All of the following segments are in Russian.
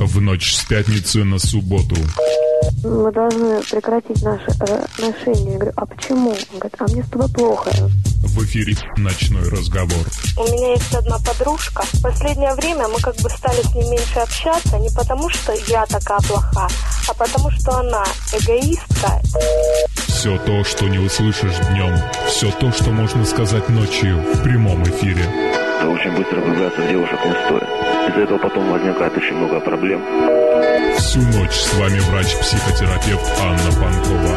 В ночь с пятницы на субботу. Мы должны прекратить наши отношения. Я говорю, а почему? Он говорит, а мне с тобой плохо. В эфире «Ночной разговор». У меня есть одна подружка. В последнее время мы как бы стали с ней меньше общаться, не потому что я такая плоха, а потому что она эгоистка. Все то, что не услышишь днем, все то, что можно сказать ночью в прямом эфире. Очень быстро влюбляться в девушек не стоит. Из-за этого потом возникает очень много проблем. Всю ночь с вами врач-психотерапевт Анна Панкова.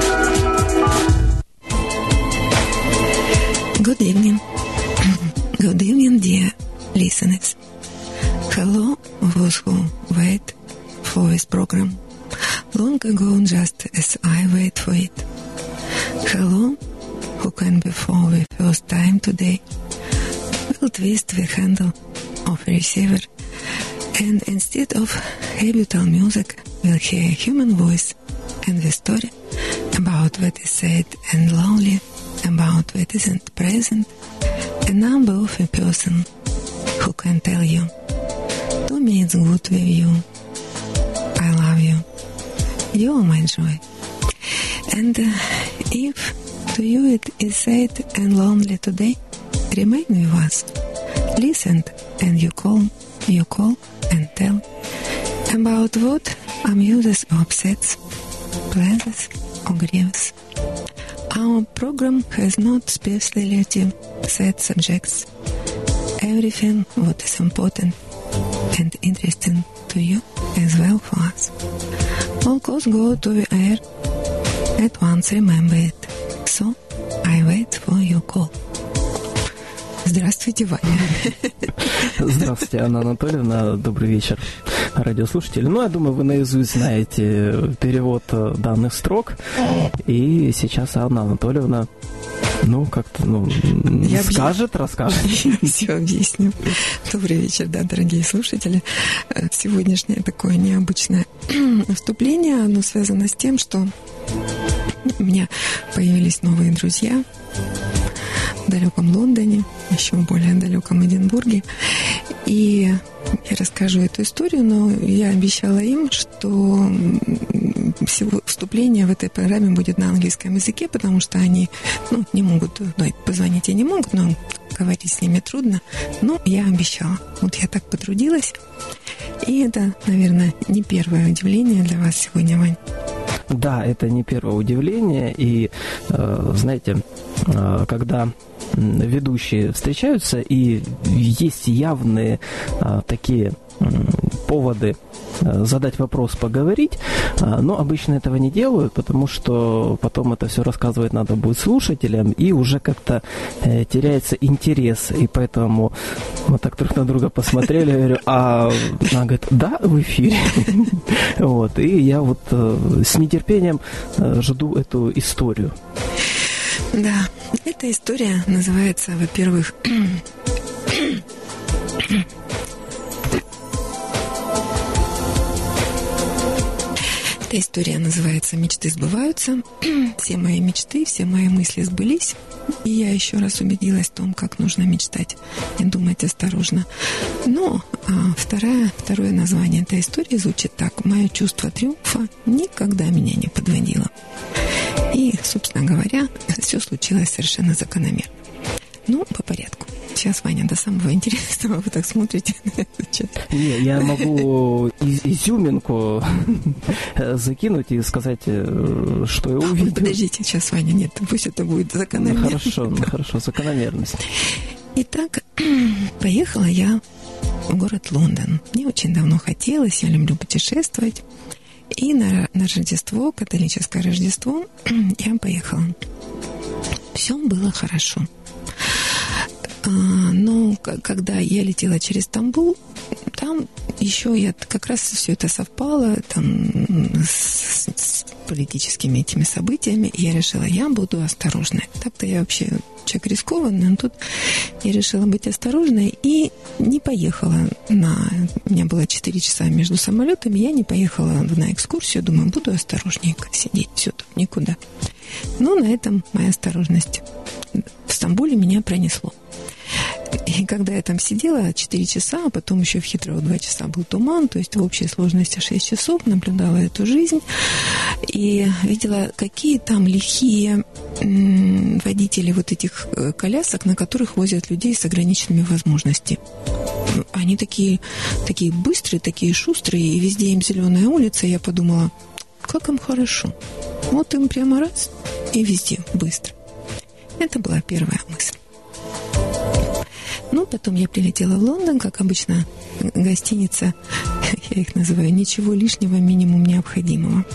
Good evening. Good evening, dear listeners. Hello, those who wait for this program. Long ago, just as I wait for it. Hello, who can before the first time today will twist the handle of the receiver, and instead of habitual music will hear a human voice and the story about what is sad and lonely, about what isn't present, a number of a person who can tell you, to me it's good with you, I love you, you are my joy. And if to you it is sad and lonely today, remain with us. Listen and you call and tell about what amuses or upsets, pleases or grieves. Our program has not specialty set subjects. Everything what is important and interesting to you as well for us. All calls go to the air at once, remember it. So I wait for your call. Здравствуйте, Ваня. Здравствуйте, Анна Анатольевна. Добрый вечер, радиослушатели. Ну, я думаю, вы наизусть знаете перевод данных строк. И сейчас Анна Анатольевна, расскажет. Все объясню. Добрый вечер, да, дорогие слушатели. Сегодняшнее такое необычное вступление, оно связано с тем, что у меня появились новые друзья в далеком Лондоне, еще в более далеком Эдинбурге. И я расскажу эту историю, но я обещала им, что вступление в этой программе будет на английском языке, потому что они не могут, позвонить и не могут, но говорить с ними трудно. Но я обещала. Вот я так потрудилась. И это, наверное, не первое удивление для вас сегодня, Вань. Да, это не первое удивление. И, знаете, когда ведущие встречаются, и есть явные такие поводы задать вопрос, поговорить, но обычно этого не делают, потому что потом это все рассказывать надо будет слушателям, и уже как-то теряется интерес, и поэтому мы так друг на друга посмотрели, я говорю, а она говорит, да, в эфире. Вот, и я вот с нетерпением жду эту историю. Да, эта история называется, во-первых, эта история называется «Мечты сбываются». Все мои мечты, все мои мысли сбылись. И я еще раз убедилась в том, как нужно мечтать и думать осторожно. Но второе название этой истории звучит так. «Мое чувство триумфа никогда меня не подводило». И, собственно говоря, все случилось совершенно закономерно. По порядку. Сейчас, Ваня, до самого интересного вы так смотрите на этот чат. Не, я могу изюминку закинуть и сказать, что я увидел. Подождите, сейчас, Ваня, нет, пусть это будет закономерно. Хорошо, закономерность. Итак, поехала я в город Лондон. Мне очень давно хотелось, я люблю путешествовать. И на Рождество, католическое Рождество, я поехала. Все было хорошо. Но когда я летела через Стамбул, там еще как раз все это совпало с политическими этими событиями, и я решила, я буду осторожной. Так-то я вообще человек рискованный, но тут я решила быть осторожной и не поехала у меня было 4 часа между самолетами, я не поехала на экскурсию, думаю, буду осторожненько сидеть, все тут, никуда. Но на этом моя осторожность в Стамбуле меня пронесло. И когда я там сидела 4 часа, а потом еще в Хитрово 2 часа был туман, то есть в общей сложности 6 часов, наблюдала эту жизнь и видела, какие там лихие водители вот этих колясок, на которых возят людей с ограниченными возможностями. Они такие быстрые, такие шустрые, и везде им зеленая улица. Я подумала, как им хорошо. Вот им прямо раз, и везде быстро. Это была первая мысль. Ну, потом я прилетела в Лондон, как обычно, гостиница, я их называю, ничего лишнего, минимум необходимого.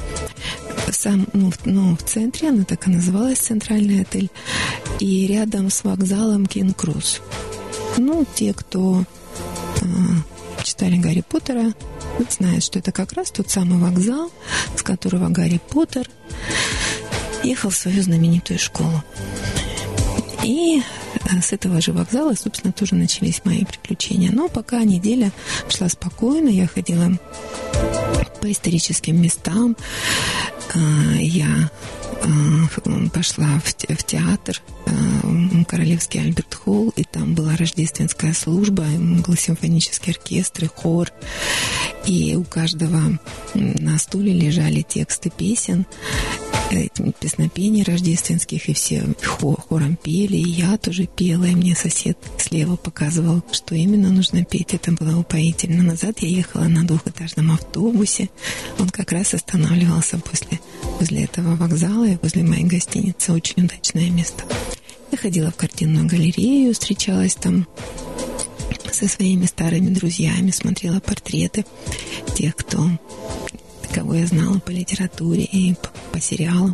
В центре, она так и называлась, центральный отель, и рядом с вокзалом Кинг-Кросс. Ну, те, кто читали Гарри Поттера, знают, что это как раз тот самый вокзал, с которого Гарри Поттер ехал в свою знаменитую школу. И с этого же вокзала, собственно, тоже начались мои приключения. Но пока неделя шла спокойно, я ходила по историческим местам, я пошла в театр, Королевский Альберт Холл, и там была рождественская служба, был симфонический оркестр и хор, и у каждого на стуле лежали тексты песен, песнопений рождественских, и все хором пели, и я тоже пела, и мне сосед слева показывал, что именно нужно петь. Это было упоительно. Назад я ехала на 2-этажном автобусе. Он как раз останавливался возле этого вокзала и возле моей гостиницы. Очень удачное место. Я ходила в картинную галерею, встречалась там со своими старыми друзьями, смотрела портреты тех, кого я знала по литературе и по сериалам.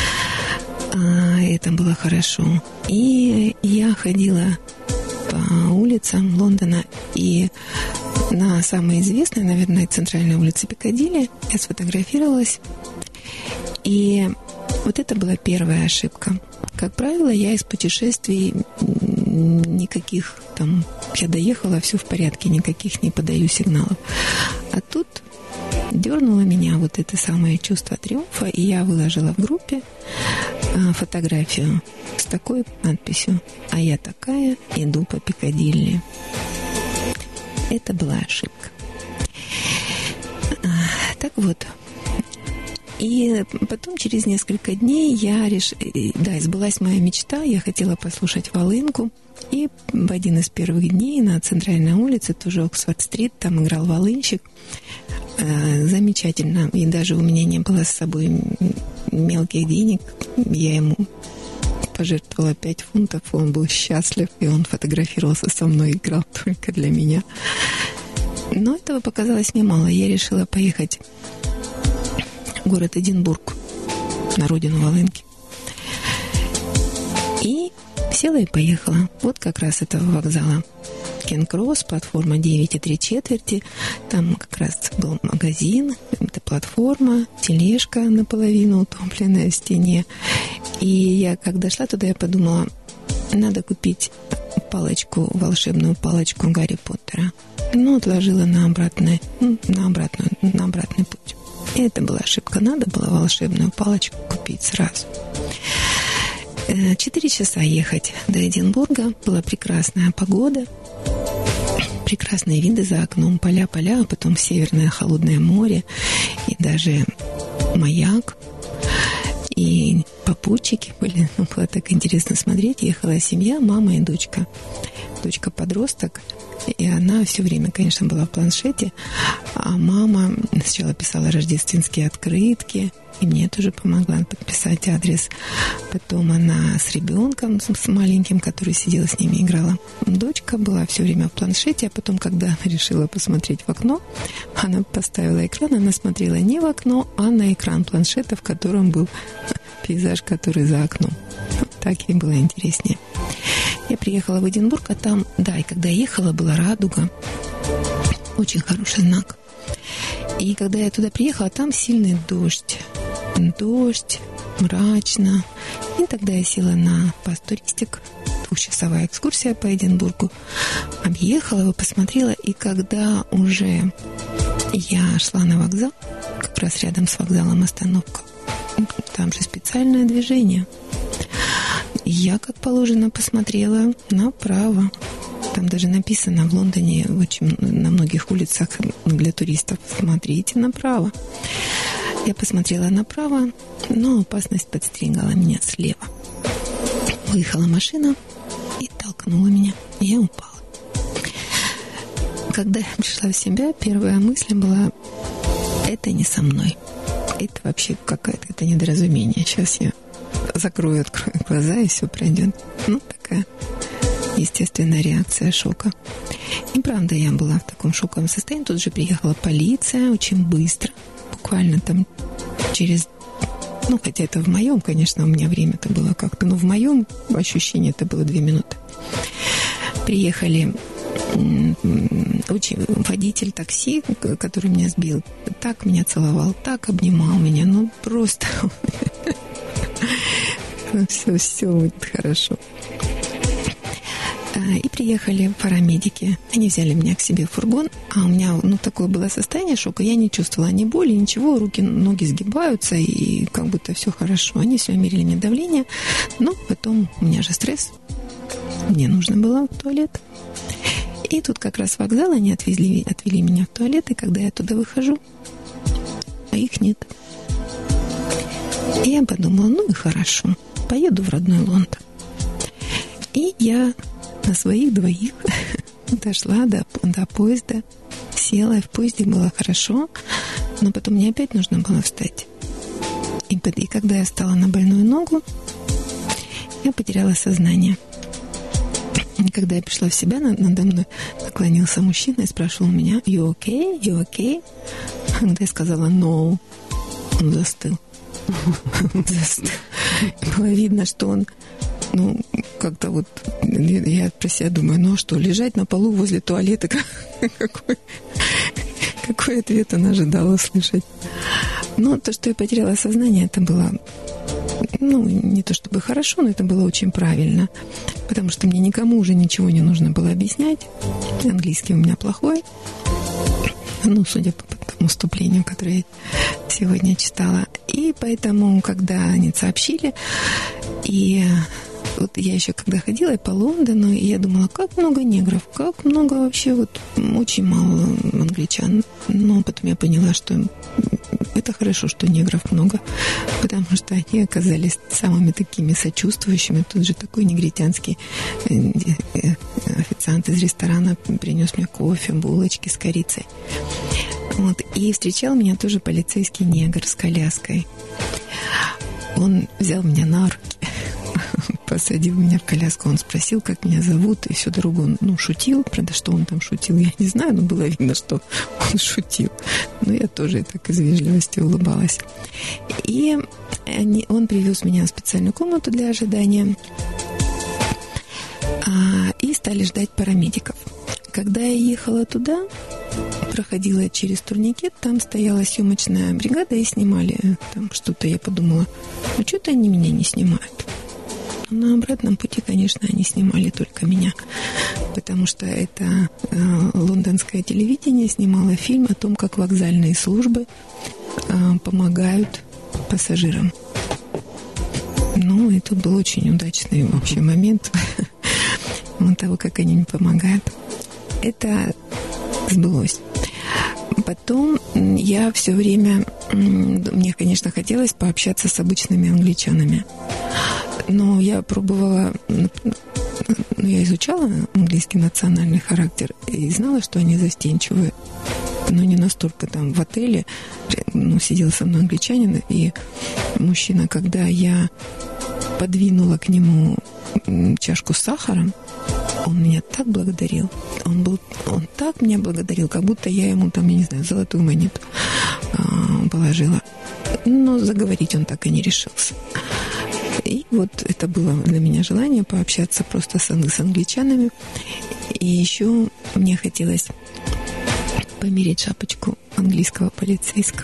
Это было хорошо. И я ходила по улицам Лондона, и на самой известной, наверное, центральной улице Пикадилли я сфотографировалась. И вот это была первая ошибка. Как правило, я из путешествий никаких там... Я доехала, все в порядке, никаких не подаю сигналов. А тут дернуло меня вот это самое чувство триумфа, и я выложила в группе фотографию с такой надписью: «А я такая, иду по Пикадилли». Это была ошибка. Так вот. И потом, через несколько дней, сбылась моя мечта. Я хотела послушать волынку. И в один из первых дней на центральной улице, тоже Оксфорд-стрит, там играл волынщик. Замечательно. И даже у меня не было с собой мелких денег. Я ему пожертвовала 5 фунтов. Он был счастлив, и он фотографировался со мной, играл только для меня. Но этого показалось мне мало. Я решила поехать в город Эдинбург, на родину волынки. И села и поехала. Вот как раз этого вокзала Кинг-Кросс, платформа 9,3. Там как раз был магазин, это платформа, тележка наполовину утопленная в стене. И я, когда шла туда, я подумала, надо купить волшебную палочку Гарри Поттера. Но отложила на обратный путь. И это была ошибка. Надо было волшебную палочку купить сразу. 4 часа ехать до Эдинбурга. Была прекрасная погода. Прекрасные виды за окном. Поля, а потом северное холодное море. И даже маяк. И попутчики были. Было так интересно смотреть. Ехала семья, мама и дочка. Дочка-подросток. И она все время, конечно, была в планшете. А мама сначала писала рождественские открытки. И мне тоже помогла подписать адрес. Потом она с ребенком, с маленьким, который сидел с ними, играла. Дочка была все время в планшете. А потом, когда она решила посмотреть в окно, она поставила экран. Она смотрела не в окно, а на экран планшета, в котором был пейзаж, который за окном. Так ей было интереснее. Я приехала в Эдинбург, а там, и когда я ехала, была радуга. Очень хороший знак. И когда я туда приехала, там сильный дождь. Мрачно. И тогда я села на пас-туристик. 2-часовая экскурсия по Эдинбургу. Объехала его, посмотрела. И когда уже я шла на вокзал, как раз рядом с вокзалом остановка, там же специальное движение. Я, как положено, посмотрела направо. Там даже написано в Лондоне очень на многих улицах для туристов: смотрите направо. Я посмотрела направо, но опасность подстерегала меня слева. Выехала машина и толкнула меня. Я упала. Когда я пришла в себя, первая мысль была: это не со мной. Это вообще какое-то недоразумение. Сейчас я открою глаза, и все пройдет. Такая естественная реакция шока. И правда, я была в таком шоковом состоянии. Тут же приехала полиция очень быстро. Буквально там через... хотя это в моем, конечно, у меня время-то было как-то, но в моем ощущении это было 2 минуты. Приехали водитель такси, который меня сбил, так меня целовал, так обнимал меня, просто все будет хорошо. И приехали парамедики. Они взяли меня к себе в фургон, а у меня такое было состояние шока. Я не чувствовала ни боли, ничего. Руки, ноги сгибаются, и как будто все хорошо. Они все мерили мне давление. Но потом у меня же стресс. Мне нужно было в туалет. И тут как раз вокзал, они отвели меня в туалет. И когда я туда выхожу, а их нет. И я подумала, и хорошо. Поеду в родной Лондон. И я на своих 2 дошла до поезда, села, и в поезде было хорошо, но потом мне опять нужно было встать. И когда я встала на больную ногу, я потеряла сознание. И когда я пришла в себя, надо мной наклонился мужчина и спрашивал меня: «You okay? You okay?» Когда я сказала «No», он застыл. Было видно, что он как-то я про себя думаю, что, лежать на полу возле туалета, какой ответ он ожидал услышать. Но то, что я потеряла сознание, это было, не то чтобы хорошо, но это было очень правильно, потому что мне никому уже ничего не нужно было объяснять. Английский у меня плохой, судя по тому вступлению, которое я сегодня читала. И поэтому, когда они сообщили, и я еще когда ходила по Лондону, и я думала, как много негров, как много вообще, очень мало англичан. Но потом я поняла, что это хорошо, что негров много, потому что они оказались самыми такими сочувствующими. Тут же такой негритянский официант из ресторана принес мне кофе, булочки с корицей. И встречал меня тоже полицейский негр с коляской. Он взял меня на руки, посадил меня в коляску, он спросил, как меня зовут, и всю дорогу он, шутил. Правда, что он там шутил, я не знаю, но было видно, что он шутил. Но я тоже так из вежливости улыбалась. И он привез меня в специальную комнату для ожидания, и стали ждать парамедиков. Когда я ехала туда, проходила через турникет, там стояла съемочная бригада и снимали там что-то. Я подумала, что-то они меня не снимают. На обратном пути, конечно, они снимали только меня, потому что это лондонское телевидение снимало фильм о том, как вокзальные службы помогают пассажирам. Это был очень удачный вообще момент того, как они мне помогают. Это сбылось. Потом я все время... Мне, конечно, хотелось пообщаться с обычными англичанами. Но я пробовала... Я изучала английский национальный характер и знала, что они застенчивые. Но не настолько. Там в отеле сидел со мной англичанин, и мужчина, когда я подвинула к нему чашку с сахаром, он меня так благодарил. Он так меня благодарил, как будто я ему золотую монету положила. Но заговорить он так и не решился. И это было для меня желание пообщаться просто с англичанами. И еще мне хотелось померить шапочку английского полицейского.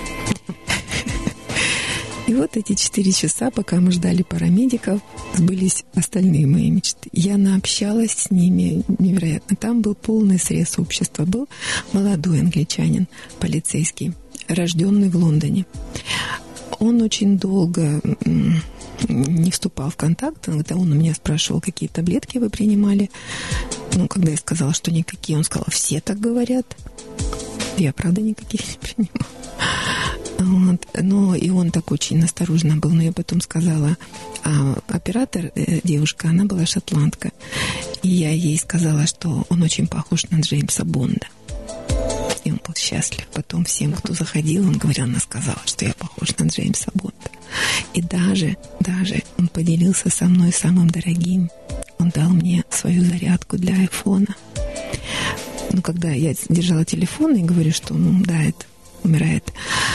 И эти 4 часа, пока мы ждали парамедиков, сбылись остальные мои мечты. Я наобщалась с ними невероятно. Там был полный срез общества. Был молодой англичанин, полицейский, рожденный в Лондоне. Он очень долго не вступал в контакт. Когда он у меня спрашивал, какие таблетки вы принимали, Ну, когда я сказала, что никакие, он сказал, все так говорят. Я, правда, никаких не принимала. Вот. Но и он так очень осторожно был. Но я потом сказала, а оператор, девушка, она была шотландка. И я ей сказала, что он очень похож на Джеймса Бонда. И он был счастлив. Потом всем, кто заходил, он говорил, она сказала, что я похож на Джеймса Бонда. И даже он поделился со мной самым дорогим. Он дал мне свою зарядку для айфона. Ну, когда я держала телефон и говорю, что, это умирает,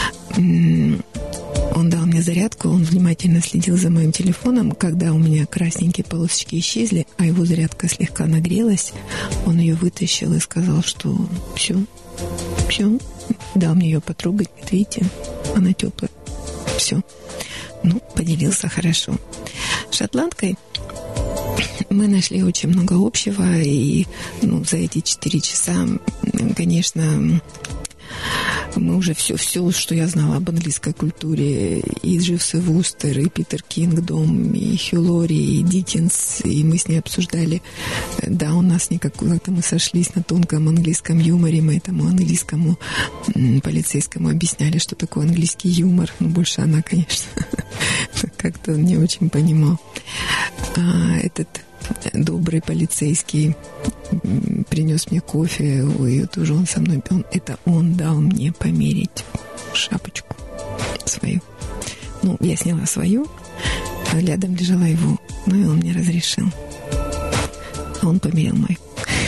он дал мне зарядку, он внимательно следил за моим телефоном. Когда у меня красненькие полосочки исчезли, а его зарядка слегка нагрелась, он ее вытащил и сказал, что все, дал мне ее потрогать, видите, она теплая, все. Ну, поделился хорошо. С шотландкой мы нашли очень много общего, и за эти 4 часа, конечно, мы уже все, что я знала об английской культуре, и Дживс и Вустер, и Питер Кингдом, и Хью Лори, и Диккенс, и мы с ней обсуждали, да, у нас как-то мы сошлись на тонком английском юморе, мы этому английскому полицейскому объясняли, что такое английский юмор, но больше она, конечно, как-то не очень понимал. Этот добрый полицейский принес мне кофе, и тоже он со мной пил. Это он дал мне померить шапочку свою. Ну, я сняла свою, а рядом лежала его. Ну, и он мне разрешил. А он померил мою.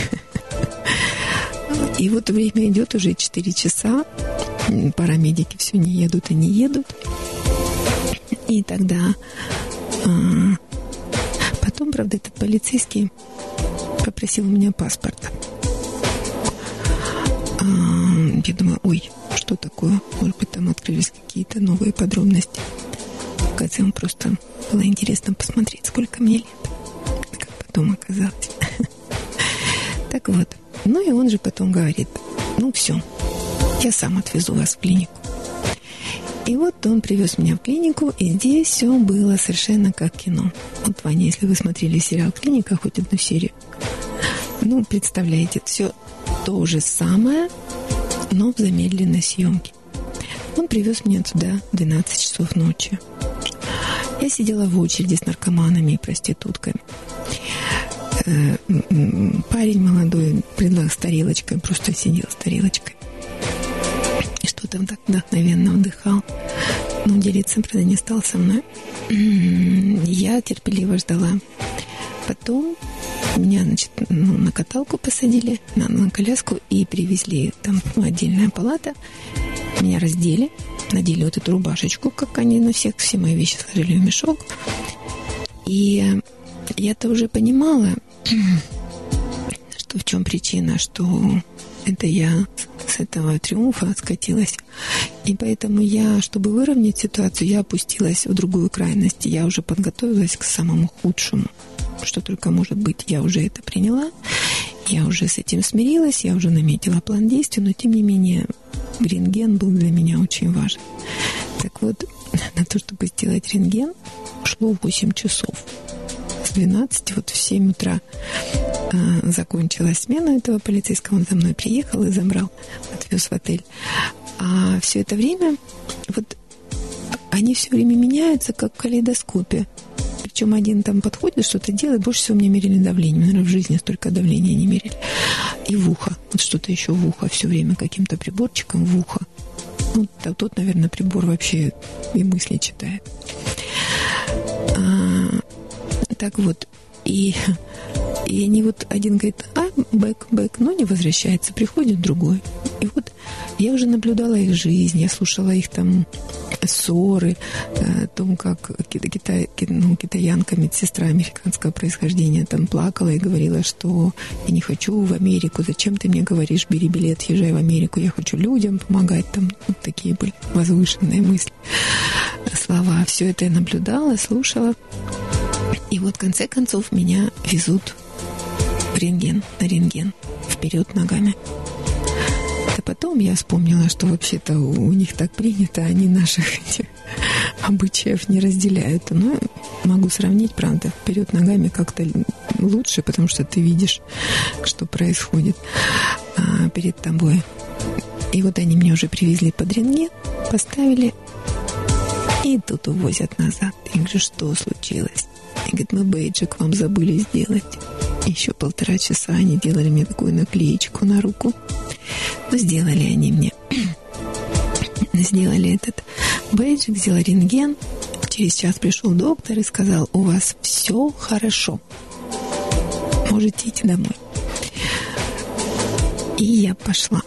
И вот время идет уже 4 часа. Парамедики все не едут и не едут. И тогда... Потом, правда, этот полицейский попросил у меня паспорт. Я думаю, что такое? Может быть, там открылись какие-то новые подробности. Оказывается, ему просто было интересно посмотреть, сколько мне лет. Как потом оказалось. Так вот. Ну и он же потом говорит, все, я сам отвезу вас в клинику. И вот он привез меня в клинику, и здесь все было совершенно как кино. Вот, Ваня, если вы смотрели сериал «Клиника», хоть одну серию, представляете, все то же самое, но в замедленной съемке. Он привез меня туда в 12 часов ночи. Я сидела в очереди с наркоманами и проститутками. Парень молодой предлагал с тарелочкой, просто сидел с тарелочкой. Что там так вдохновенно вдыхал. Но делиться, правда, не стал со мной. Я терпеливо ждала. Потом меня, на каталку посадили, на коляску и привезли там отдельная палата. Меня раздели, надели вот эту рубашечку, как они на всех, все мои вещи сложили в мешок. И я-то уже понимала, что в чем причина, что это я с этого триумфа скатилась. И поэтому я, чтобы выровнять ситуацию, я опустилась в другую крайность. Я уже подготовилась к самому худшему, что только может быть. Я уже это приняла, я уже с этим смирилась, я уже наметила план действий, но тем не менее рентген был для меня очень важен. Так вот, на то, чтобы сделать рентген, шло 8 часов. С 12 в 7 утра закончилась смена этого полицейского. Он за мной приехал и забрал, отвез в отель. А все это время, они все время меняются, как в калейдоскопе. Причем один там подходит, что-то делает. Больше всего мне мерили давление. Наверное, в жизни столько давления не мерили. И в ухо. Что-то еще в ухо. Все время каким-то приборчиком в ухо. Тот, наверное, прибор вообще и мысли читает. Так вот. И они один говорит, бэк, но не возвращается, приходит другой. И я уже наблюдала их жизнь, я слушала их там ссоры, о том, как китаянка, медсестра американского происхождения там плакала и говорила, что я не хочу в Америку, зачем ты мне говоришь, бери билет, езжай в Америку, я хочу людям помогать, там такие были возвышенные мысли, слова. Все это я наблюдала, слушала. И в конце концов меня везут на рентген, вперед ногами. А потом я вспомнила, что вообще-то у них так принято, они наших этих обычаев не разделяют. Но могу сравнить, правда, вперед ногами как-то лучше, потому что ты видишь, что происходит перед тобой. И вот они мне уже привезли под рентген, поставили, и тут увозят назад. Я говорю, что случилось? Они говорят, мы бейджик вам забыли сделать. Еще 1,5 часа они делали мне такую наклеечку на руку. Но сделали они мне. Сделали этот бейджик, сделали рентген. Через час пришел доктор и сказал, у вас все хорошо. Можете идти домой. И я пошла.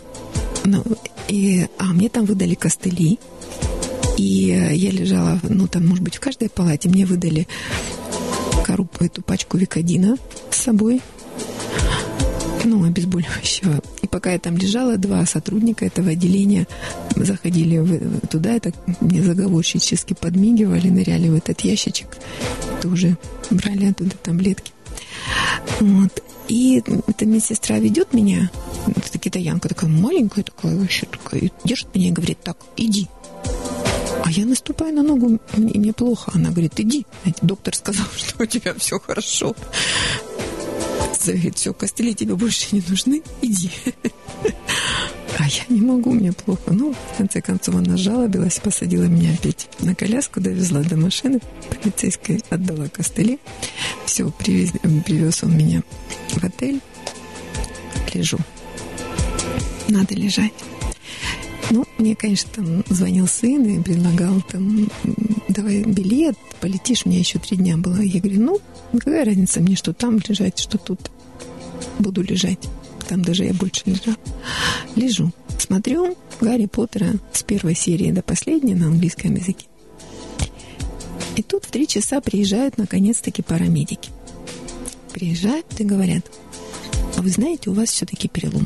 Мне там выдали костыли. И я лежала, там, может быть, в каждой палате мне выдали эту пачку Викодина с собой, обезболивающего. И пока я там лежала, 2 сотрудника этого отделения заходили туда, это мне заговорщически подмигивали, ныряли в этот ящичек, тоже брали оттуда таблетки. Вот. И эта медсестра ведет меня, китаянка такая маленькая, такая вообще такая, держит меня и говорит, так, иди. А я наступаю на ногу, и мне плохо. Она говорит, иди. Доктор сказал, что у тебя все хорошо. Говорит, все, костыли тебе больше не нужны, иди. А я не могу, мне плохо. В конце концов, она жалобилась, посадила меня опять на коляску, довезла до машины полицейской, отдала костыли. Все, привез он меня в отель. Лежу. Надо лежать. Мне, конечно, там звонил сын и предлагал давай билет, полетишь, у меня еще 3 дня было. Я говорю, какая разница мне, что там лежать, что тут. Буду лежать. Там даже я больше лежала. Лежу. Смотрю Гарри Поттера с 1 серии до последней на английском языке. И тут в 3 часа приезжают наконец-таки парамедики. Приезжают и говорят, а вы знаете, у вас все-таки перелом.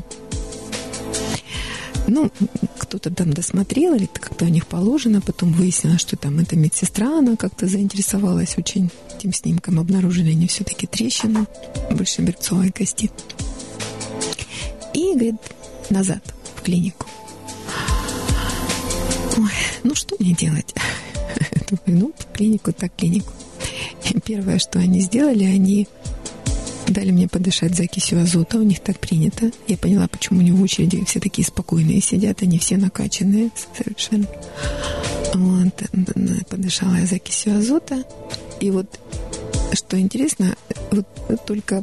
Кто-то там досмотрел, или как-то у них положено. Потом выяснилось, что там эта медсестра, она как-то заинтересовалась очень этим снимком. Обнаружили они все-таки трещину большеберцовой кости. И, говорит, назад в клинику. Ой, что мне делать? Думаю, в клинику, так клинику. И первое, что они сделали, они дали мне подышать закисью азота, у них так принято. Я поняла, почему у них в очереди все такие спокойные сидят, они все накачанные совершенно. Подышала я закисью азота. И что интересно, только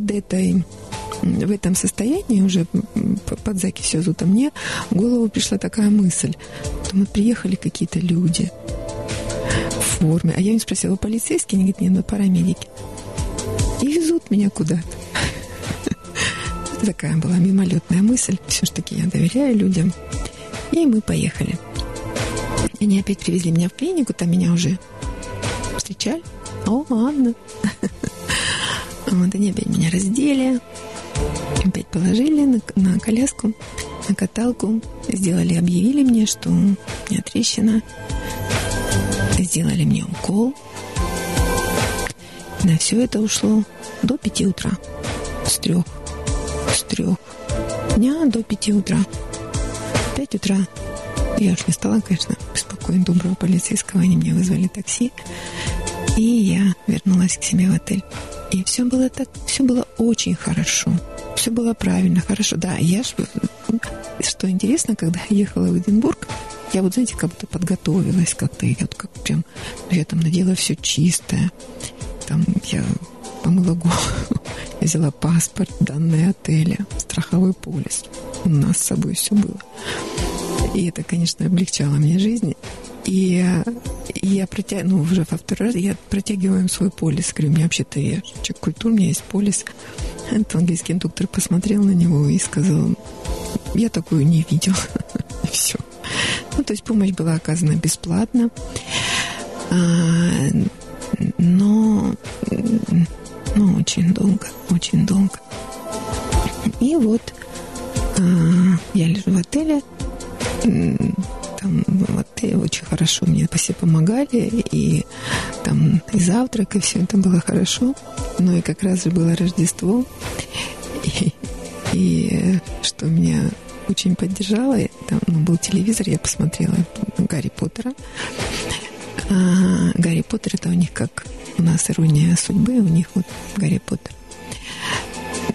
в этом состоянии, уже под закисью азота, мне в голову пришла такая мысль. Приехали какие-то люди в форме. А я им спросила, вы полицейские? Они говорят, нет, парамедики. И везут меня куда-то. Такая была мимолетная мысль. Все-таки я доверяю людям. И мы поехали. Они опять привезли меня в клинику. Там меня уже встречали. О, Анна. Они опять меня раздели. Опять положили на коляску, на каталку. Объявили мне, что у меня трещина. Сделали мне укол. На все это ушло до 5 утра. С 3 дня до 5 утра. 5 утра. Я уж не стала, конечно, беспокоить доброго полицейского. Они мне вызвали такси. И я вернулась к себе в отель. И все было очень хорошо. Все было правильно, хорошо. Да, что интересно, когда я ехала в Эдинбург, я знаете, как будто подготовилась как-то. Я там надела все чистое. Там я помыла голову, я взяла паспорт, данные отеля, страховой полис. У нас с собой все было. И это, конечно, облегчало мне жизнь. И я уже во 2-й раз я протягиваю им свой полис. Говорю, у меня вообще-то я человек культуры, у меня есть полис. Этот английский доктор посмотрел на него и сказал, я такую не видел. И все. То есть помощь была оказана бесплатно. Но очень долго. И я лежу в отеле. Там в отеле очень хорошо мне все помогали. И там и завтрак, и все это было хорошо. Но и как раз же было Рождество. И что меня очень поддержало, там был телевизор, я посмотрела Гарри Поттера. Гарри Поттер — это у них как у нас ирония судьбы, у них Гарри Поттер.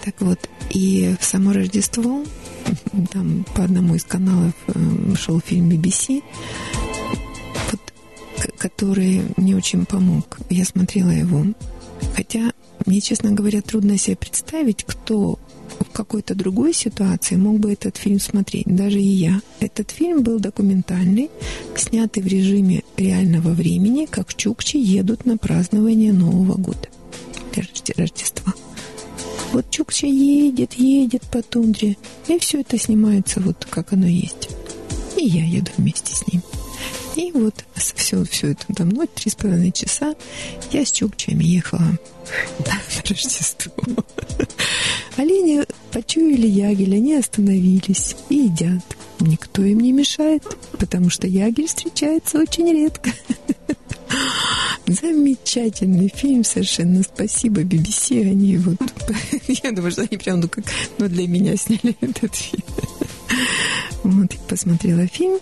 Так вот, и в само Рождество там по одному из каналов шел фильм BBC, вот, который мне очень помог. Я смотрела его. Хотя мне, честно говоря, трудно себе представить, кто в какой-то другой ситуации мог бы этот фильм смотреть. Даже и я. Этот фильм был документальный, снятый в режиме реального времени, как в Чукче едут на празднование Нового года, Рождества. Вот Чукча едет по тундре, и все это снимается вот как оно есть. И я еду вместе с ним. И вот все это там ночь, 3,5 часа я с чукчами ехала на Рождество. Олени почуяли ягель, они остановились и едят. Никто им не мешает, потому что ягель встречается очень редко. Замечательный фильм совершенно. Спасибо BBC. Они вот... Я думаю, что они прям для меня сняли этот фильм. Вот, я посмотрела фильм.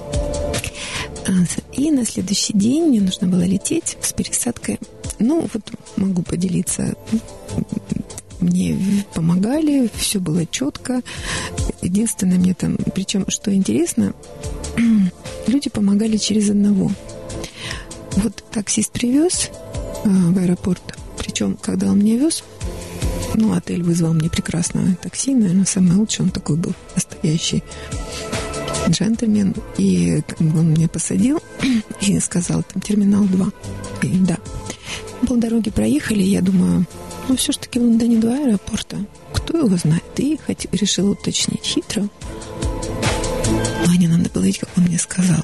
И на следующий день мне нужно было лететь с пересадкой. Ну, вот могу поделиться. Мне помогали, все было четко. Единственное, мне там... Причем, что интересно, люди помогали через одного. Вот таксист привез в аэропорт. Причем, когда он меня вез, отель вызвал мне прекрасное такси, наверное, самое лучшее. Он такой был настоящий джентльмен. И он меня посадил и сказал, там, терминал 2. И да. Полдороги проехали, я думаю, все-таки в Лондоне 2 аэропорта. Кто его знает? И решила уточнить хитро. Но не надо было видеть, как он мне сказал.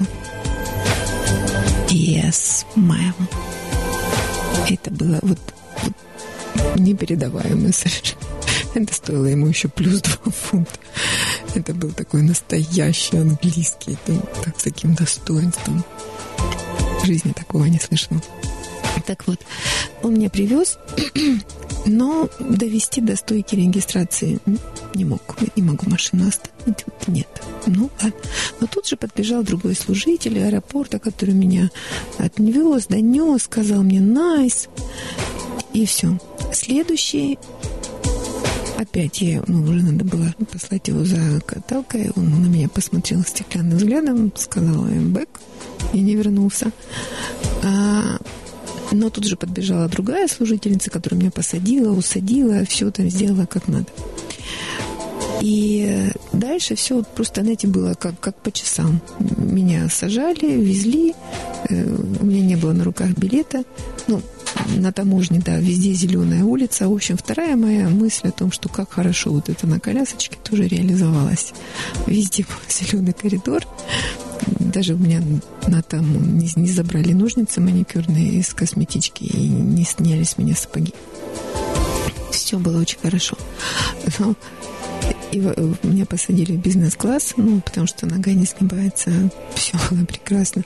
Yes, ma'am. Это было вот непередаваемое совершенно. Это стоило ему еще плюс 2 фунта. Это был такой настоящий английский, с таким достоинством. В жизни такого не слышала. Так вот, он меня привез, но довести до стойки регистрации не мог. Не могу машину оставить. Нет. Ладно. Но тут же подбежал другой служитель аэропорта, который меня отвез, донес, сказал мне «найс». И все. Следующий... Опять уже надо было послать его за каталкой. Он на меня посмотрел стеклянным взглядом, сказал «I'm back», и не вернулся. Но тут же подбежала другая служительница, которая меня посадила, усадила, все там сделала как надо. И дальше все просто, было как по часам. Меня сажали, везли. У меня не было на руках билета. На таможне, да, везде зеленая улица. В общем, вторая моя мысль о том, что как хорошо вот это на колясочке, тоже реализовалась. Везде был зеленый коридор. Даже у меня не забрали ножницы маникюрные из косметички и не сняли с меня сапоги. Все было очень хорошо. И меня посадили в бизнес-класс, потому что нога не сгибается. Все было прекрасно.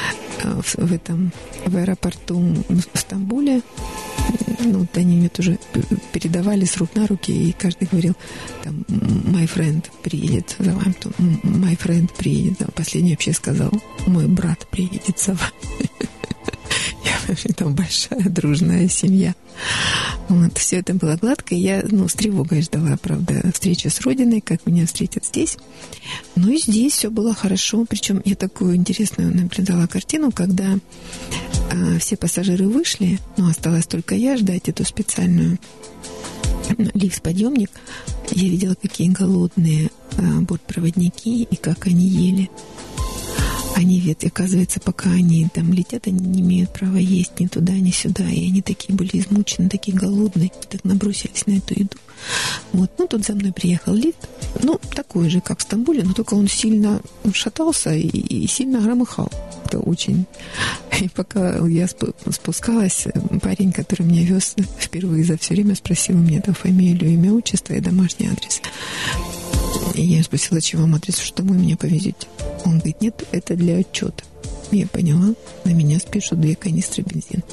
В аэропорту в Стамбуле, они мне тоже передавали с рук на руки, и каждый говорил, там, my friend приедет за вами, my friend приедет. Последний вообще сказал, мой брат приедет за вами. Там большая дружная семья. Все это было гладко. Я, с тревогой ждала, правда, встречи с Родиной, как меня встретят здесь. Но и здесь все было хорошо. Причем я такую интересную наблюдала картину, когда все пассажиры вышли, осталось только я ждать эту специальную лифт-подъемник. Я видела, какие голодные бортпроводники и как они ели. Они, оказывается, пока они там летят, они не имеют права есть ни туда, ни сюда. И они такие были измучены, такие голодные, так набросились на эту еду. Тут за мной приехал лифт. Такой же, как в Стамбуле, но только он сильно шатался и сильно громыхал. Это очень... И пока я спускалась, парень, который меня вез впервые за все время, спросил у меня фамилию, имя, отчество и домашний адрес. И я спросила, чем вам адрес, что домой меня повезете? Он говорит, нет, это для отчета. Я поняла, на меня спишут 2 канистры бензина.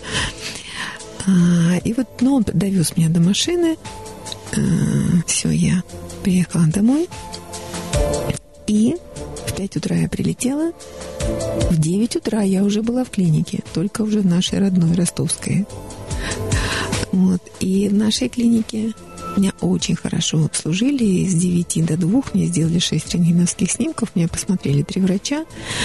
И он довез меня до машины. Все, я приехала домой. И в 5 утра я прилетела. В 9 утра я уже была в клинике, только уже в нашей родной ростовской. И в нашей клинике Меня очень хорошо обслужили. С 9 до 2 мне сделали 6 рентгеновских снимков. Меня посмотрели 3 врача.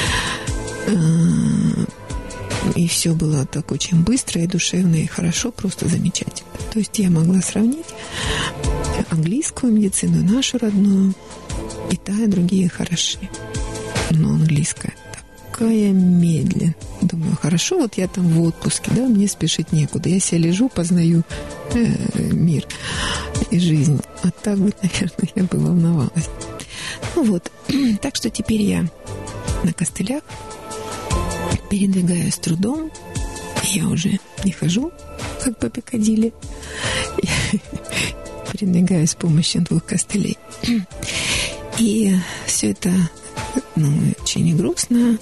И все было так очень быстро и душевно, и хорошо, просто замечательно. То есть я могла сравнить английскую медицину, нашу родную. И та, и другие хороши. Но английская такая медленная. Думаю, хорошо, вот я там в отпуске, да, мне спешить некуда. Я себе лежу, познаю мир и жизнь. А так бы, наверное, я бы волновалась. Ну вот, так что теперь я на костылях, передвигаюсь с трудом. Я уже не хожу, как по Пикадилли. Передвигаюсь с помощью 2 костылей. И все это, очень грустно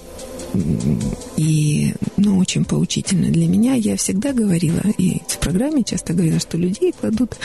и, очень поучительно для меня. Я всегда говорила, и в программе часто говорила, что людей кладут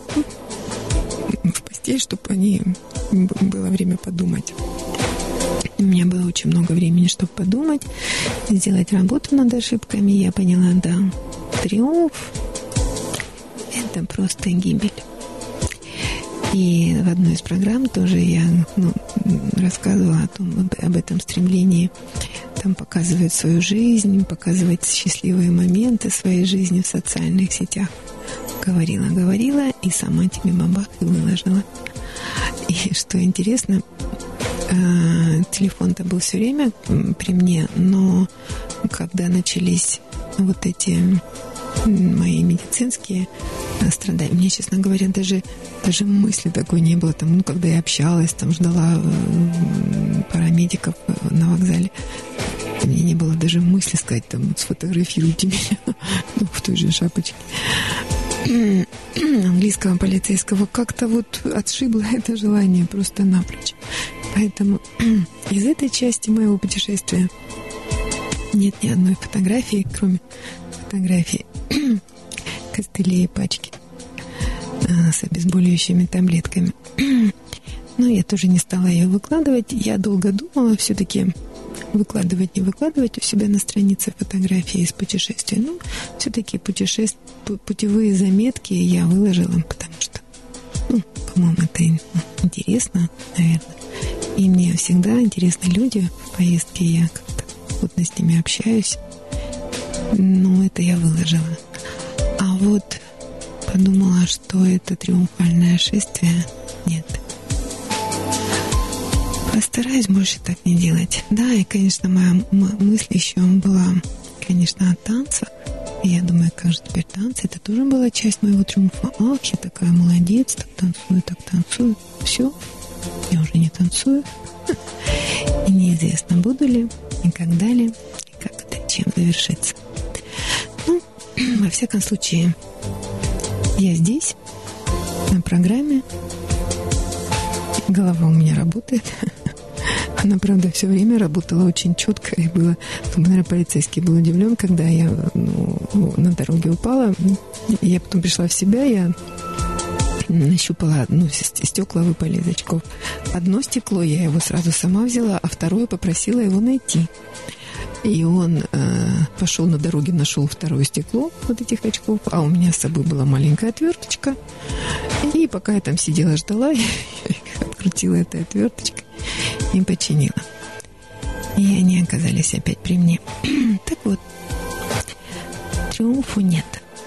в постель, чтобы было время подумать. У меня было очень много времени, чтобы подумать, сделать работу над ошибками. Я поняла, да, триумф – это просто гибель. И в одной из программ тоже я рассказывала об этом стремлении там показывать свою жизнь, показывать счастливые моменты своей жизни в социальных сетях. Говорила, и сама тебе бабах и выложила. И что интересно, телефон-то был все время при мне, но когда начались вот эти мои медицинские страдания, мне, честно говоря, даже мысли такой не было. Там, когда я общалась, там ждала парамедиков на вокзале, у меня не было даже мысли сказать, там, сфотографируйте меня в той же шапочке английского полицейского. Как-то вот отшибло это желание просто напрочь. Поэтому из этой части моего путешествия нет ни одной фотографии, кроме фотографии костылей и пачки с обезболивающими таблетками. Но я тоже не стала ее выкладывать. Я долго думала все-таки выкладывать, не выкладывать у себя на странице фотографии из путешествия. Но все-таки путевые заметки я выложила, потому что, по-моему, это интересно, наверное. И мне всегда интересны люди в поездке, я как-то плотно с ними общаюсь. Но это я выложила. А вот подумала, что это триумфальное шествие. Нет. Постараюсь больше так не делать. Да, и, конечно, моя мысль еще была, конечно, о танцах. И я думаю, как же теперь танцы? Это тоже была часть моего триумфа. Ах, я такая молодец, так танцую. Все, я уже не танцую. И неизвестно, буду ли, и когда ли, и как это, чем завершится. Во всяком случае, я здесь, на программе. Голова у меня работает. Она, правда, все время работала очень четко. И было, наверное, полицейский был удивлен, когда я на дороге упала. Я потом пришла в себя, я нащупала, стекла выпали из очков. Одно стекло, я его сразу сама взяла, а второе попросила его найти. И он пошел на дороге, нашел второе стекло вот этих очков, а у меня с собой была маленькая отверточка. И пока я там сидела, ждала, я открутила этой отверточкой и починила. И они оказались опять при мне. Так вот, триумфу нет.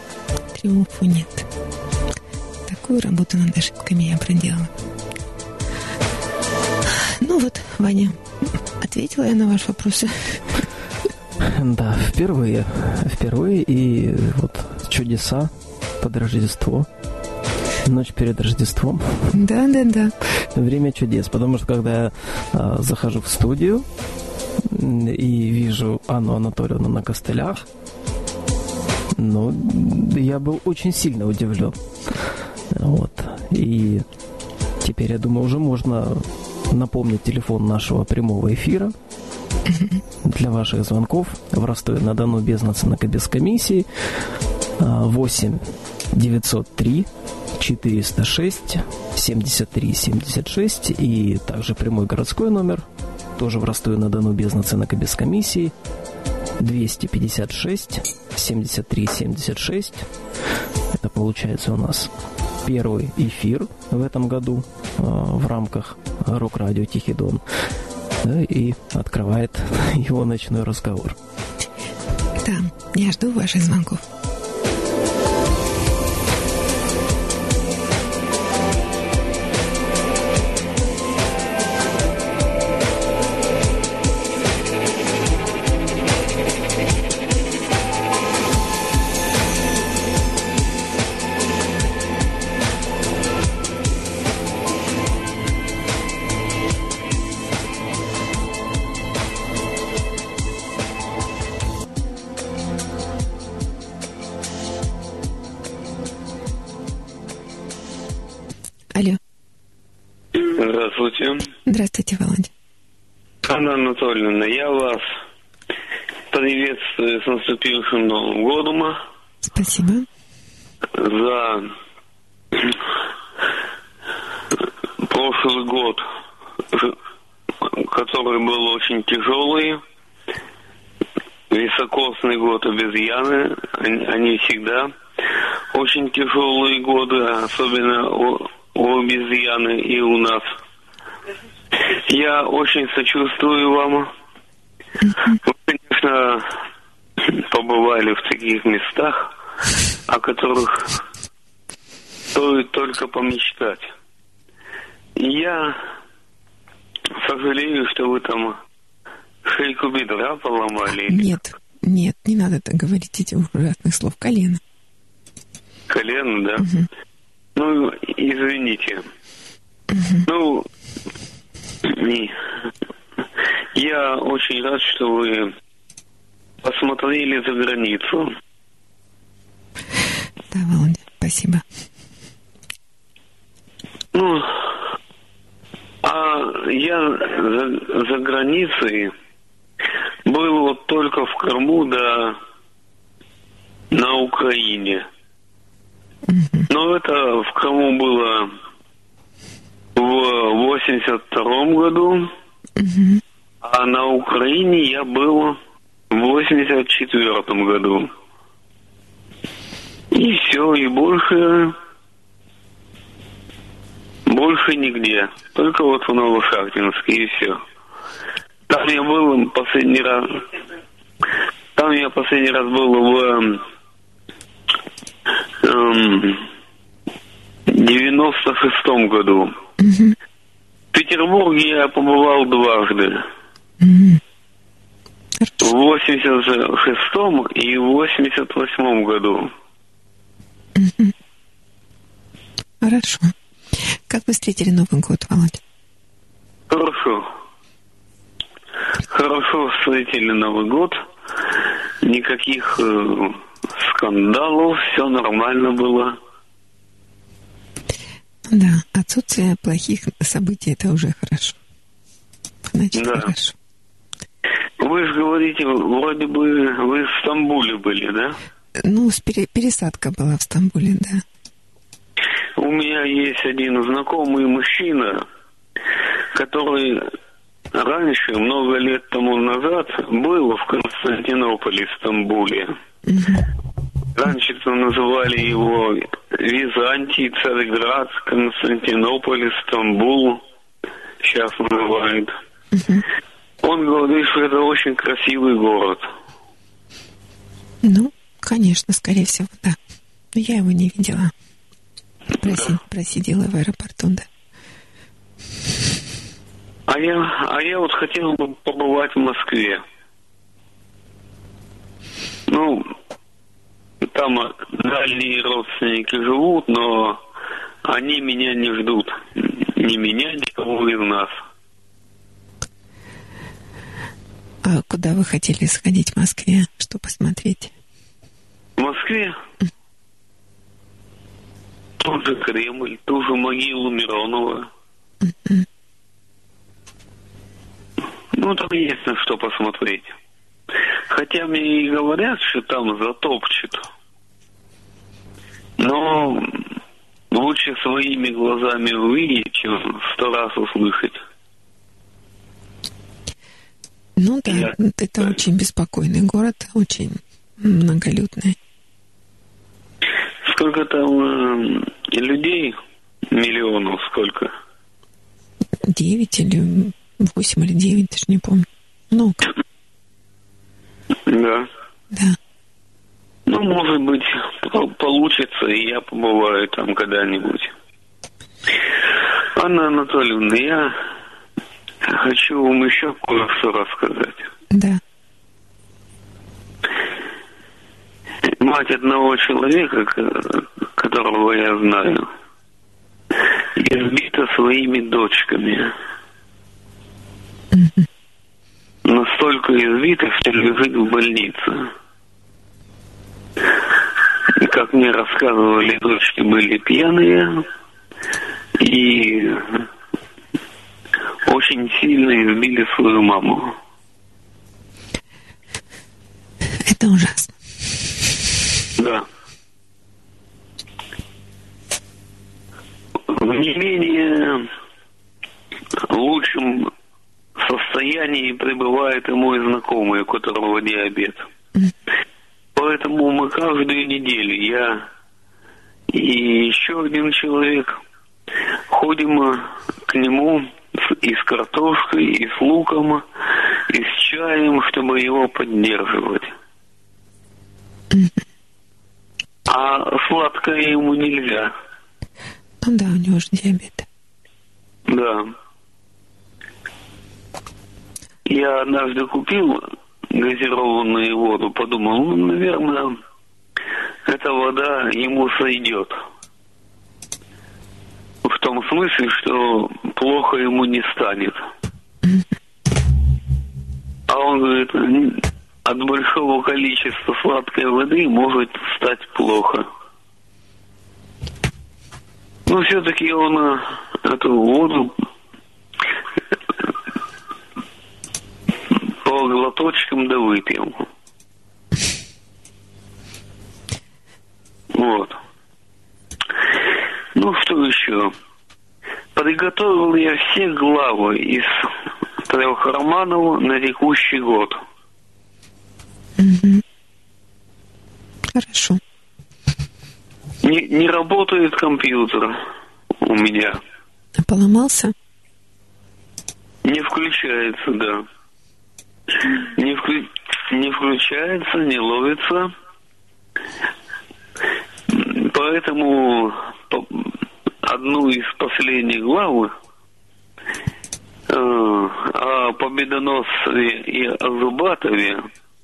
Такую работу над ошибками я проделала. Вот, Ваня, ответила я на ваш вопрос. Да, впервые. И вот чудеса под Рождество. Ночь перед Рождеством. Да. Время чудес. Потому что когда я захожу в студию и вижу Анну Анатольевну на костылях, я был очень сильно удивлен. Вот. И теперь, я думаю, уже можно напомнить телефон нашего прямого эфира для ваших звонков в Ростове-на-Дону без наценок и без комиссии 8 903 406 73 76 и также прямой городской номер тоже в Ростове-на-Дону без наценок и без комиссии 256 73 76. Это получается у нас первый эфир в этом году в рамках Рок-радио «Тихий Дон». Да, и открывает его ночной разговор. Да, я жду ваших звонков. Алло. Здравствуйте. Здравствуйте, Володя. Анна Анатольевна, я вас приветствую с наступившим Новым годом. Спасибо. За прошлый год, который был очень тяжелый, високосный год обезьяны, они всегда очень тяжелые годы, особенно у обезьяны и у нас. Я очень сочувствую вам. Вы, конечно, побывали в таких местах, о которых стоит только помечтать. И я сожалею, что вы там шейку бедра поломали. Нет, не надо так говорить этих ужасных слов. Колено. Колено, да? Угу. Ну, извините. Угу. Ну, я очень рад, что вы посмотрели за границу. Да, Володя, спасибо. Ну, а я за границей был вот только в Крыму, да на Украине. Но это в Крыму было в 82-м году, а на Украине я был в 84-м году. И все, и больше нигде. Только вот в Новошахтинске, и все. Там я был последний раз был в 96-м году. В Петербурге я побывал дважды. В 86-м и в 88-м году. Хорошо. Как вы встретили Новый год, Володя? Хорошо встретили Новый год. Никаких скандалов, все нормально было. Да, отсутствие плохих событий — это уже хорошо. Значит, да. Хорошо. Вы же говорите, вроде бы вы в Стамбуле были, да? Ну, пересадка была в Стамбуле, да. У меня есть один знакомый мужчина, который раньше, много лет тому назад, был в Константинополе, в Стамбуле. Раньше-то называли его Византий, Царьград, Константинополь, Стамбул. Сейчас называют. Он говорит, что это очень красивый город. Ну, конечно, скорее всего, да. Но я его не видела. Просидела в аэропорту, да. А я вот хотел бы побывать в Москве. Ну, там дальние родственники живут, но они меня не ждут. Ни меня, никого из нас. А куда вы хотели сходить в Москве, что посмотреть? В Москве? Тот же Кремль, ту же могилу Миронова. Ну, там есть на что посмотреть. Хотя мне и говорят, что там затопчет. Но лучше своими глазами увидеть, чем 100 раз услышать. Ну да, это очень беспокойный город, очень многолюдный. В сколько там людей? Миллионов сколько? 9 или 8 или 9, даже не помню. Много. Да. Да. Ну, может быть, получится, и я побываю там когда-нибудь. Анна Анатольевна, я хочу вам еще кое-что рассказать. Да. Мать одного человека, которого я знаю, избита своими дочками. Угу. Настолько избита, что лежит в больнице. Как мне рассказывали, дочки были пьяные и очень сильно избили свою маму. Это ужасно. Да. В не менее лучшем состоянии пребывает и мой знакомый, у которого диабет. Поэтому мы каждую неделю, я и еще один человек, ходим к нему и с картошкой, и с луком, и с чаем, чтобы его поддерживать. А сладкое ему нельзя. Ну да, у него же диабет. Да. Я однажды купил газированную воду, подумал, ну, наверное, эта вода ему сойдет. В том смысле, что плохо ему не станет. А он говорит, от большого количества сладкой воды может стать плохо. Но все-таки он эту воду по глоточкам да выпил. Вот. Ну, что еще? Приготовил я все главы из 3 романов на текущий год. Угу. Хорошо. Не работает компьютер у меня. А поломался? Не включается, да. Не включается, не ловится. Поэтому одну из последних глав о Победоносцеве и о Зубатове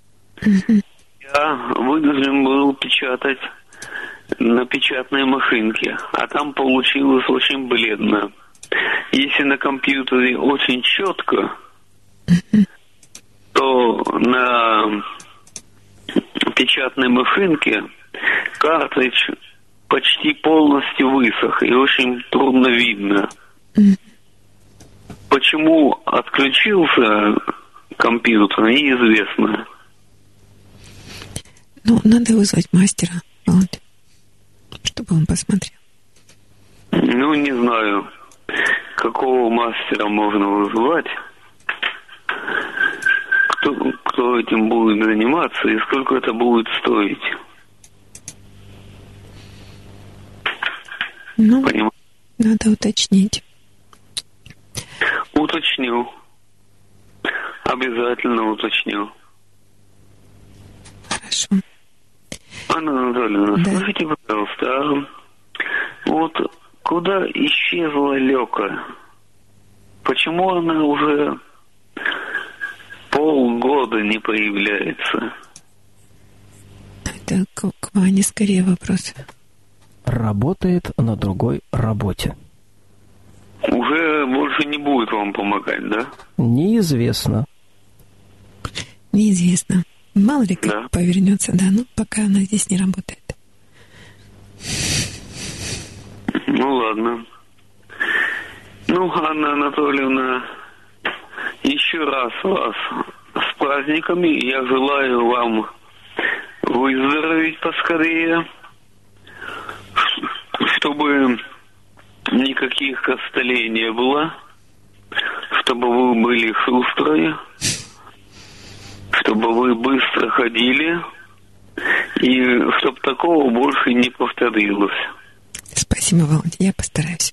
я вынужден был печатать на печатной машинке, а там получилось очень бледно. Если на компьютере очень четко, то на печатной машинке картридж почти полностью высох и очень трудно видно. Почему отключился компьютер, неизвестно. Ну, надо вызвать мастера, вот, чтобы он посмотрел. Ну, не знаю, какого мастера можно вызывать, кто этим будет заниматься и сколько это будет стоить. Ну, понимаете? Надо уточнить. Уточню. Обязательно уточню. Хорошо. Анна Анатольевна, да. Скажите, пожалуйста, вот куда исчезла Лёка? Почему она уже полгода не появляется? Это к Ване скорее вопрос. Работает на другой работе. Уже больше не будет вам помогать, да? Неизвестно. Неизвестно. Мало ли как да. повернется, да, но пока она здесь не работает. Ну, ладно. Ну, Анна Анатольевна, еще раз вас с праздниками. Я желаю вам выздороветь поскорее, чтобы никаких костылей не было, чтобы вы были шустрые, чтобы вы быстро ходили И чтобы такого больше не повторилось. Спасибо, Володя, я постараюсь.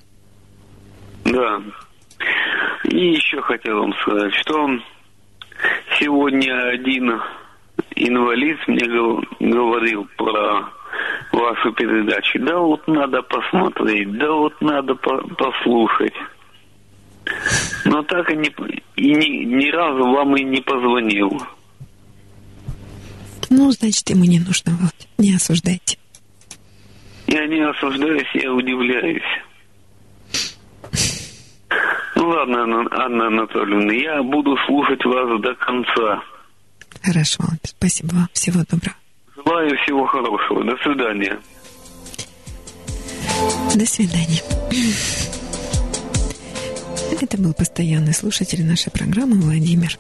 Да. И еще хотел вам сказать, что сегодня один инвалид мне говорил про вашу передачу. Да вот надо посмотреть, да вот надо послушать. Но так и ни разу вам и не позвонил. Ну, значит, ему не нужно, Володя. Не осуждайте. Я не осуждаюсь, я удивляюсь. Ну ладно, Анна Анатольевна, я буду слушать вас до конца. Хорошо, Володя, спасибо вам. Всего доброго. Желаю всего хорошего. До свидания. До свидания. Это был постоянный слушатель нашей программы Владимир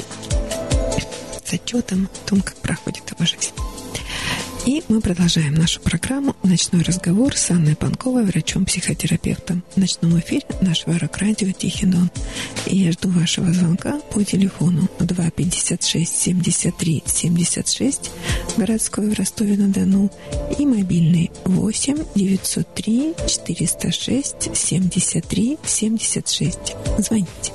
с отчетом о том, как проходит его жизнь. И мы продолжаем нашу программу «Ночной разговор» с Анной Панковой, врачом-психотерапевтом. В ночном эфире нашего рок-радио «Тихий Дон». И я жду вашего звонка по телефону 256-73-76, городской в Ростове-на-Дону, и мобильный 8-903-406-73-76. Звоните.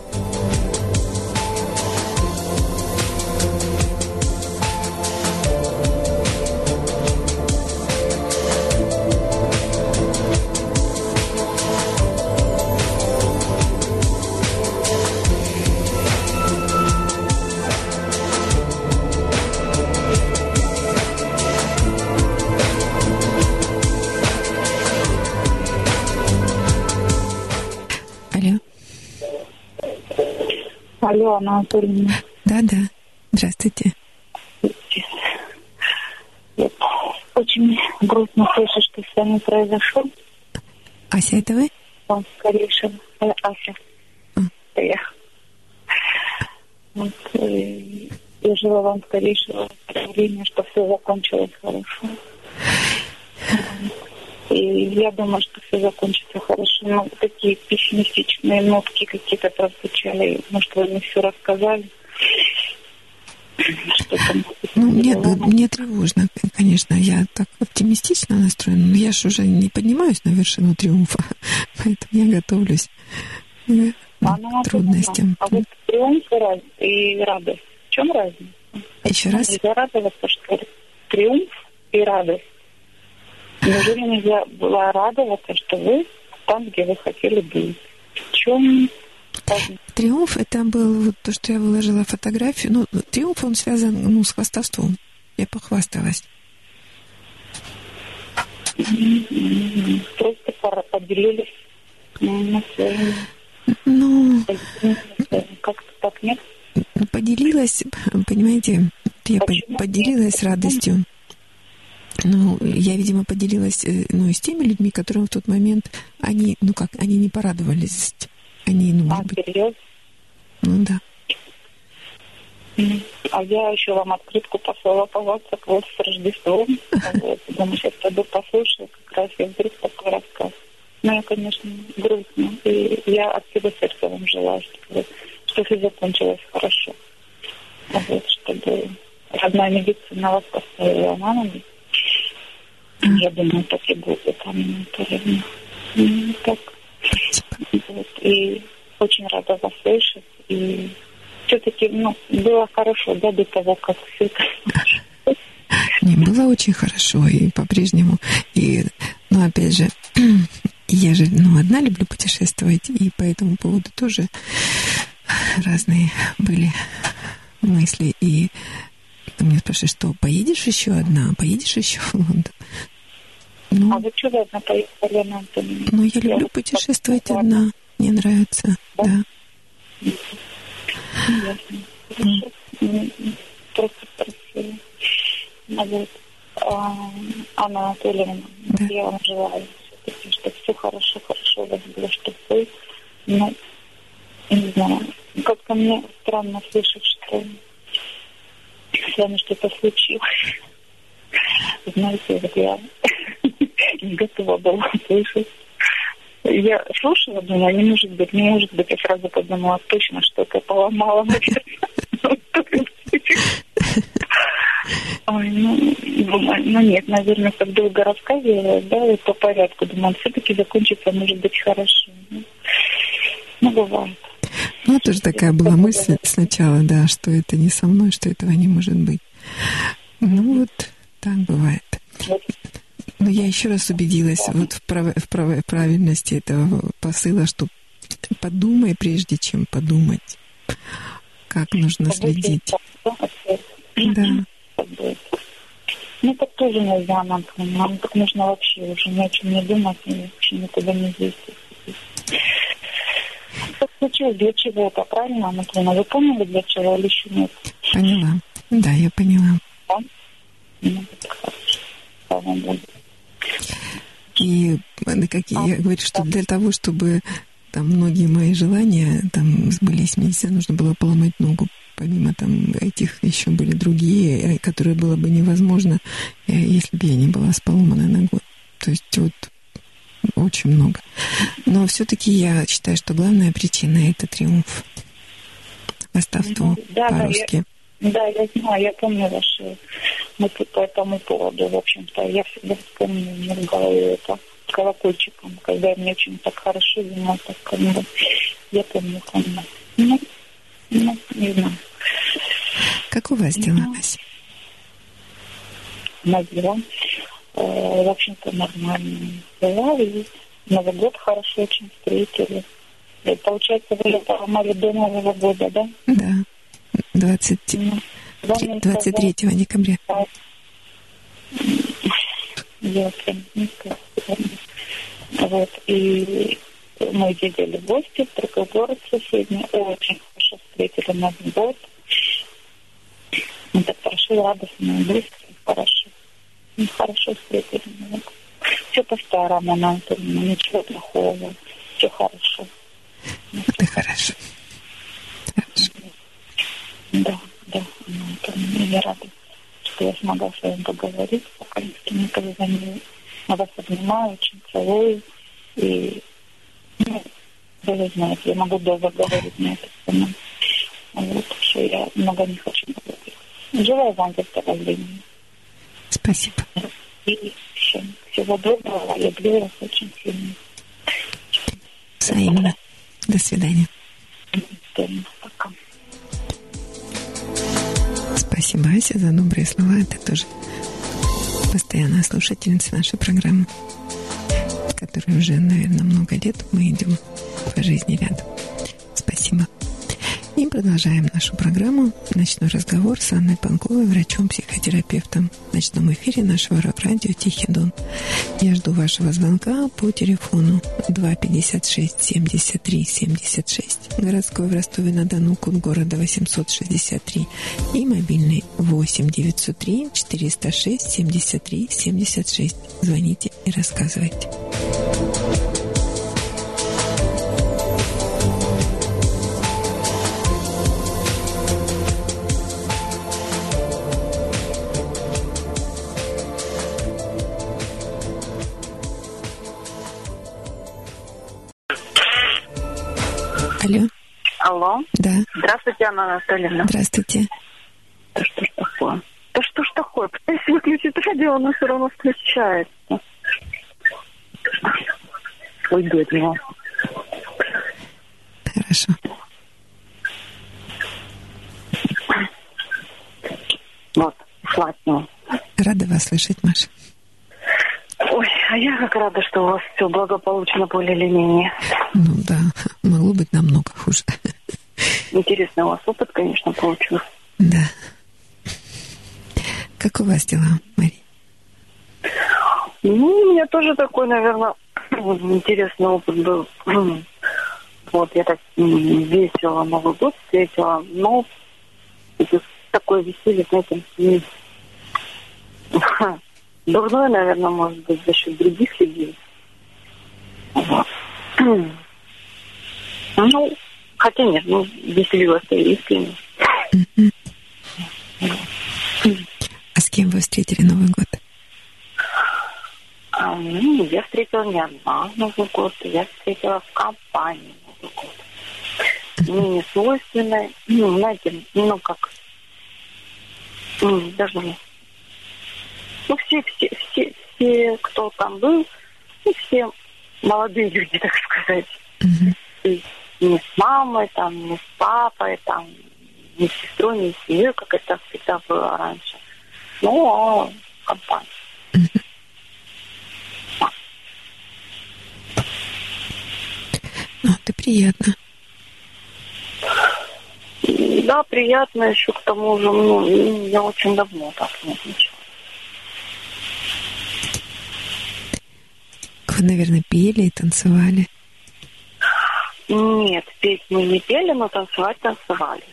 Алло, Анна Анатольевна. Да. Здравствуйте. Очень грустно слышать, что с вами произошло. Ася, это вы? Вам скорейшего. Ася. Это я. Вот, я желаю вам скорейшего времени, чтобы все закончилось хорошо. И я думаю, что все закончится хорошо. Но такие пессимистичные нотки какие-то прозвучали. Может, вы мне все рассказали? Мне тревожно, конечно. Я так оптимистично настроена, но я же уже не поднимаюсь на вершину триумфа, поэтому я готовлюсь к трудностям. А вот триумф и радость. В чем разница? Еще раз? Нельзя радоваться, что триумф и радость. Неужели нельзя было радоваться, что вы там, где вы хотели быть? В чем разница? Триумф — это был вот то, что я выложила фотографию. Ну, триумф, он связан, с хвастовством. Я похвасталась. Просто поделились на своем... Как-то так, нет? Поделилась, понимаете, я поделилась радостью. Ну, я, видимо, поделилась, с теми людьми, которые в тот момент, они не порадовались. Они, может быть... Серьезно? Ну, да. А я еще вам открытку послала по WhatsApp вот с Рождеством. Потому что я тогда послушала как раз, я вдруг такой рассказ. Ну, я, конечно, грустно. И я от всего сердца вам желаю, чтобы все закончилось хорошо. Вот, чтобы родная медицина вас поставила на ноги. Я думаю, так и будет, Анна Анатольевна. Так. Вот. И очень рада вас слышать. И все-таки, было хорошо, да, до того, как все это... Не, было очень хорошо, и по-прежнему. И, опять же, я же, одна люблю путешествовать, и по этому поводу тоже разные были мысли. И ты меня спрашиваешь, что поедешь еще одна? Поедешь еще в Лондон? А вы что одна поехали, Анна Антоновна? Я люблю путешествовать одна. Мне нравится, да. Ясно. Просто спросила. Вот. Анна Анатольевна, да. Я вам желаю все-таки, чтобы все хорошо у вас было, чтобы вы, не знаю, как-то мне странно слышать, что с вами что-то случилось. Знаете, вот я не готова была слышать. Я слушала, думала, не может быть. Я сразу подумала, точно что-то поломала, наверное. Ой, думаю, нет, наверное, как долго рассказывала, да, и по порядку. Думаю, все-таки закончится, может быть, хорошо. Ну, бывает. Ну, тоже такая была мысль сначала, да, что это не со мной, что этого не может быть. Ну, вот так бывает. Но я еще раз убедилась вот в правильности этого посыла, что подумай, прежде чем подумать, как нужно следить. Да. Ну, так тоже нельзя нам так нужно вообще уже ни о чем не думать, и вообще никуда не действовать. Так случилось для чего-то, правильно, Анатолий? Вы поняли, для чего или еще нет? Поняла. Да, я поняла. Да? Ну, хорошо. Слава Богу. И я говорю, что для того, чтобы там многие мои желания там сбылись, мне нужно было поломать ногу. Помимо там этих еще были другие, которые было бы невозможно, если бы я не была с поломанной ногой. То есть вот очень много. Но все-таки я считаю, что главная причина — это триумф. Восставство по-русски. Да, я знаю, я помню ваши мысли по этому поводу. В общем-то, я всегда вспомню в голове это колокольчиком, когда мне очень так хорошо, зима так как бы. Я помню. Ну, не знаю. Как у вас дела, Ася? На дела. В общем-то, нормальные дела. И Новый год хорошо очень встретили. И, получается, вы поломали до Нового года, да? Да. 23 декабря. Я прям не скажу. Вот. И мы ездили в гости в другой город соседний. Очень хорошо встретили Новый год. Мы так хорошо, радостно, быстро, хорошо. Мы хорошо встретили. Все по-старому, ничего плохого. Все хорошо. Это хорошо. Да. Я рада, что я смогла с вами поговорить. Пока не позвонила. Я вас обнимаю, очень целую. И, вы знаете, я могу долго говорить на эту тему. Вот, что я много не хочу говорить. Желаю вам выздоровления. Спасибо. И всего доброго. Я люблю вас очень сильно. Взаимно. До свидания. Пока. Спасибо, Ася, за добрые слова. Это тоже постоянная слушательница нашей программы, с которой уже, наверное, много лет мы идем по жизни рядом. Спасибо. И продолжаем нашу программу «Ночной разговор» с Анной Панковой, врачом-психотерапевтом в ночном эфире нашего радио «Тихий Дон». Я жду вашего звонка по телефону 256-73-76, городской в Ростове-на-Дону, код города 863, и мобильный 8-903-406-73-76. Звоните и рассказывайте. Алло. Алло. Да. Здравствуйте, Анна Анатольевна. Здравствуйте. Да что ж такое? Да что ж такое? Пытаюсь выключить радио, но все равно включается. Уйду от него. Хорошо. Вот, ушла от него. Рада вас слышать, Маша. Ой, а я как рада, что у вас все благополучно более или менее. Ну да, могло быть намного хуже. Интересный у вас опыт, конечно, получился. Да. Как у вас дела, Мария? Ну, у меня тоже такой, наверное, интересный опыт был. Вот, я так весело Новый год встретила, но это такое веселье, знаете, дурное, наверное, может быть, за счет других людей. Вот. Ну, хотя нет, веселилась-то и искренне. А с кем вы встретили Новый год? Я встретила не одна Новый год, я встретила в компании Новый год. Мне не свойственно, знаете, как, даже не. все, кто там был, ну, все молодые люди, так сказать. То есть не с мамой, там, не с папой, там, не с сестрой, не с семьей, как это всегда было раньше. Ну, а компания. Ну, это приятно. Да, приятно еще к тому же, ну, я очень давно так не отмечала. Вы, наверное, пели и танцевали. Нет, петь мы не пели, но танцевать танцевали.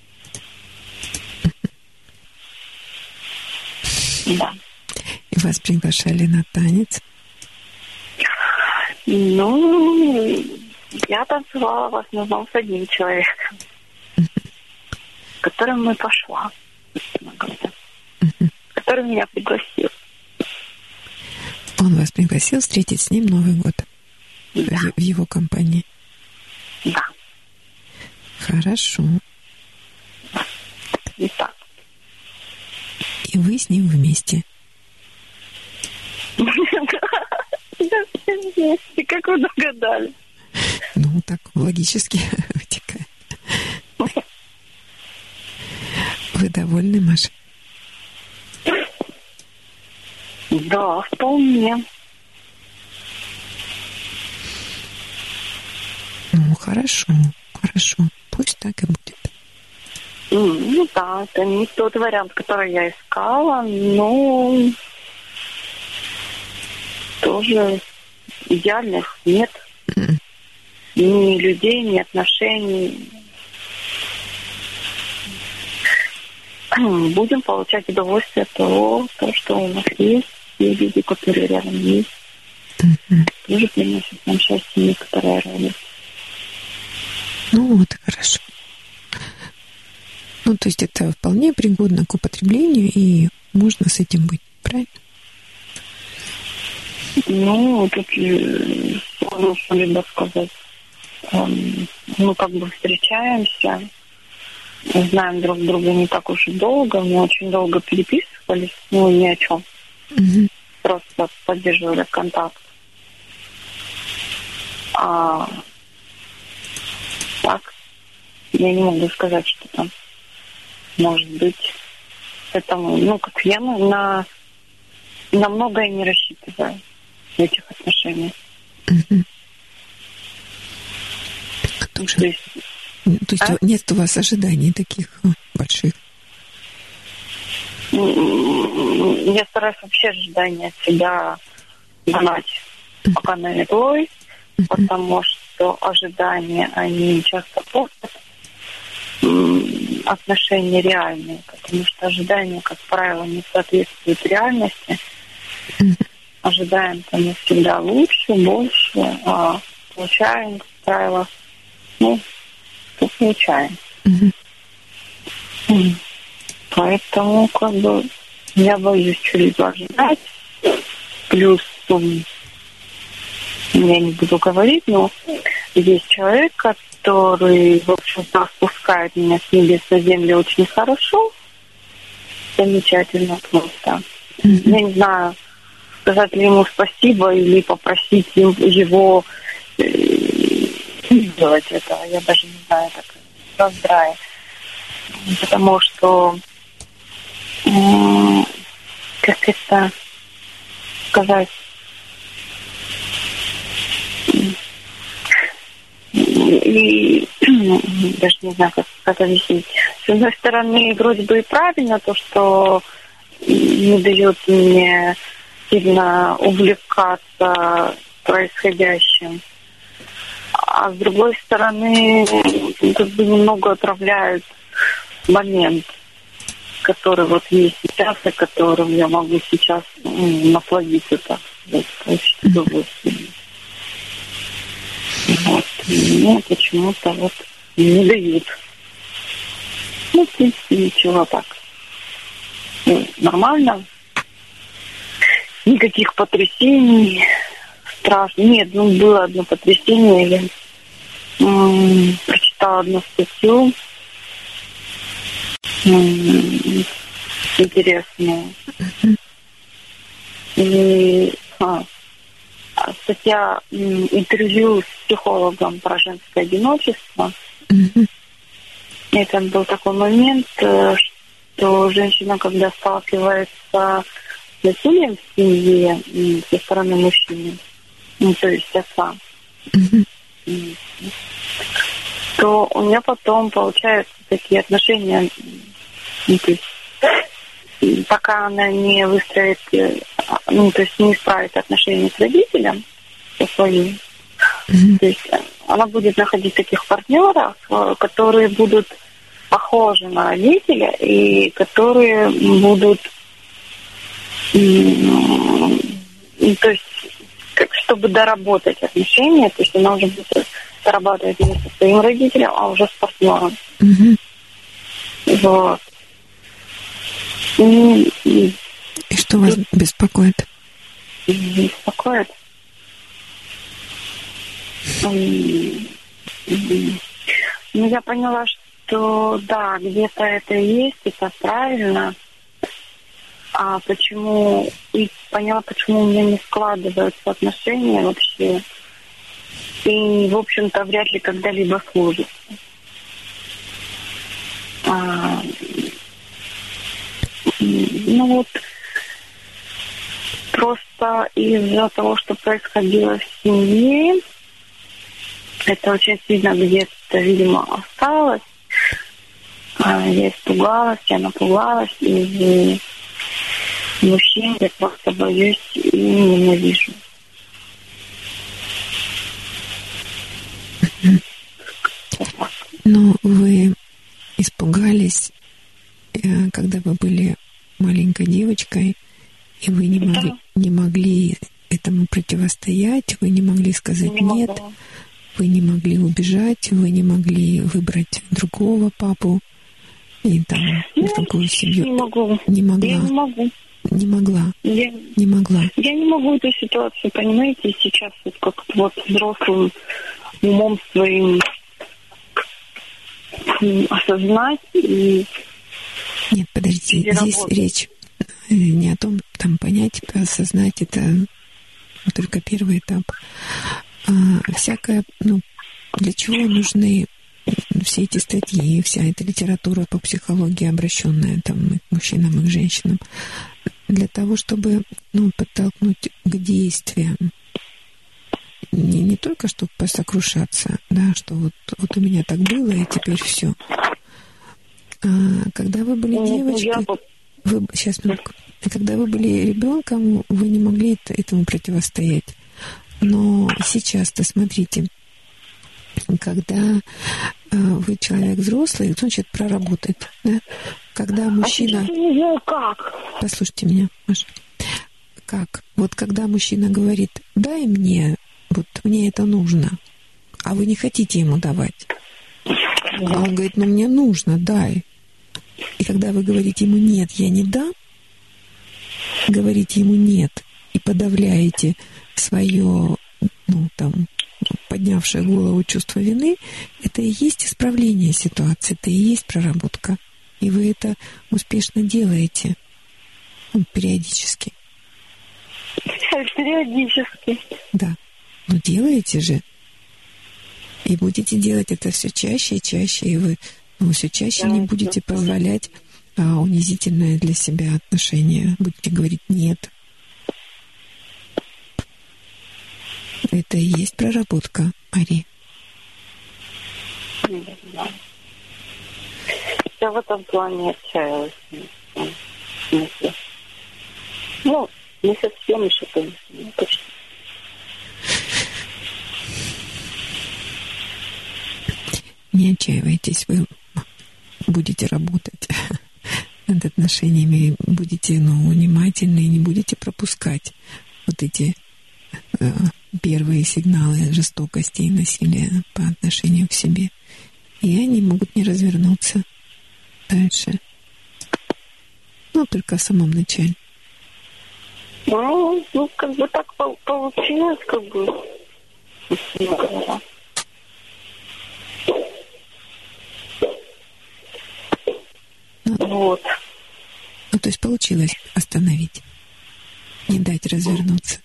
Да. И вас приглашали на танец? Ну, я танцевала в основном с одним человеком, с которым мы пошла, который меня пригласил. Он вас пригласил встретить с ним Новый год? Да. В его компании? Да. Хорошо. И так. И вы с ним вместе? Да, все вместе, как вы догадались. Ну, так логически вытекает. Вы довольны, Маша? Да, вполне. Ну, хорошо, хорошо. Пусть так и будет. Ну да, это не тот вариант, который я искала, но тоже идеальных нет. Ни людей, ни отношений. Будем получать удовольствие от того, что у нас есть, и люди, которые рядом есть, тоже приносят нам счастье некоторое радость. Ну, вот и хорошо. Ну, то есть это вполне пригодно к употреблению, и можно с этим быть, правильно? Ну, тут сложно что-либо сказать. Мы как бы встречаемся, знаем друг друга не так уж и долго, мы очень долго переписывались, ну, ни о чем. Просто поддерживали контакт. А так, я не могу сказать, что там может быть. Поэтому, ну, как я на многое не рассчитываю в этих отношениях. То есть нет у вас ожиданий таких больших? Я стараюсь вообще ожидания от себя гнать пока на метлой, потому что ожидания, они часто портят отношения реальные, потому что ожидания, как правило, не соответствуют реальности. Ожидаем-то мы всегда лучше, больше, а получаем, как правило, ну, что получаем. Поэтому, как бы, я боюсь что-либо ожидать. Плюс, я не буду говорить, но есть человек, который, в общем-то, спускает меня с небес на землю очень хорошо. Замечательно просто. Я не знаю, сказать ли ему спасибо или попросить его сделать это. Я даже не знаю, так раздрая. Потому что, как это сказать, и даже не знаю, как объяснить. С одной стороны, вроде бы и правильно то, что не дает мне сильно увлекаться происходящим. А с другой стороны, как бы немного отравляет момент, который вот есть сейчас, и которым я могу сейчас насладиться, так сказать, получить удовольствие. Вот. Мне почему-то вот не дают. Ну, в принципе, ничего так. Нормально. Никаких потрясений страшных. Нет, было одно потрясение. Я прочитала одну статью интересную. И статья интервью с психологом про женское одиночество. Это был такой момент, что женщина, когда сталкивается с насилием в семье со стороны мужчины, то есть отца, то у нее потом получаются такие отношения, то есть, пока она не выстроит, то есть не исправит отношения с родителем, со своим, то есть она будет находить таких партнеров, которые будут похожи на родителя и которые будут, то есть, чтобы доработать отношения, то есть она уже будет дорабатывать не со своим родителем, а уже с партнером. Вот. И что вас беспокоит? Беспокоит? Ну, я поняла, что да, где-то это есть, это правильно. А почему... И поняла, почему у меня не складываются отношения вообще. И, в общем-то, вряд ли когда-либо сложится. Ну вот, просто из-за того, что происходило в семье, это очень сильно где-то, видимо, осталось. Я испугалась, я напугалась, и мужчин я просто боюсь и ненавижу. Но вы испугались, когда вы были маленькой девочкой, и вы не могли этому противостоять, вы не могли сказать «нет», вы не могли убежать, вы не могли выбрать другого папу и там другую семью. Не могу. Не могла. Я не могу. Не могла. Не могла. Я не могу эту ситуацию, понимаете, сейчас вот как-то вот взрослым умом своим осознать и... Нет, подождите, здесь речь не о том, там понять, осознать, это только первый этап. Всякое, для чего нужны все эти статьи, вся эта литература по психологии, обращенная там и к мужчинам, и к женщинам, для того, чтобы, подтолкнуть к действиям. Не только чтобы посокрушаться, да, что вот у меня так было, и теперь все. Когда вы были девочкой, сейчас минутку. Когда вы были ребенком, вы не могли этому противостоять. Но сейчас-то, смотрите, когда вы человек взрослый, значит, проработать. Да? Когда мужчина... не знаю, как. Послушайте меня, Маша. Как? Вот когда мужчина говорит, дай мне, вот мне это нужно, а вы не хотите ему давать. А он говорит, мне нужно, дай. И когда вы говорите ему «нет, я не дам», говорите ему «нет» и подавляете свое, поднявшее голову чувство вины, это и есть исправление ситуации, это и есть проработка. И вы это успешно делаете периодически. Периодически. Да. Но делаете же. И будете делать это все чаще и чаще, и вы все чаще не будете позволять унизительное для себя отношение. Будете говорить «нет». Это и есть проработка, Ари. Я в этом плане отчаялась. Не совсем еще, конечно, почти. Не отчаивайтесь, вы будете работать над отношениями, будете внимательны и не будете пропускать вот эти первые сигналы жестокости и насилия по отношению к себе. И они могут не развернуться дальше. Только в самом начале. Как бы так получилось, как бы. Вот. То есть получилось остановить. Не дать развернуться.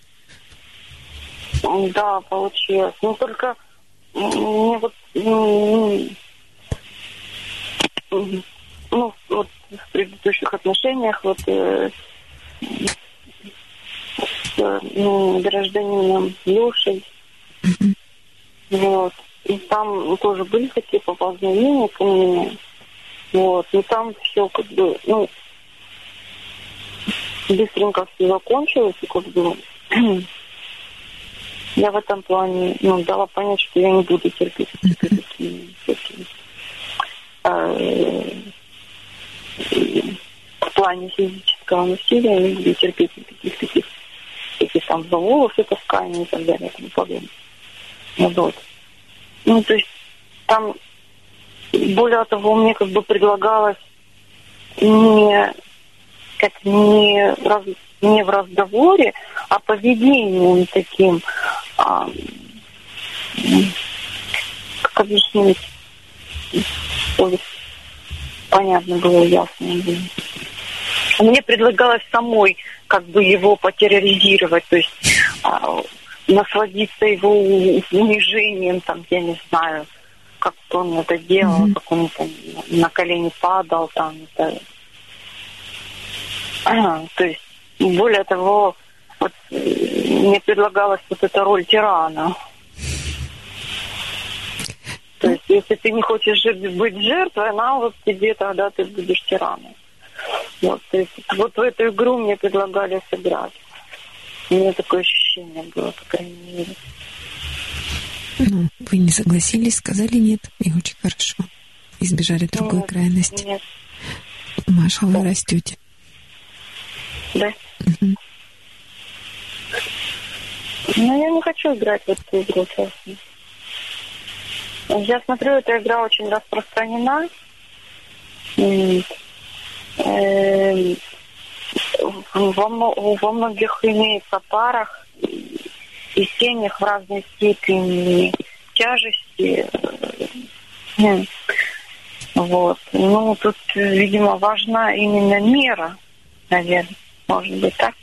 Да, получилось. Но только мне вот, вот в предыдущих отношениях вот с гражданином Лешей, вот, и там тоже были такие поползновения ко мне, вот, и там все как бы, быстренько все закончилось, и как бы я в этом плане, дала понять, что я не буду терпеть такие в плане физического насилия, я не буду терпеть никаких там за волосы таскания и так далее, и тому подобное. Вот. То есть там, более того, мне как бы предлагалось не в разговоре, а поведением таким, как объяснить, чтобы понятно было, ясно. Мне предлагалось самой как бы его потерроризировать, то есть насладиться его унижением, там, я не знаю, как он это делал, как он там на колени падал, там, это... то есть, более того, вот, мне предлагалась вот эта роль тирана. То есть, если ты не хочешь быть жертвой, она вот тебе, тогда ты будешь тираном. Вот, то есть, вот в эту игру мне предлагали сыграть. У меня такое ощущение было, по крайней мере. Вы не согласились, сказали нет, и очень хорошо. Избежали другой крайности. Нет. Маша, вы растете. Да. Но я не хочу играть в эту игру, честно. Я смотрю, эта игра очень распространена. Во многих имеется парах и семьях в разной степени тяжести. Вот. Тут, видимо, важна именно мера, наверное. Может быть, так?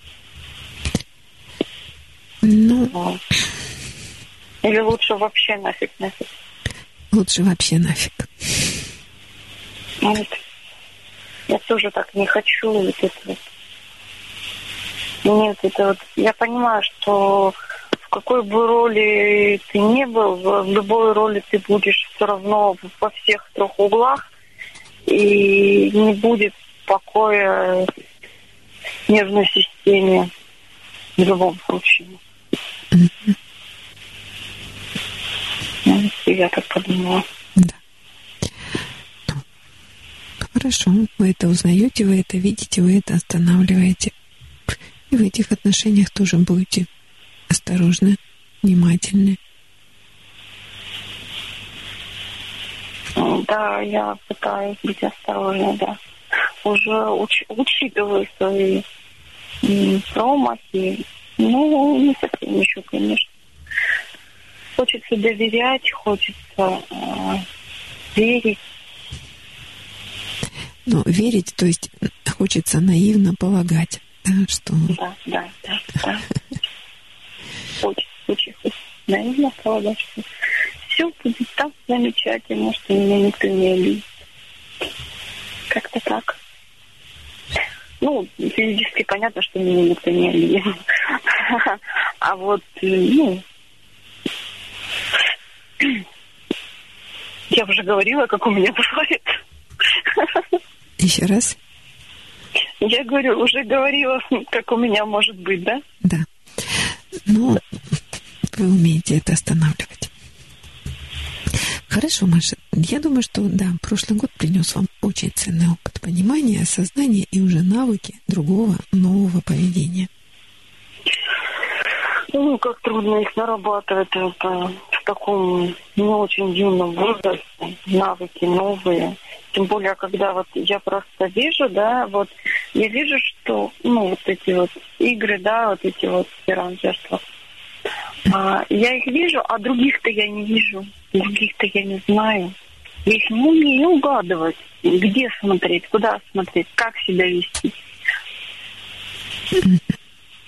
Вот. Или лучше вообще нафиг? Лучше вообще нафиг. Я тоже так не хочу. Вот это вот. Нет, это вот. Я понимаю, что в какой бы роли ты ни был, в любой роли ты будешь все равно во всех трех углах, и не будет покоя в нервной системе в любом случае. Я так подумала. Да. Хорошо, вы это узнаете, вы это видите, вы это останавливаете. И в этих отношениях тоже будете осторожны, внимательны. Да, я пытаюсь быть осторожной, да. Уже учитываю свои промахи. Не совсем еще, конечно. Хочется доверять, хочется верить. Верить, то есть хочется наивно полагать, да, что... Да. Хочется наивно полагать, что все будет так замечательно, что меня никто не обидит. Как-то так. Физически понятно, что меня никто не обидит. А вот, я уже говорила, как у меня бывает. Еще раз? Я уже говорила, как у меня может быть, да? Да. Вы умеете это останавливать. Хорошо, Маша. Я думаю, что, да, прошлый год принес вам очень ценный опыт понимания, осознания и уже навыки другого, нового поведения. Как трудно их нарабатывать в таком не очень юном возрасте, навыки новые. Тем более, когда вот я просто вижу, да, вот я вижу, что, вот эти вот игры, да, вот эти вот тиран-жертва. Я их вижу, а других-то я не вижу, других-то я не знаю. Я их не умею угадывать, где смотреть, куда смотреть, как себя вести.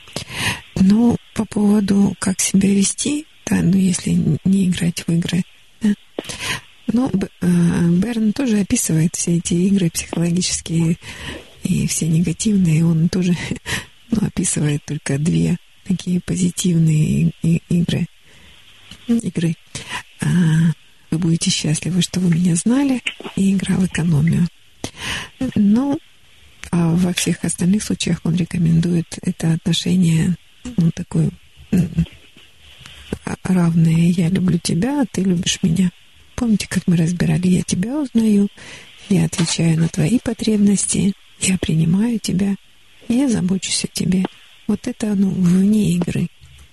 Ну, по поводу, как себя вести, да, ну, если не играть в игры, да. Но Берн тоже описывает все эти игры психологические и все негативные. Он тоже описывает только 2 такие позитивные игры. Вы будете счастливы, что вы меня знали, и игра в экономию. Ну, а во всех остальных случаях он рекомендует это отношение, ну, такое равное. Я люблю тебя, а ты любишь меня. Помните, как мы разбирали? Я тебя узнаю, я отвечаю на твои потребности, я принимаю тебя, я забочусь о тебе. Вот это, ну, вне игры.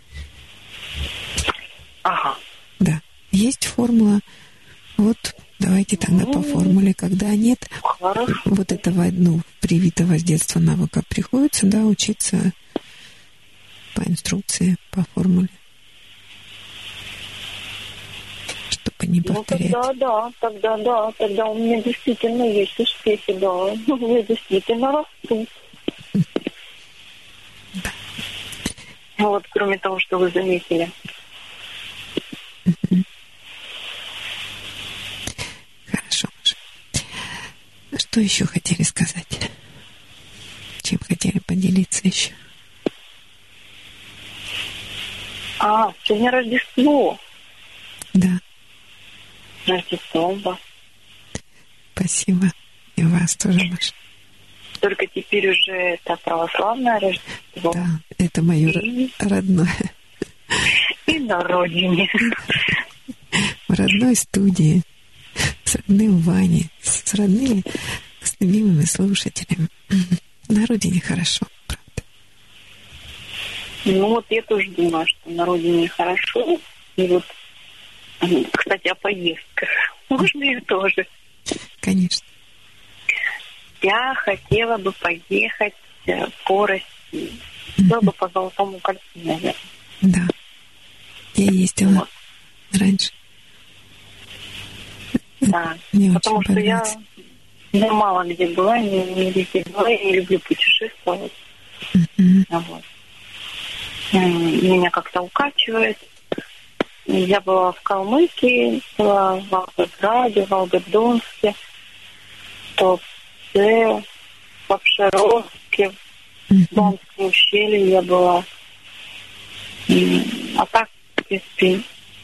Ага. Да. Есть формула. Вот давайте тогда по формуле. Когда нет вот этого, ну, привитого с детства навыка, приходится, да, учиться по инструкции, по формуле. Чтобы не повторять. Ну, тогда у меня действительно есть успехи, да. Я действительно расту. Да. Вот, кроме того, что вы заметили. Хорошо. Что еще хотели сказать? Чем хотели поделиться еще? Сегодня Рождество. Да. Рождество вас. Спасибо. И вас тоже, Маша. Только теперь уже это православное Рождество. Да, это мое родное. И на родине. В родной студии. С родным Ваней. С родными, с любимыми слушателями. На родине хорошо, правда. Ну вот я тоже думаю, что на родине хорошо. И вот, кстати, о поездках. Можно и тоже. Конечно. Я хотела бы поехать по России. Хотела бы по Золотому кольцу, наверное. Да. Я ездила вот. Раньше. Да. Мне потому очень что я мало где была, не везде была, я не люблю путешествовать. Вот. Меня как-то укачивает. Я была в Калмыкии, была в Волгограде, в Волгодонске, в Туапсе, в Обшировске, в Донском ущелье я была. А так, в принципе,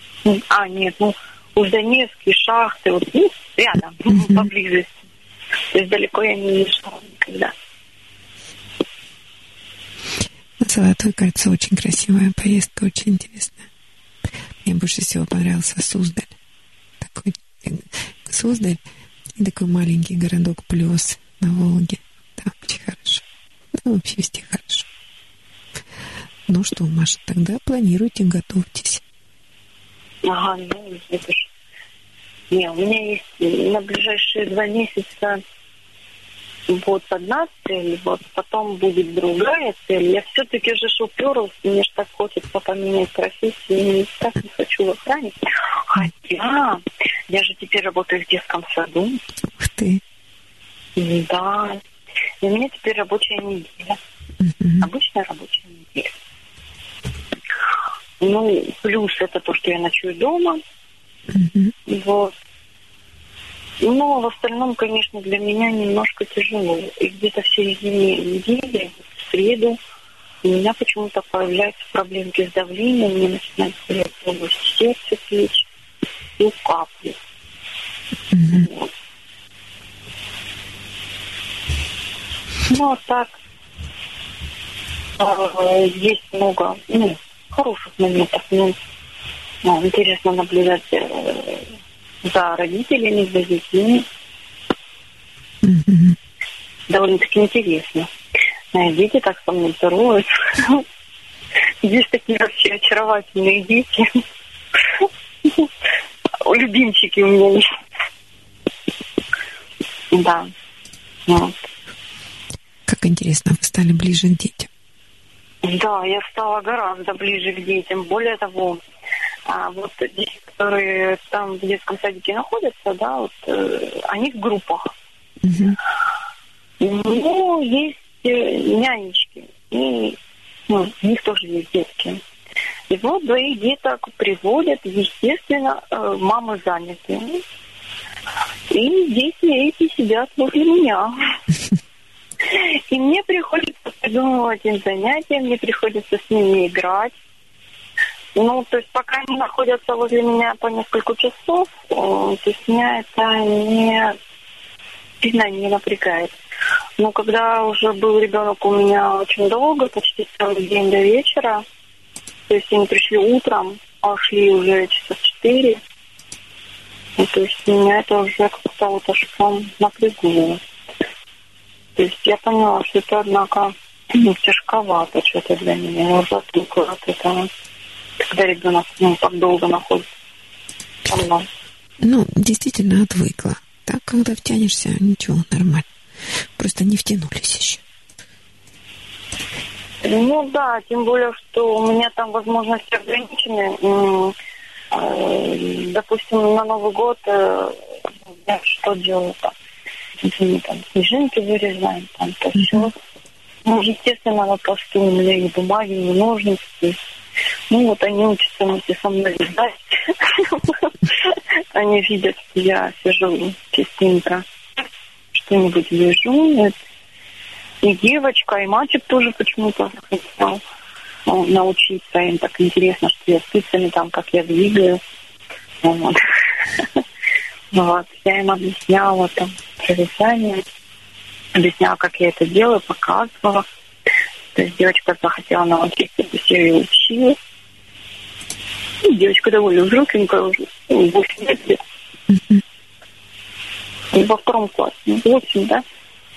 Ужданевские шахты, вот, рядом, поблизости. То есть далеко я не езжала никогда. Золотое кольцо очень красивая поездка, очень интересная. Мне больше всего понравился Суздаль. Суздаль и такой маленький городок Плёс на Волге. Там очень хорошо. Да, вообще везде хорошо. Ну что, Маша, тогда планируйте, готовьтесь. Ага, ну это ж... Не, у меня есть на ближайшие 2 месяца вот одна цель, вот потом будет другая цель. Я все-таки же уперлась, мне же так хочется поменять профессию, я так не хочу в охране. Хотя я же теперь работаю в детском саду. Ух ты. Да. И у меня теперь рабочая неделя. Обычная рабочая неделя. Ну, плюс это то, что я ночую дома. Вот. Но в остальном, конечно, для меня немножко тяжело. И где-то в середине недели, в среду, у меня почему-то появляются проблемки с давлением, мне начинает болеть область сердца, плеч и капли. Вот. Ну, а так, есть много хороших моментов. Интересно наблюдать за родителями, за детьми. Довольно-таки интересно. Дети так со мной здороваются. Есть такие вообще очаровательные дети. Любимчики у меня есть. Да. Вот. Как интересно, вы стали ближе к детям. Да, я стала гораздо ближе к детям. Более того, вот дети, которые там в детском садике находятся, да, вот они в группах. Ну, есть нянечки. И у них тоже есть детки. И вот двоих деток приводят, естественно, мамы заняты. И дети эти сидят возле меня. И мне приходится придумывать им занятия, мне приходится с ними играть. Ну, то есть пока они находятся возле меня по несколько часов, то есть меня это сильно не напрягает. Но когда уже был ребенок у меня очень долго, почти целый день до вечера, то есть они пришли утром, а ушли уже часа в 4, и, то есть меня это уже как-то вот аж прям напрягло. То есть я поняла, что это, однако, тяжковато что-то для меня. Я уже отвыкла от этого, когда ребенок так долго находится со мной. Ну, действительно отвыкла. Так, когда втянешься, ничего, нормально. Просто не втянулись еще. Ну да, тем более, что у меня там возможности ограничены. Допустим, на Новый год я что делаю там? Мы там снежинки вырезаем, там то все. Ну, естественно, на посту у меня ни бумаги, ни ножницы. Ну, вот они учатся вместе со мной вязать. Они видят, что я сижу частенько, что-нибудь вяжу. И девочка, и мальчик тоже почему-то хотел научиться. Им так интересно, что я спицами там, как я двигаю. Вот. Вот. Я им объясняла там про вязание, объясняла, как я это делаю, показывала. То есть девочка захотела научиться, то есть я ее учила. И девочка довольно взросленькая уже, 8 лет. И во 2 классе, 8, да?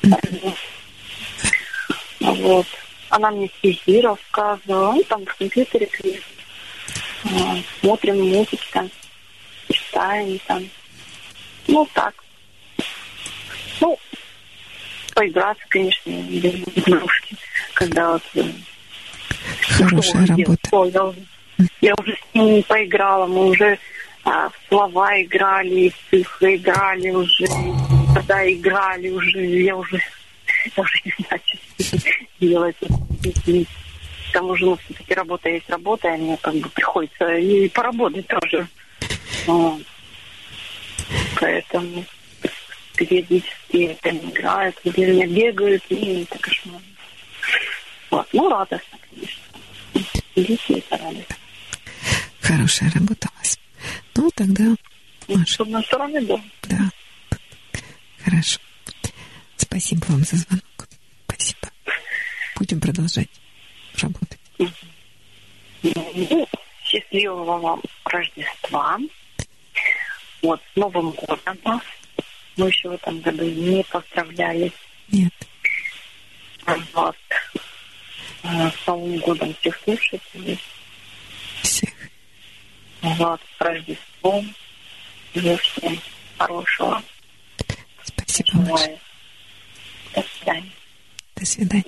Вот. Она мне стихи рассказывала, ну, там в компьютере клеит. Смотрим мультики там, читаем там. Ну, так. Ну, поиграться, конечно, без игрушки. Когда вот... Хорошая работа. Я уже с ними поиграла, мы уже в слова играли, в цифры играли уже, когда играли уже, я уже не знаю, что делать. К тому же, ну, все-таки работа есть работа, и мне как бы приходится и поработать тоже. Поэтому периодически они играют, где меня бегают, и это кошмар. Вот. Ну, радостно, конечно. Дети, это радостно. Хорошая работа у вас. Ну, тогда, Маша. С одной стороны, да. Да. Хорошо. Спасибо вам за звонок. Спасибо. Будем продолжать работать. Ну, счастливого вам Рождества. Вот, с Новым годом вас. Мы еще в этом году не поздравляли. Нет. Вот. С Новым годом всех слушателей. Всех. Вот, с Рождеством. Всем хорошего. Спасибо, Маша. До свидания. До свидания.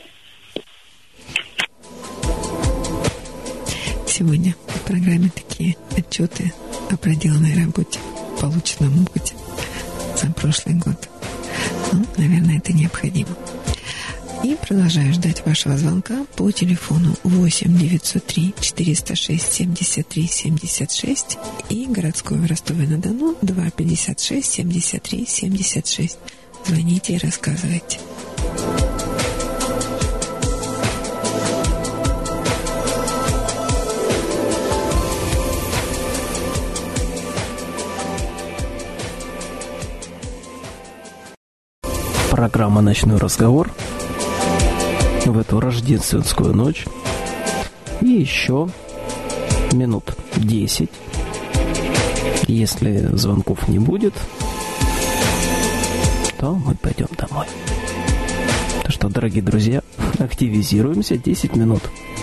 Сегодня в программе такие отчеты о проделанной работе, полученном опыте за прошлый год. Ну, наверное, это необходимо. И продолжаю ждать вашего звонка по телефону 8 903 406 73 76 и городской в Ростове-на-Дону 256 73 76. Звоните и рассказывайте. Программа «Ночной разговор» в эту рождественскую ночь. И еще минут 10. Если звонков не будет, то мы пойдем домой. Так что, дорогие друзья, активизируемся 10 минут.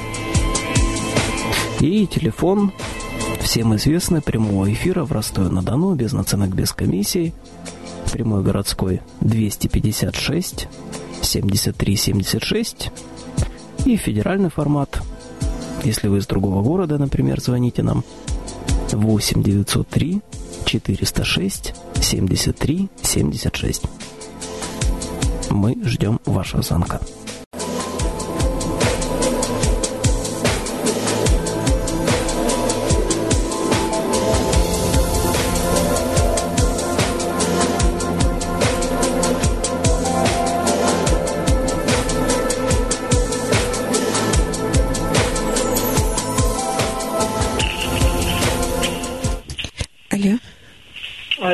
И телефон всем известный прямого эфира в Ростове-на-Дону, без наценок, без комиссии. Прямой городской 256 73 76. И федеральный формат. Если вы из другого города, например, звоните нам 8 903 406 73 76. Мы ждем вашего звонка.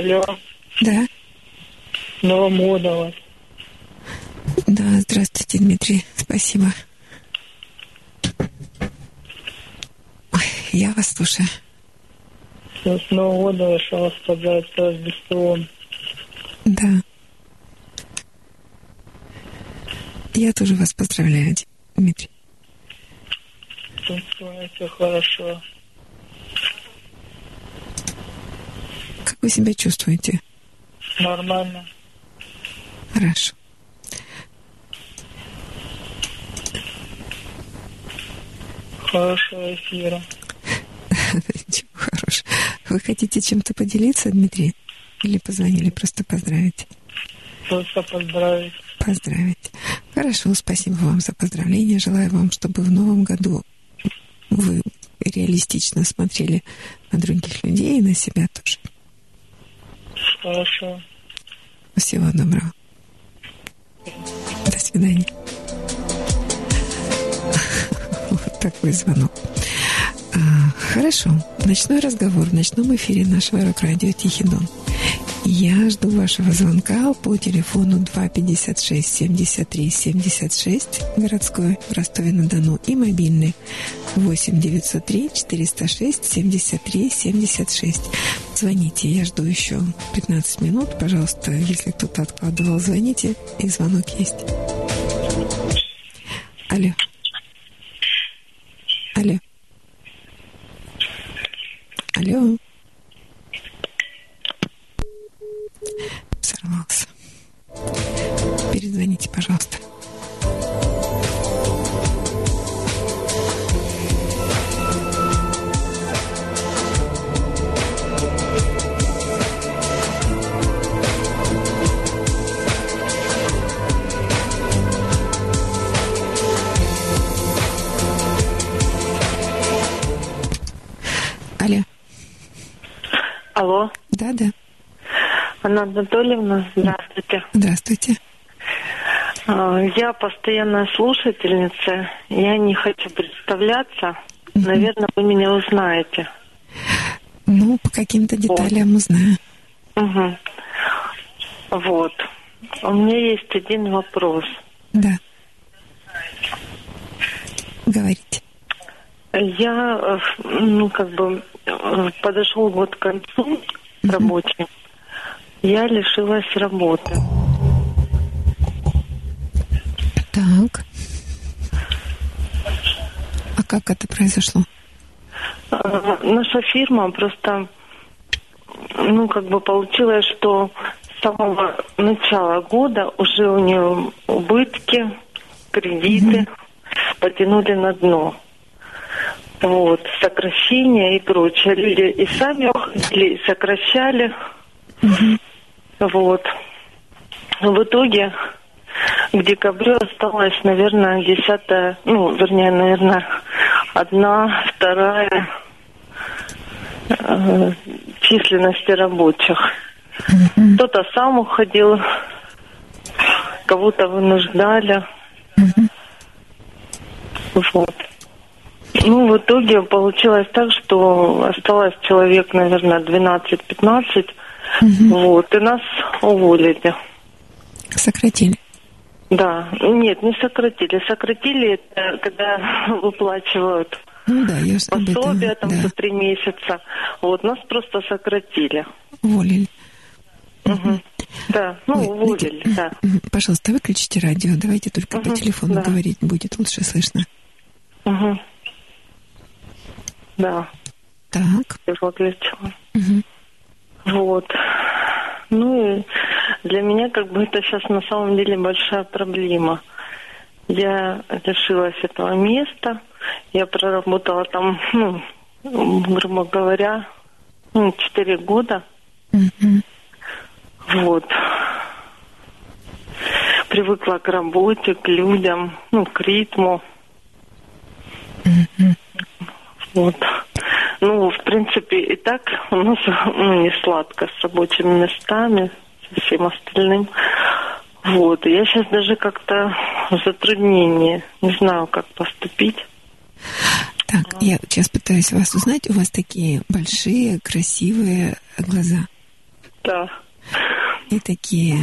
Алло. Да. С Новым годом вас. Да, здравствуйте, Дмитрий. Спасибо. Ой, я вас слушаю. С Новым годом решил вас поздравить с Рождеством. Да. Я тоже вас поздравляю, Дмитрий. Все хорошо. Как вы себя чувствуете? Нормально. Хорошо. Хорошего эфира. Ничего хорошего. Вы хотите чем-то поделиться, Дмитрий? Или позвонили просто поздравить? Просто поздравить. Поздравить. Хорошо, спасибо вам за поздравления. Желаю вам, чтобы в новом году вы реалистично смотрели на других людей и на себя тоже. Хорошо. Всего доброго. До свидания. Вот такой звонок. Хорошо. Ночной разговор в ночном эфире нашего рок-радио «Тихий Дон». Я жду вашего звонка по телефону 256-73-76, городской в Ростове-на-Дону, и мобильный 8-903-406-73-76. Звоните, я жду еще 15 минут. Пожалуйста, если кто-то откладывал, звоните, и звонок есть. Алло. Алло. Алло. Сорвался. Перезвоните, пожалуйста. Алло. Алло. Да. Анна Анатольевна, здравствуйте. Здравствуйте. Я постоянная слушательница. Я не хочу представляться. Наверное, вы меня узнаете. Ну, по каким-то деталям узнаю. Угу. Вот. У меня есть один вопрос. Да. Говорите. Я, подошел год к концу рабочий. Я лишилась работы. Так. А как это произошло? Наша фирма просто, получилось, что с самого начала года уже у нее убытки, кредиты потянули на дно. Вот, сокращения и прочее. Люди и сами уходили, и сокращали. Вот. В итоге к декабрю осталось, наверное, 10-я, одна, вторая численности рабочих. Кто-то сам уходил, кого-то вынуждали. Вот. В итоге получилось так, что осталось человек, наверное, 12-15. Вот, и нас уволили. Сократили? Да. Нет, не сократили. Сократили это, когда выплачивают пособие за 3 месяца. Вот, нас просто сократили. Уволили. Да, уволили, да. Пожалуйста, выключите радио. Давайте только по телефону говорить будет лучше слышно. Да. Так. Я выключила. Вот. И для меня это сейчас на самом деле большая проблема. Я лишилась этого места. Я проработала там, грубо говоря, 4 года. Вот. Привыкла к работе, к людям, к ритму. Вот. В принципе, и так у нас не сладко с рабочими местами, со всем остальным. Вот. И я сейчас даже как-то в затруднении. Не знаю, как поступить. Так, я сейчас пытаюсь вас узнать. У вас такие большие, красивые глаза. Да. И такие...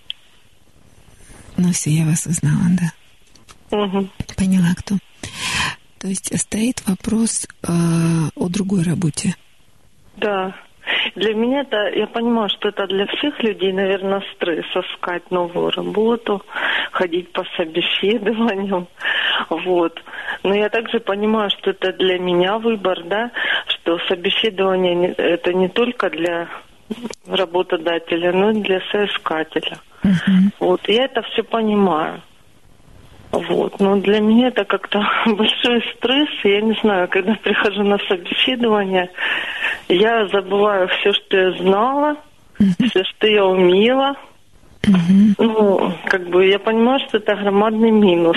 Ну все, я вас узнала, да. Угу. Поняла, кто. То есть стоит вопрос о другой работе. Да. Для меня это, я понимаю, что это для всех людей, наверное, стресс искать новую работу, ходить по собеседованиям, вот. Но я также понимаю, что это для меня выбор, да, что собеседование это не только для работодателя, но и для соискателя. Вот, я это все понимаю. Вот, но для меня это как-то большой стресс. Я не знаю, когда прихожу на собеседование, я забываю все, что я знала, все, что я умела. Ну, как бы я понимаю, что это громадный минус.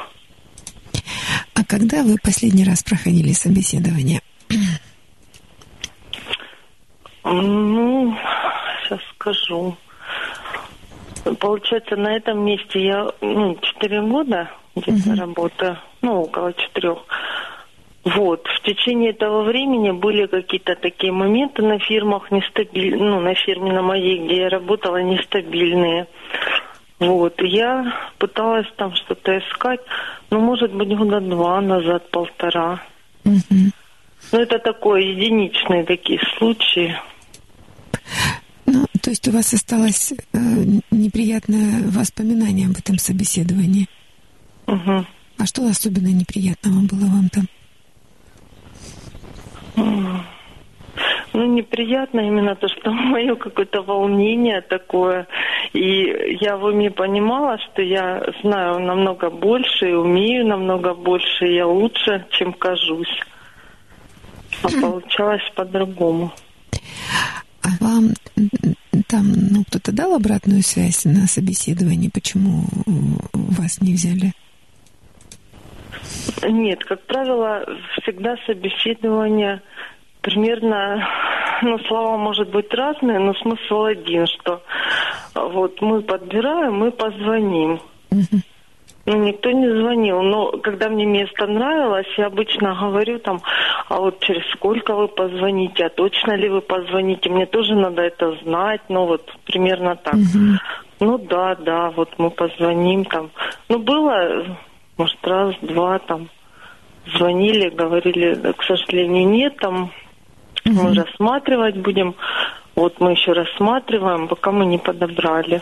А когда вы последний раз проходили собеседование? Ну, сейчас скажу. Получается, на этом месте я 4 года где-то работаю, около 4. Вот. В течение этого времени были какие-то такие моменты на фирмах нестабильные, на фирме на моей, где я работала, нестабильные. Вот. Я пыталась там что-то искать, может быть, года 2 назад, 1,5. Но это такое, единичные такие случаи. То есть у вас осталось неприятное воспоминание об этом собеседовании. Угу. А что особенно неприятного было вам там? Неприятно именно то, что мое какое-то волнение такое. И я в уме понимала, что я знаю намного больше, и умею намного больше, и я лучше, чем кажусь. А получалось по-другому. А вам там кто-то дал обратную связь на собеседовании, почему вас не взяли? Нет, как правило, всегда собеседование примерно, слова может быть разные, но смысл один, что вот мы подбираем, мы позвоним. Никто не звонил, но когда мне место нравилось, я обычно говорю там, а вот через сколько вы позвоните, а точно ли вы позвоните, мне тоже надо это знать, примерно так. Да, вот мы позвоним там. Было, может, раз, два там, звонили, говорили, к сожалению, нет, там, мы рассматривать будем, вот мы еще рассматриваем, пока мы не подобрали.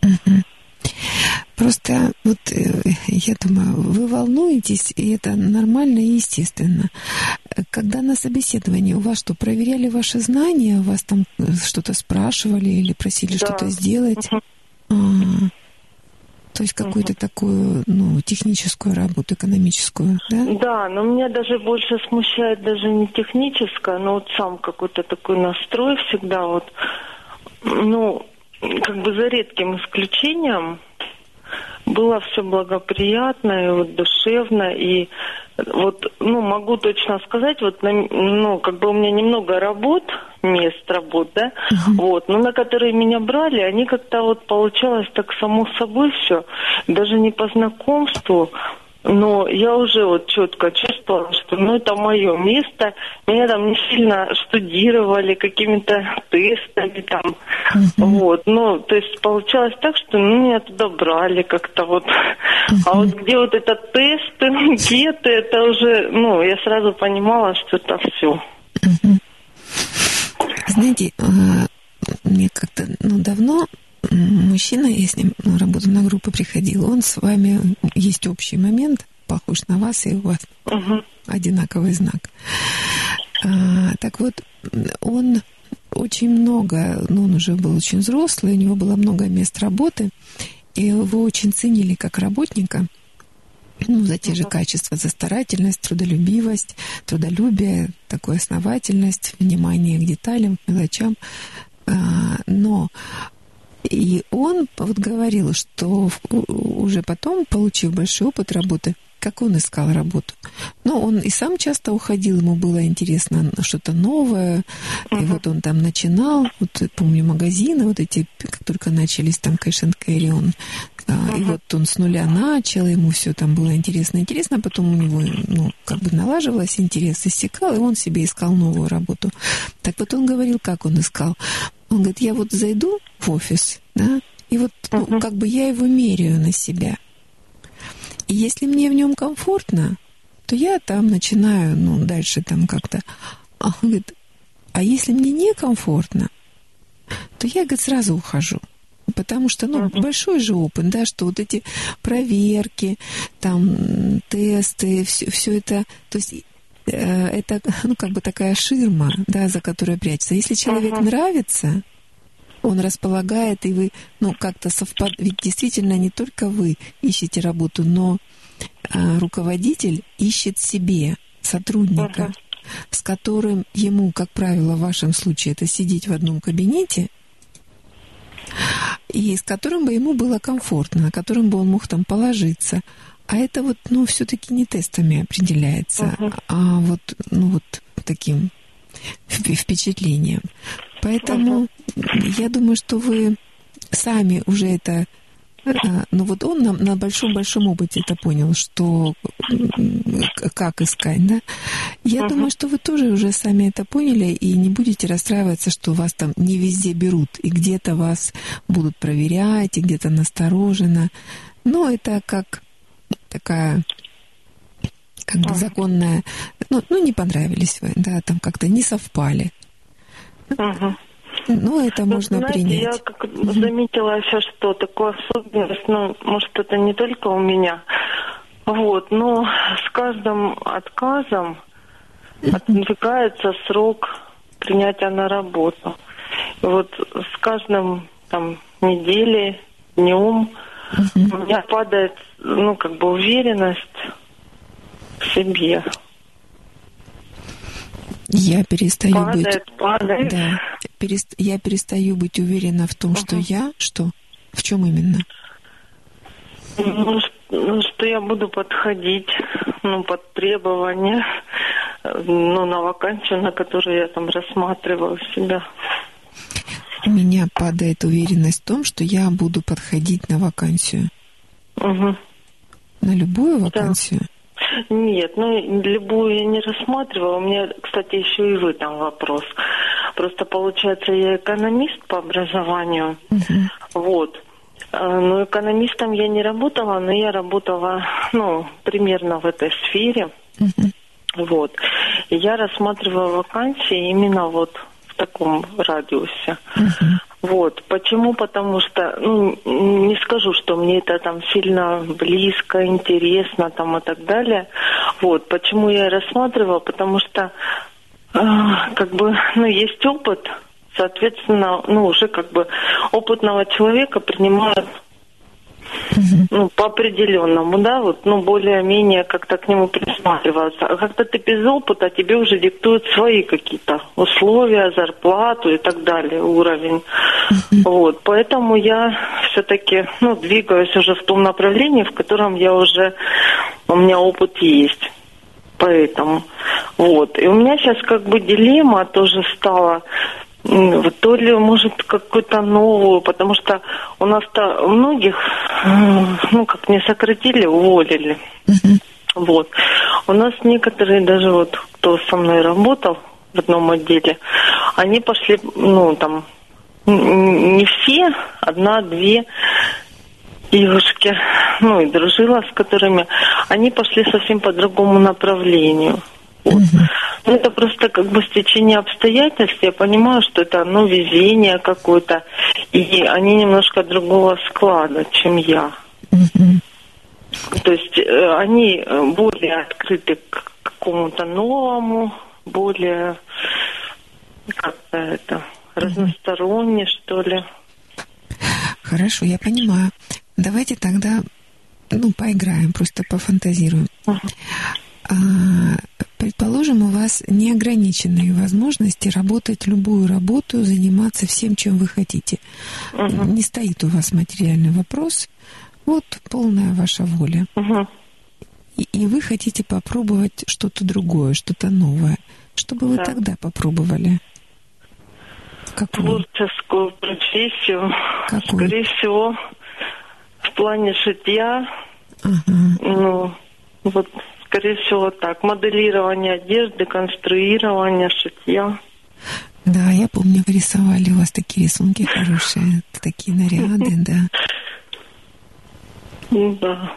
Просто я думаю, вы волнуетесь, и это нормально и естественно. Когда на собеседовании у вас что, проверяли ваши знания, у вас там что-то спрашивали или просили что-то сделать? То есть какую-то такую, техническую работу, экономическую, да? Да, но меня даже больше смущает даже не техническое, но сам какой-то такой настрой всегда за редким исключением было все благоприятно и душевно, и могу точно сказать, у меня немного мест работ, да, но на которые меня брали, они как-то получалось так само собой все, даже не по знакомству, но я уже четко чувствовала, что это мое место, меня там не сильно штудировали какими-то тестами там, то есть получалось так, что меня туда брали как-то а где этот тест, где-то, это уже, я сразу понимала, что это все. Знаете, мне как-то, давно мужчина, я с ним работаю на группу, приходил, он с вами, есть общий момент, похож на вас, и у вас одинаковый знак. Так вот, он очень много, он уже был очень взрослый, у него было много мест работы, и его очень ценили как работника, за те же качества, за старательность, трудолюбивость, трудолюбие, такую основательность, внимание к деталям, к мелочам. Но и он говорил, что уже потом, получив большой опыт работы, как он искал работу. Он и сам часто уходил, ему было интересно что-то новое. И он там начинал, помню, магазины эти, как только начались там Cash and Carry, он он с нуля начал, ему все там было интересно, потом у него, налаживалось интерес, иссякал, и он себе искал новую работу. Так он говорил, как он искал. Он говорит, я вот зайду в офис, да, и вот как бы я его меряю на себя. И если мне в нем комфортно, то я там начинаю, дальше там как-то... Он говорит, а если мне некомфортно, то я, говорит, сразу ухожу. Потому что, большой же опыт, да, что вот эти проверки, там, тесты, все это, то есть это, как бы такая ширма, да, за которой прячется. Если человек нравится, он располагает, и вы, как-то совпадаете. Ведь действительно не только вы ищете работу, но руководитель ищет себе сотрудника, с которым ему, как правило, в вашем случае, это сидеть в одном кабинете, и с которым бы ему было комфортно, на котором бы он мог там положиться. А это вот, все-таки не тестами определяется, а вот, таким впечатлением. Поэтому я думаю, что вы сами уже это... вот он на большом-большом опыте это понял, что как искать, да? Я думаю, что вы тоже уже сами это поняли и не будете расстраиваться, что вас там не везде берут, и где-то вас будут проверять, и где-то настороженно. Но это как такая, как бы законная... не понравились вы, да, там как-то не совпали. Это можно принять. Я как заметила еще, что такую особенность, может, это не только у меня, но с каждым отказом отодвигается срок принятия на работу. И вот с каждым неделей, днем у меня падает, уверенность в себе. Я перестаю падает. Да. Я перестаю быть уверена в том, что я... Что? В чем именно? Что я буду подходить, под требования, на вакансию, на которую я там рассматривала себя. У меня падает уверенность в том, что я буду подходить на вакансию. На любую вакансию? Да. Нет, любую я не рассматривала. У меня, кстати, еще и в этом вопрос. Просто, получается, я экономист по образованию. Но экономистом я не работала, но я работала, примерно в этой сфере. И я рассматривала вакансии именно в таком радиусе. Почему? Потому что, не скажу, что мне это там сильно близко, интересно и так далее. Почему я рассматривала? Потому что, есть опыт, соответственно, уже опытного человека принимают по определенному, да, более-менее как-то к нему присматриваться. А когда ты без опыта, тебе уже диктуют свои какие-то условия, зарплату и так далее, уровень. Поэтому я все-таки, двигаюсь уже в том направлении, в котором у меня опыт есть. Поэтому, И у меня сейчас дилемма тоже стала, то ли, может, какую-то новую, потому что у нас-то многих, не сократили, уволили. У нас некоторые даже кто со мной работал в одном отделе, они пошли, не все, одна-две девушки, и дружила с которыми, они пошли совсем по другому направлению. Это просто стечение обстоятельств. Я понимаю, что это везение какое-то, и они немножко другого склада, чем я. То есть они более открыты к какому-то новому, более разносторонне, что ли. Хорошо, я понимаю. Давайте тогда, поиграем, просто пофантазируем. Предположим, у вас неограниченные возможности работать любую работу, заниматься всем, чем вы хотите. Не стоит у вас материальный вопрос. Полная ваша воля. И вы хотите попробовать что-то другое, что-то новое. Что бы вы тогда попробовали? Какую? Творческую профессию. Какую? Скорее всего, в плане шитья. Скорее всего, так. Моделирование одежды, конструирование, шитья. Да, я помню, вы рисовали, у вас такие рисунки хорошие, такие наряды, да. Да.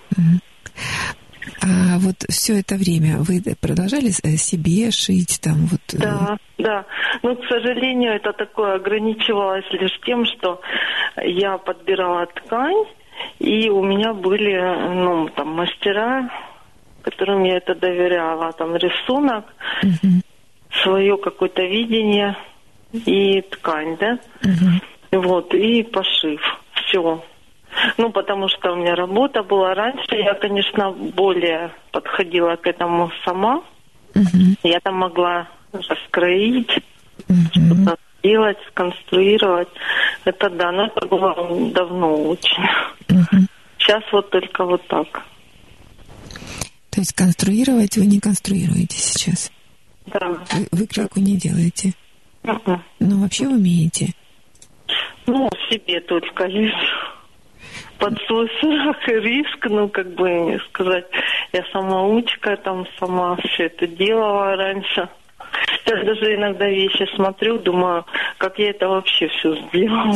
А вот все это время вы продолжали себе шить там вот? Да, да. Но, к сожалению, это такое ограничивалось лишь тем, что я подбирала ткань, и у меня были, ну, там, мастера, которым я это доверяла, там, рисунок, свое какое-то видение и ткань, да, вот, и пошив, все. Ну, потому что у меня работа была раньше, я, конечно, более подходила к этому сама. Я там могла раскроить, что-то сделать, сконструировать. Это да, но это было давно очень. Сейчас вот только вот так. То есть конструировать вы не конструируете сейчас? Да. Вы кройку не делаете? Ну, вообще умеете? Ну, себе только лишь. Под свой страх и риск, ну, как бы сказать, я самоучка, там сама все это делала раньше. Я даже иногда вещи смотрю, думаю, как я это вообще все сделала.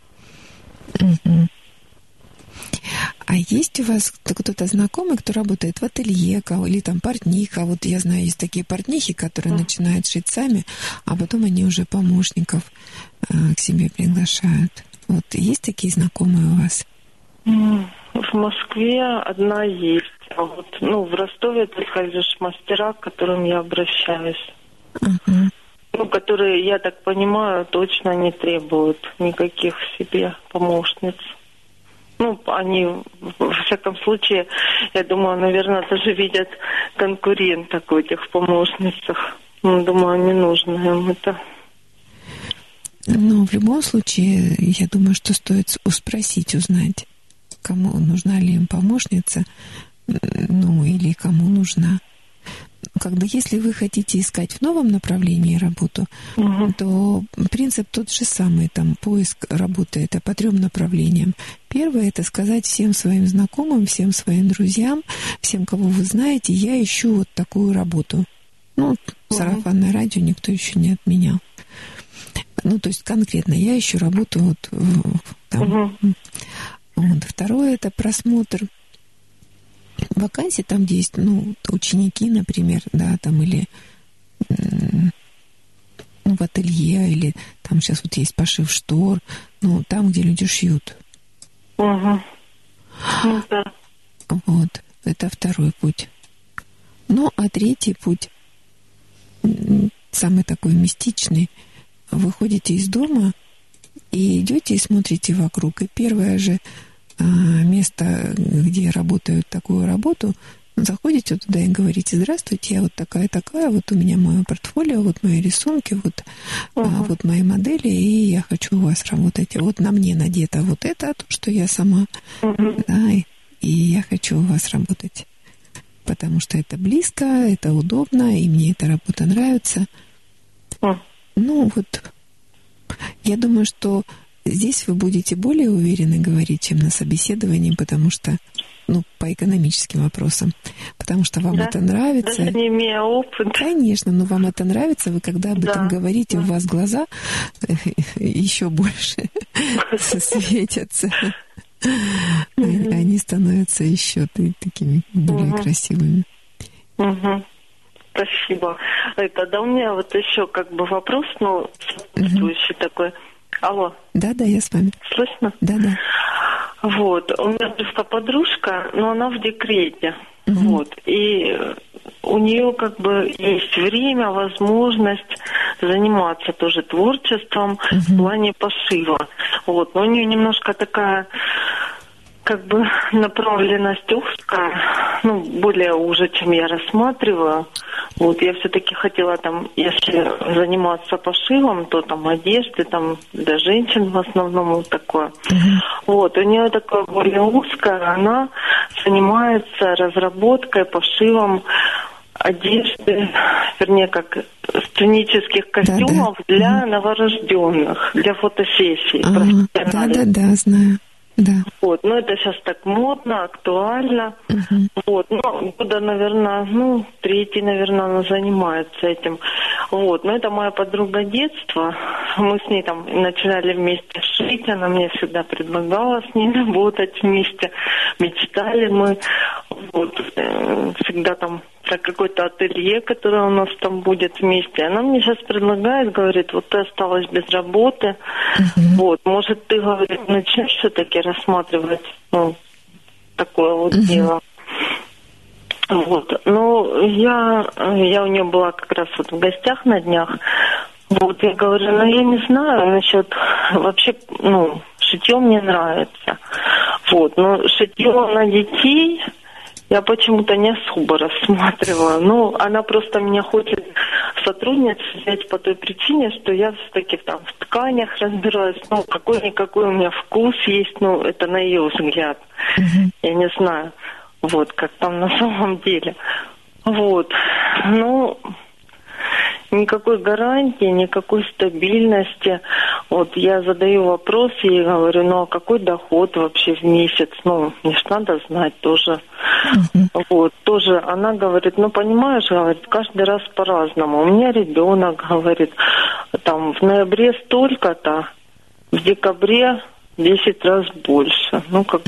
А есть у вас кто-то знакомый, кто работает в ателье, или там портниха? Вот я знаю, есть такие портнихи, которые начинают шить сами, а потом они уже помощников к себе приглашают. Вот есть такие знакомые у вас? В Москве одна есть. А вот, ну, в Ростове только лишь мастера, к которым я обращаюсь. Ну, которые, я так понимаю, точно не требуют никаких себе помощниц. Ну, они, во всяком случае, я думаю, наверное, даже видят конкуренток в этих помощницах. Ну, думаю, не нужно им это. Ну, в любом случае, я думаю, что стоит спросить, узнать, кому нужна ли им помощница, ну, или кому нужна. Как бы, если вы хотите искать в новом направлении работу, то принцип тот же самый, там, поиск работы, это по 3 направлениям. Первое, это сказать всем своим знакомым, всем своим друзьям, всем, кого вы знаете, я ищу вот такую работу. Ну, сарафанное радио никто еще не отменял. Ну, то есть конкретно я ищу работу вот там. Вот. Второе, это просмотр вакансий там, где есть, ну, ученики, например, да, там, или в ателье, или там сейчас вот есть пошив штор, ну, там, где люди шьют. Ну, да. Вот, это второй путь. Ну, а третий путь, самый такой мистичный, вы ходите из дома и идете и смотрите вокруг. И первое же место, где работают такую работу, заходите туда и говорите: здравствуйте, я вот такая-такая, вот у меня мое портфолио, вот мои рисунки, вот, вот мои модели, и я хочу у вас работать. Вот на мне надето вот это, то, что я сама, да, и я хочу у вас работать. Потому что это близко, это удобно, и мне эта работа нравится. Ну, вот, я думаю, что здесь вы будете более уверенно говорить, чем на собеседовании, потому что, ну, по экономическим вопросам, потому что вам это нравится. Даже не имея опыта. Конечно, но вам это нравится, вы когда об этом говорите, у вас глаза еще больше светятся. Они становятся еще такими более красивыми. Спасибо. Тогда у меня вот еще как бы вопрос, ну, сопутствующий такой. Алло. Да, я с вами. Слышно? Да. Вот. У меня просто подружка, но она в декрете. Вот. И у нее как бы есть время, возможность заниматься тоже творчеством в плане пошива. Вот. Но у нее немножко такая как бы направленность узкая, ну, более уже, чем я рассматриваю. Вот, я все-таки хотела там, если заниматься пошивом, то там одежды, там для женщин в основном вот такое. Вот, у нее такое более узкое, она занимается разработкой, пошивом одежды, вернее, как сценических костюмов для новорожденных, для фотосессий. Да, знаю. Да. Вот, но это сейчас так модно, актуально. Вот, ну, года, наверное, 3-й, наверное, она занимается этим. Вот, но это моя подруга детства. Мы с ней там начинали вместе шить, она мне всегда предлагала с ней работать вместе. Мечтали мы, вот, всегда там про какое-то ателье, которое у нас там будет вместе. Она мне сейчас предлагает, говорит, вот ты осталась без работы, вот, может, ты, говорит, начнешь все-таки рассматривать, такое вот дело. Вот, ну, я у нее была как раз вот в гостях на днях. Вот, я говорю, я не знаю насчет, вообще, шитье мне нравится. Вот, но шитье на детей я почему-то не особо рассматривала. Она просто меня хочет сотрудницей взять по той причине, что я все-таки там в тканях разбираюсь. Какой-никакой у меня вкус есть, это на ее взгляд. Я не знаю, вот, как там на самом деле. Вот, никакой гарантии, никакой стабильности. Вот я задаю вопрос ей, говорю, а какой доход вообще в месяц? Мне ж надо знать тоже. Вот, тоже она говорит, понимаешь, говорит, каждый раз по-разному. У меня ребенок, говорит, там в ноябре столько-то, в декабре 10 раз больше.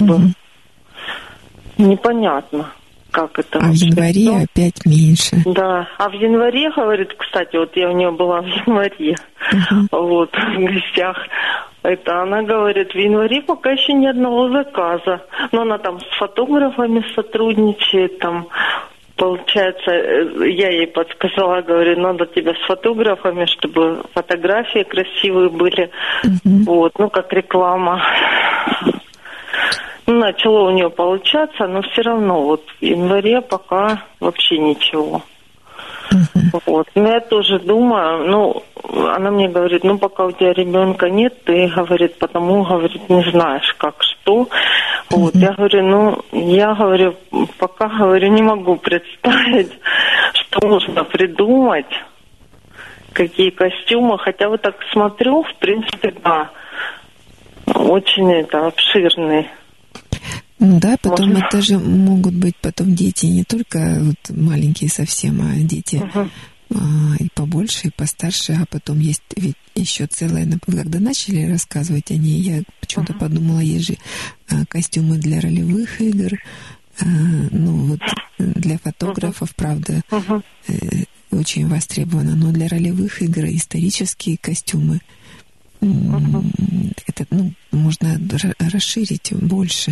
Непонятно. Как это? А в январе опять меньше. Да, а в январе, говорит, кстати, вот я у нее была в январе, вот, в гостях, она говорит, в январе пока еще ни одного заказа, но она там с фотографами сотрудничает, там, получается, я ей подсказала, говорю, надо тебя с фотографами, чтобы фотографии красивые были, вот, как реклама. Начало у нее получаться, но все равно вот в январе пока вообще ничего. Вот. Но я тоже думаю, она мне говорит, пока у тебя ребенка нет, ты, говорит, потому, говорит, не знаешь, как, что. Вот. Я говорю, пока, говорю, не могу представить, что можно придумать, какие костюмы. Хотя вот так смотрю, в принципе, да, очень это обширный. Да, потом это же могут быть потом дети, не только вот маленькие совсем, а дети и побольше, и постарше, а потом есть ведь еще целое, когда начали рассказывать о ней, я почему-то подумала, есть же костюмы для ролевых игр, для фотографов, правда, очень востребовано, но для ролевых игр исторические костюмы, это, можно расширить больше.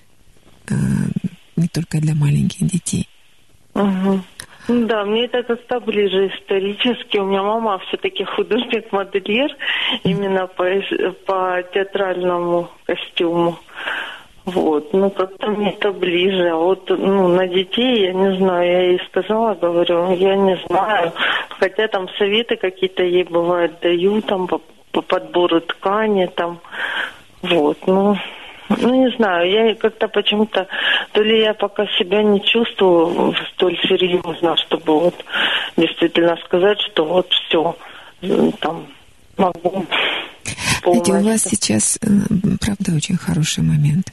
Не только для маленьких детей. Да, мне это как-то ближе исторически. У меня мама все-таки художник-модельер именно по театральному костюму. Вот, как-то мне это ближе. А вот, на детей, я не знаю, я ей сказала, говорю, я не знаю. Хотя там советы какие-то ей бывают даю, там по подбору ткани, там, вот, не знаю, я как-то почему-то, то ли я пока себя не чувствую столь серьезно, чтобы вот действительно сказать, что вот все, там, могу полностью. Знаете, у вас сейчас, правда, очень хороший момент.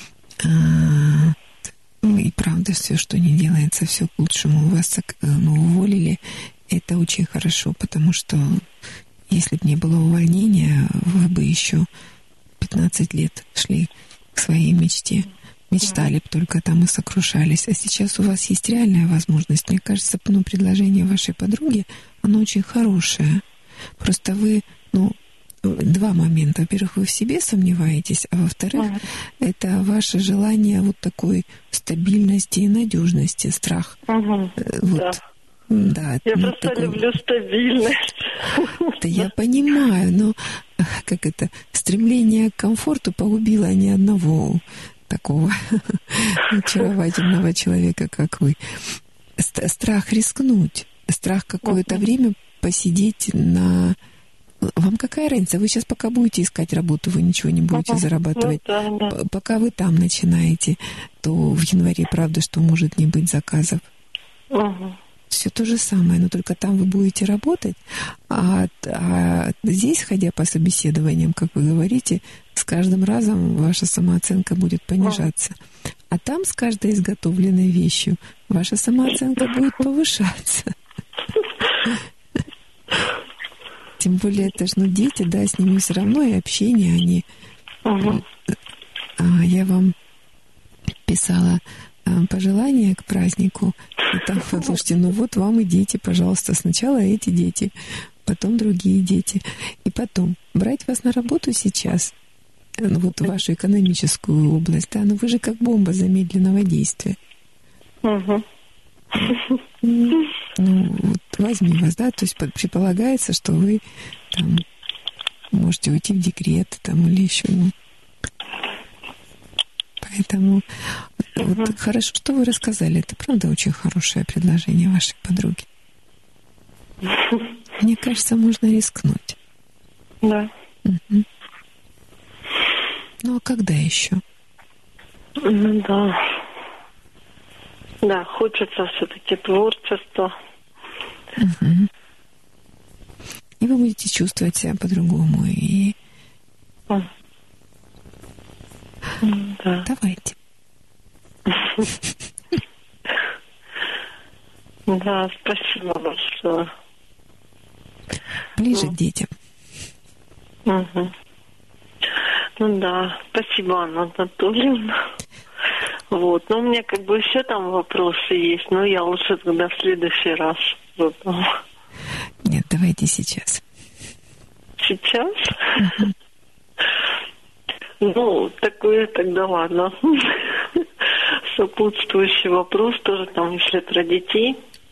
И правда, все, что не делается, все к лучшему. У вас уволили, это очень хорошо, потому что если бы не было увольнения, вы бы еще 15 лет шли к своей мечте. Мечтали бы только там и сокрушались. А сейчас у вас есть реальная возможность. Мне кажется, предложение вашей подруги, оно очень хорошее. Просто вы, два момента. Во-первых, вы в себе сомневаетесь, а во-вторых, это ваше желание вот такой стабильности и надежности, страх. Вот. Да, я просто люблю стабильность. Да я понимаю, но стремление к комфорту погубило ни одного такого очаровательного человека, как вы. Страх рискнуть, страх какое-то время посидеть на... Вам какая разница? Вы сейчас пока будете искать работу, вы ничего не будете зарабатывать. Пока вы там начинаете, то в январе, правда, что может не быть заказов. все то же самое, но только там вы будете работать, а здесь, ходя по собеседованиям, как вы говорите, с каждым разом ваша самооценка будет понижаться. А там с каждой изготовленной вещью ваша самооценка будет повышаться. Тем более это ж, дети, да, с ними все равно и общение, они... Я вам писала пожелания к празднику, и там, послушайте, вот вам и дети, пожалуйста, сначала эти дети, потом другие дети, и потом брать вас на работу сейчас, в вашу экономическую область, да, но вы же как бомба замедленного действия. Возьми вас, да, то есть предполагается, что вы там можете уйти в декрет там или еще, Поэтому хорошо, что вы рассказали. Это, правда, очень хорошее предложение вашей подруги. Мне кажется, можно рискнуть. Да. А когда еще? Да. Да, хочется все-таки творчества. И вы будете чувствовать себя по-другому. И... Да. Давайте. Да, спасибо большое. Ближе к детям. Да, спасибо, Анна Анатольевна. Но у меня еще там вопросы есть, но я лучше тогда в следующий раз задам. Нет, давайте сейчас. Сейчас? Такое тогда ладно. Сопутствующий вопрос тоже там, если про детей.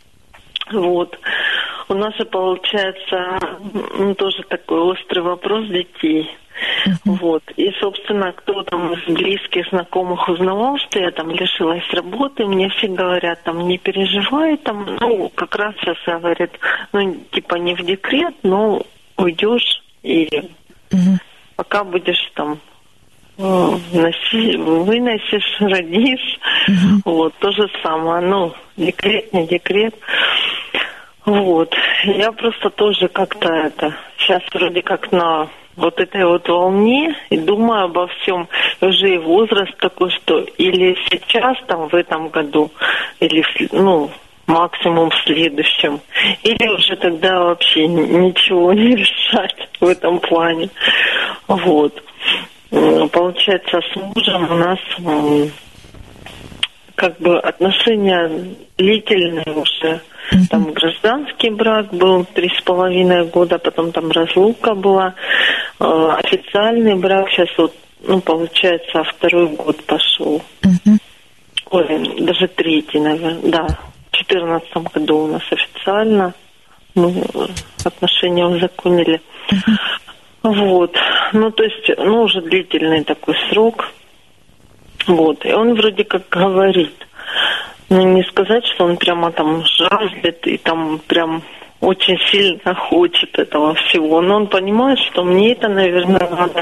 У нас же получается тоже такой острый вопрос детей. И, собственно, кто там из близких, знакомых узнавал, что я там лишилась работы, мне все говорят, там, не переживай, там, как раз сейчас говорят, не в декрет, но уйдешь и пока будешь там выносишь, родишь, то же самое, декрет, не декрет. Я просто тоже как-то сейчас вроде как на этой волне и думаю обо всем. Уже и возраст такой, что или сейчас, там, в этом году, или, максимум в следующем, или уже тогда вообще ничего не решать в этом плане. Получается, с мужем у нас отношения длительные уже. Там гражданский брак был 3,5 года, потом там разлука была, официальный брак сейчас получается, 2-й год пошел. Ой, даже 3-й, наверное, да. В 2014 году у нас официально мы отношения узаконили. То есть, уже длительный такой срок. И он вроде как говорит, не сказать, что он прямо там жаждет и там прям очень сильно хочет этого всего. Но он понимает, что мне это, наверное, надо.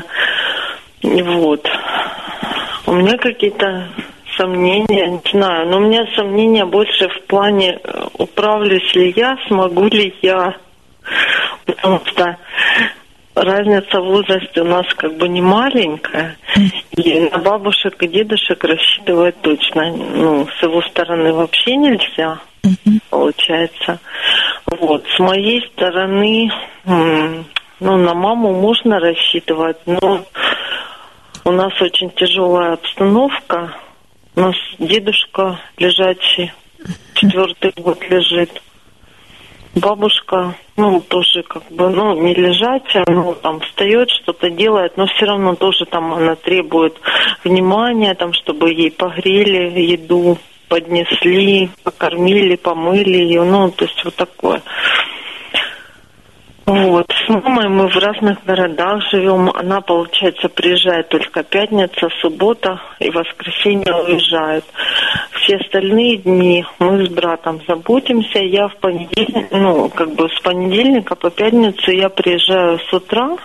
У меня какие-то сомнения, не знаю, но у меня сомнения больше в плане, управлюсь ли я, смогу ли я. Потому что разница в возрасте у нас не маленькая, и на бабушек и дедушек рассчитывать точно, с его стороны вообще нельзя, получается. С моей стороны, на маму можно рассчитывать, но у нас очень тяжелая обстановка. У нас дедушка лежачий, 4-й год лежит. Бабушка, тоже не лежачая, там встает, что-то делает, но все равно тоже там она требует внимания, там, чтобы ей погрели еду, поднесли, покормили, помыли ее, то есть такое. С мамой мы в разных городах живем. Она, получается, приезжает только пятница, суббота и воскресенье уезжает. Все остальные дни мы с братом заботимся. Я в понедельник, с понедельника по пятницу я приезжаю с утра.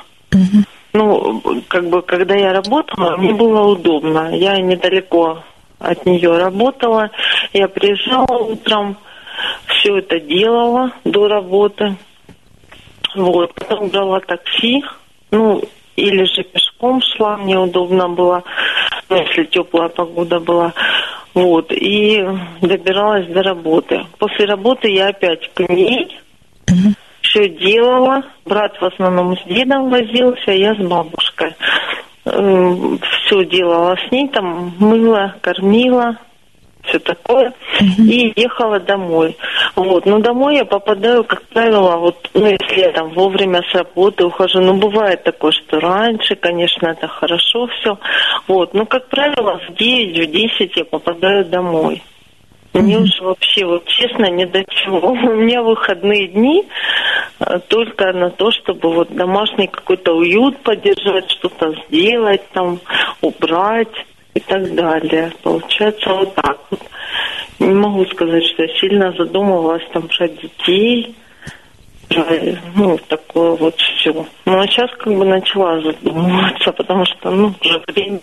Когда я работала, мне было удобно. Я недалеко от нее работала. Я приезжала утром, все это делала до работы. Вот. Потом брала такси, или же пешком шла, мне удобно было, если теплая погода была. Вот. И добиралась до работы. После работы я опять к ней все делала. Брат в основном с дедом возился, я с бабушкой. Все делала с ней, там мыла, кормила, все такое. И ехала домой. Вот. Но домой я попадаю, как правило, если я там вовремя с работы ухожу, бывает такое, что раньше, конечно, это хорошо все. Вот. Но, как правило, в 9, в 10 я попадаю домой. Мне уже вообще, честно, ни до чего. У меня выходные дни только на то, чтобы домашний какой-то уют поддержать, что-то сделать, там, убрать и так далее. Получается вот так вот. Не могу сказать, что я сильно задумывалась там про детей, про, такое вот все. А сейчас начала задумываться, потому что, уже время.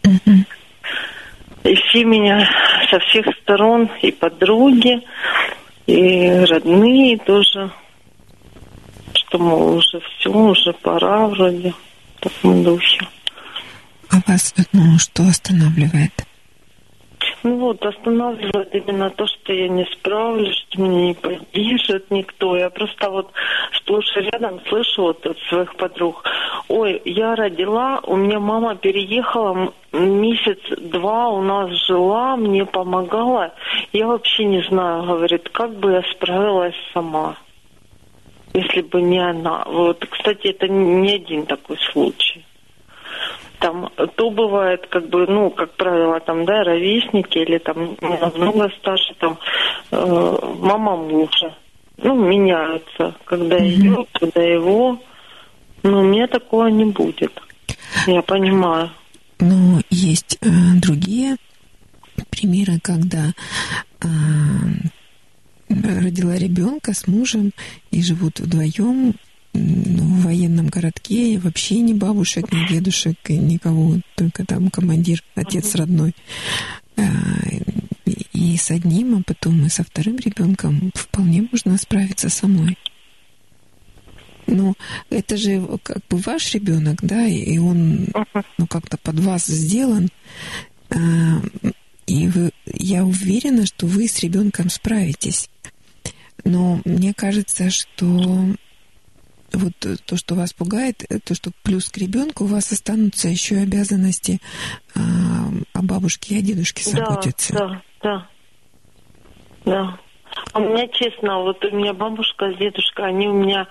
И все меня со всех сторон, и подруги, и родные тоже, что, мол, уже все, уже пора вроде, в таком духе. А вас, что останавливает? Останавливает именно то, что я не справлюсь, что меня не поддержит никто. Я просто сплошь и рядом слышу от своих подруг: ой, я родила, у меня мама переехала, месяц-два у нас жила, мне помогала. Я вообще не знаю, говорит, как бы я справилась сама, если бы не она. Кстати, это не один такой случай. Там то бывает, как правило, ровесники или там намного старше, мама мужа. Меняются, когда ее, когда его. Но у меня такого не будет. Я понимаю. Но есть другие примеры, когда родила ребенка с мужем и живут вдвоем в военном городке, и вообще ни бабушек, ни дедушек, и никого, только там командир, отец родной. И с одним, а потом и со вторым ребенком вполне можно справиться самой. Это же ваш ребенок, да, и он как-то под вас сделан. И я уверена, что вы с ребенком справитесь. Но мне кажется, что то, что вас пугает, то, что плюс к ребенку у вас останутся еще обязанности о бабушке и о дедушке заботиться. Да. А у меня, честно, у меня бабушка с дедушкой, они у меня,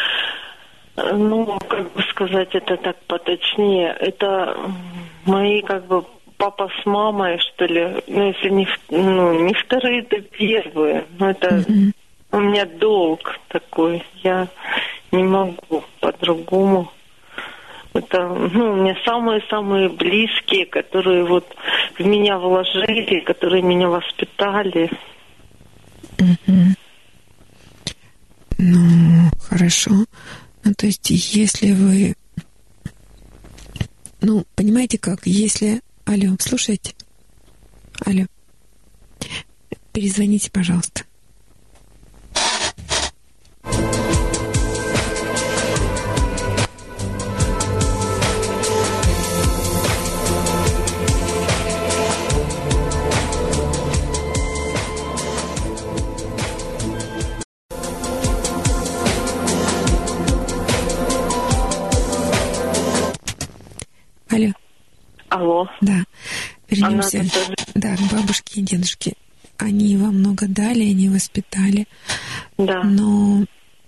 как бы сказать это так поточнее, это мои папа с мамой, что ли, если не вторые, то первые. Это у меня долг такой, я не могу по-другому. Это, у меня самые-самые близкие, которые в меня вложили, которые меня воспитали. Хорошо. То есть, если вы... понимаете как? Если... Алло, слушайте. Алло. Перезвоните, пожалуйста. Алло. Да. Вернемся. Да, бабушки и дедушки. Они вам много дали, они воспитали. Да. Но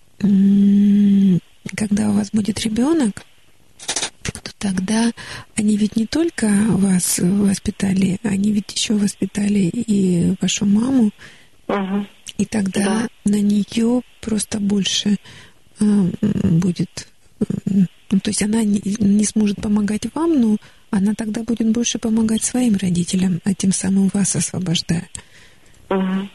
когда у вас будет ребенок, то тогда они ведь не только вас воспитали, они ведь еще воспитали и вашу маму. И тогда на нее просто больше будет... то есть она не сможет помогать вам, но она тогда будет больше помогать своим родителям, а тем самым вас освобождая. Но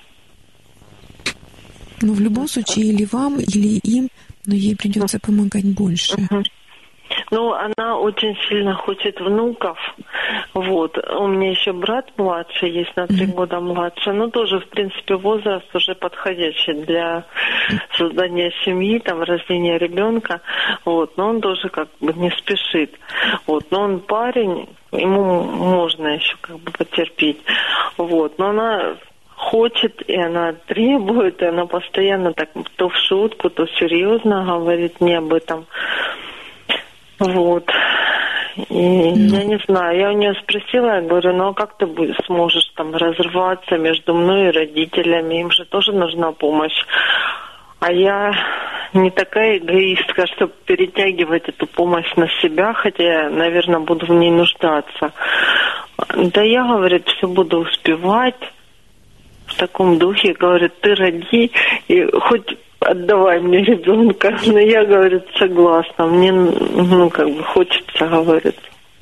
в любом случае или вам, или им, но ей придется помогать больше. Ну, она очень сильно хочет внуков. Вот. У меня еще брат младший есть, на 3 года младше. Ну, тоже, в принципе, возраст уже подходящий для создания семьи, там, рождения ребенка. Вот. Но он тоже как бы не спешит. Вот. Но он парень, ему можно еще как бы потерпеть. Вот. Но она хочет, и она требует, и она постоянно так то в шутку, то серьезно говорит мне об этом. Вот. И я не знаю, я у нее спросила, я говорю, ну а как ты сможешь там разрываться между мной и родителями, им же тоже нужна помощь. А я не такая эгоистка, чтобы перетягивать эту помощь на себя, хотя я, наверное, буду в ней нуждаться. Да я, говорит, все буду успевать в таком духе, говорит, ты роди и хоть отдавай мне ребенка. Но я, говорит, согласна. Мне, ну, как бы хочется, говорит.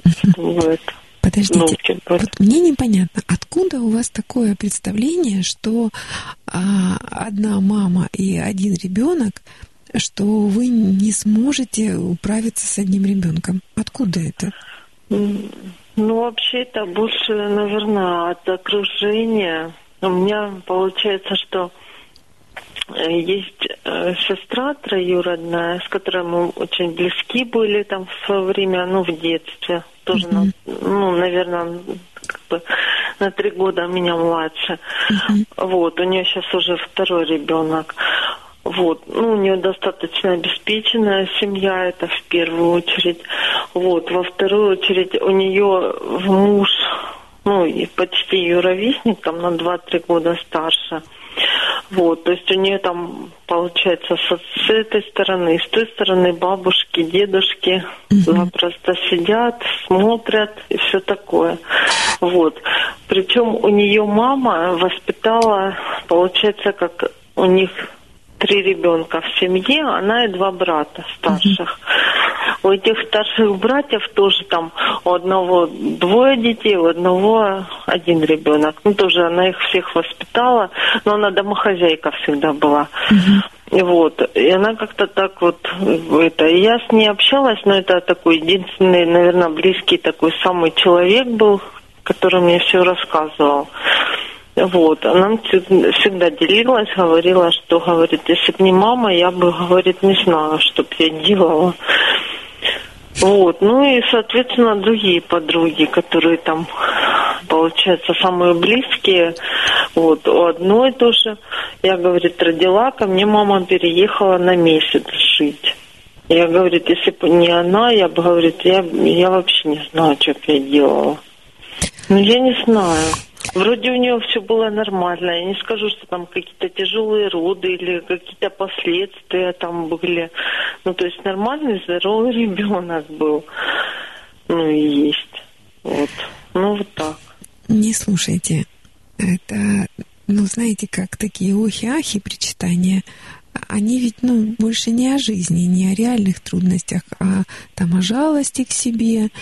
Подождите, вот мне непонятно, откуда у вас такое представление, что одна мама и один ребенок, что вы не сможете управиться с одним ребенком? Откуда это? Ну, вообще это больше, наверное, от окружения. У меня получается, что есть сестра троюродная, с которой мы очень близки были там в свое время, ну, в детстве. Тоже, ну, наверное, как бы на 3 года меня младше. Вот, у нее сейчас уже 2-й ребенок. Вот, ну, у нее достаточно обеспеченная семья, это в первую очередь. Вот, во вторую очередь у нее муж, ну, и почти ее ровесник, там на 2-3 года старше. Вот, то есть у нее там, получается, с этой стороны, с той стороны бабушки, дедушки запросто сидят, смотрят и все такое. Вот. Причем у нее мама воспитала, получается, как у них 3 ребенка в семье, она и 2 брата старших. У этих старших братьев тоже там у одного 2 детей, у одного 1 ребенок. Ну, тоже она их всех воспитала, но она домохозяйка всегда была. И вот, и она как-то так вот, это, и я с ней общалась, но это такой единственный, наверное, близкий такой самый человек был, который мне все рассказывал. Вот, она всегда делилась, говорила, что, говорит, если бы не мама, я бы, говорит, не знала, что бы я делала. Вот, ну и, соответственно, другие подруги, которые там, получается, самые близкие, вот, у одной тоже, я, говорит, родила, ко мне мама переехала на месяц жить. Я, говорит, если бы не она, я бы, говорит, я вообще не знаю, что бы я делала. Ну, я не знаю. Вроде у нее все было нормально. Я не скажу, что там какие-то тяжелые роды или какие-то последствия там были. Ну, то есть нормальный, здоровый ребенок был. Ну, и есть. Вот. Ну, вот так. Не слушайте. Это, ну, знаете, как такие охи-ахи причитания. Они ведь, ну, больше не о жизни, не о реальных трудностях, а там о жалости к себе,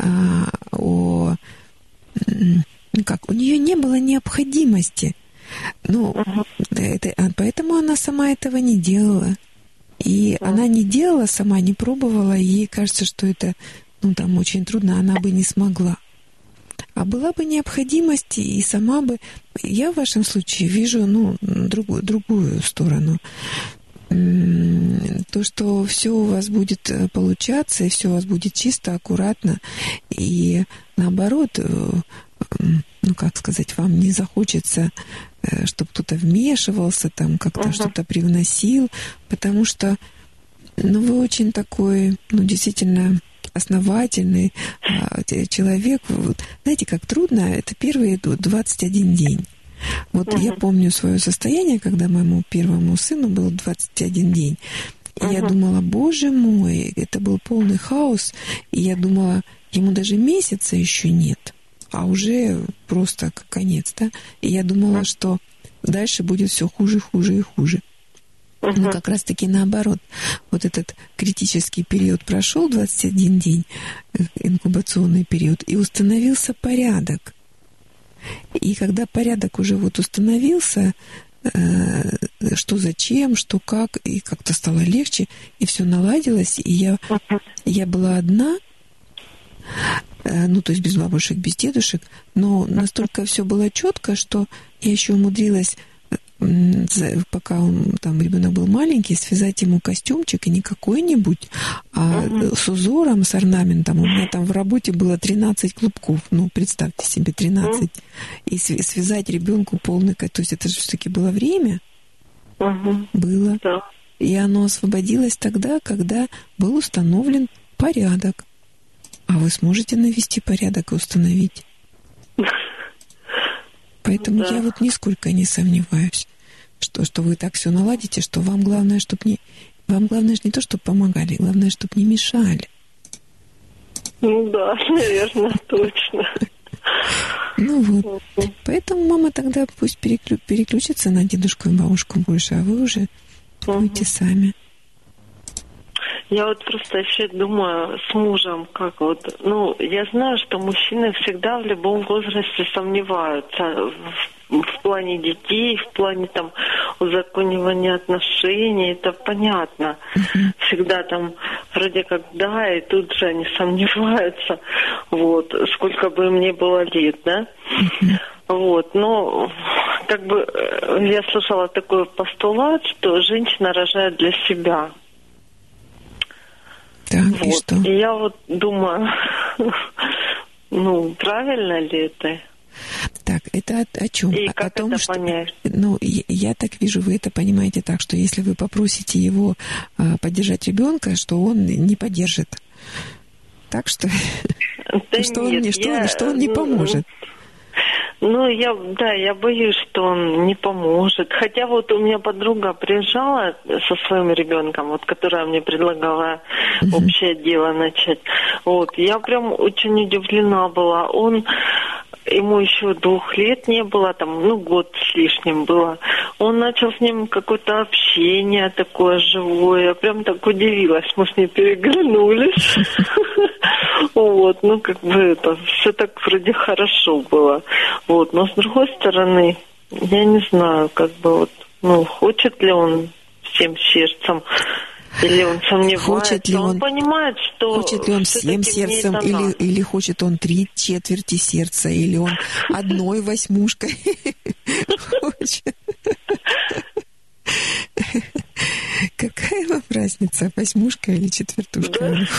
как у нее не было необходимости. Ну, поэтому она сама этого не делала. И она не делала сама, не пробовала, и ей кажется, что это, ну, там очень трудно, она бы не смогла. А была бы необходимость, и сама бы... Я в вашем случае вижу, ну, другую сторону. То, что все у вас будет получаться, и все у вас будет чисто, аккуратно, и наоборот, ну, как сказать, вам не захочется, чтобы кто-то вмешивался, там, как-то что-то привносил, потому что, ну, вы очень такой, ну, действительно основательный человек. Знаете, как трудно, это первые 21 день. Вот я помню свое состояние, когда моему первому сыну было 21 день. И я думала, боже мой, это был полный хаос. И я думала, ему даже месяца еще нет, а уже просто конец, да? И я думала, что дальше будет все хуже, хуже и хуже. Но как раз-таки наоборот. Вот этот критический период прошел, 21 день, инкубационный период, и установился порядок. И когда порядок уже вот установился, что зачем, что как, и как-то стало легче, и все наладилось, и я была одна, ну, то есть без бабушек, без дедушек, но настолько все было четко, что я еще умудрилась, пока там ребенок был маленький, связать ему костюмчик, и не какой-нибудь, а с узором, с орнаментом. У меня там в работе было 13 клубков, ну, представьте себе, 13. И связать ребенку полный, то есть это же все-таки было время, было. Да. И оно освободилось тогда, когда был установлен порядок. А вы сможете навести порядок и установить? Поэтому я вот нисколько не сомневаюсь, что вы так все наладите, что вам главное, вам главное же не то, чтобы помогали, главное, чтобы не мешали. Ну да, наверное, точно. Ну вот. Поэтому мама тогда пусть переключится на дедушку и бабушку больше, а вы уже будете сами. Я вот просто еще думаю с мужем, как вот, ну, я знаю, что мужчины всегда в любом возрасте сомневаются в плане детей, в плане там узаконивания отношений, это понятно. Всегда там вроде как да, и тут же они сомневаются, вот, сколько бы им ни было лет, да. Вот, но как бы я слышала такой постулат, что женщина рожает для себя. Так, вот. и что? И я вот думаю, ну, правильно ли это? Так, это о чем? И о том, это что, понять? Ну, я так вижу, вы это понимаете так, что если вы попросите его поддержать ребенка, что он не поддержит. Так что, да что нет, он не поможет. Ну, я боюсь, что он не поможет. Хотя вот у меня подруга приезжала со своим ребенком, вот, которая мне предлагала общее дело начать. Вот, я прям очень удивлена была. Ему еще 2 лет не было, там, ну, год с лишним было. Он начал с ним какое-то общение такое живое. Я прям так удивилась. Мы с ней переглянулись. Вот, ну, как бы это, все так вроде хорошо было. Вот, но с другой стороны, я не знаю, как бы вот, ну, хочет ли он всем сердцем, или он сомневается, хочет ли он понимает, что... Хочет ли он всем сердцем, или хочет он 3/4 сердца, или он 1/8 хочет. Какая вам разница, 8 или 4?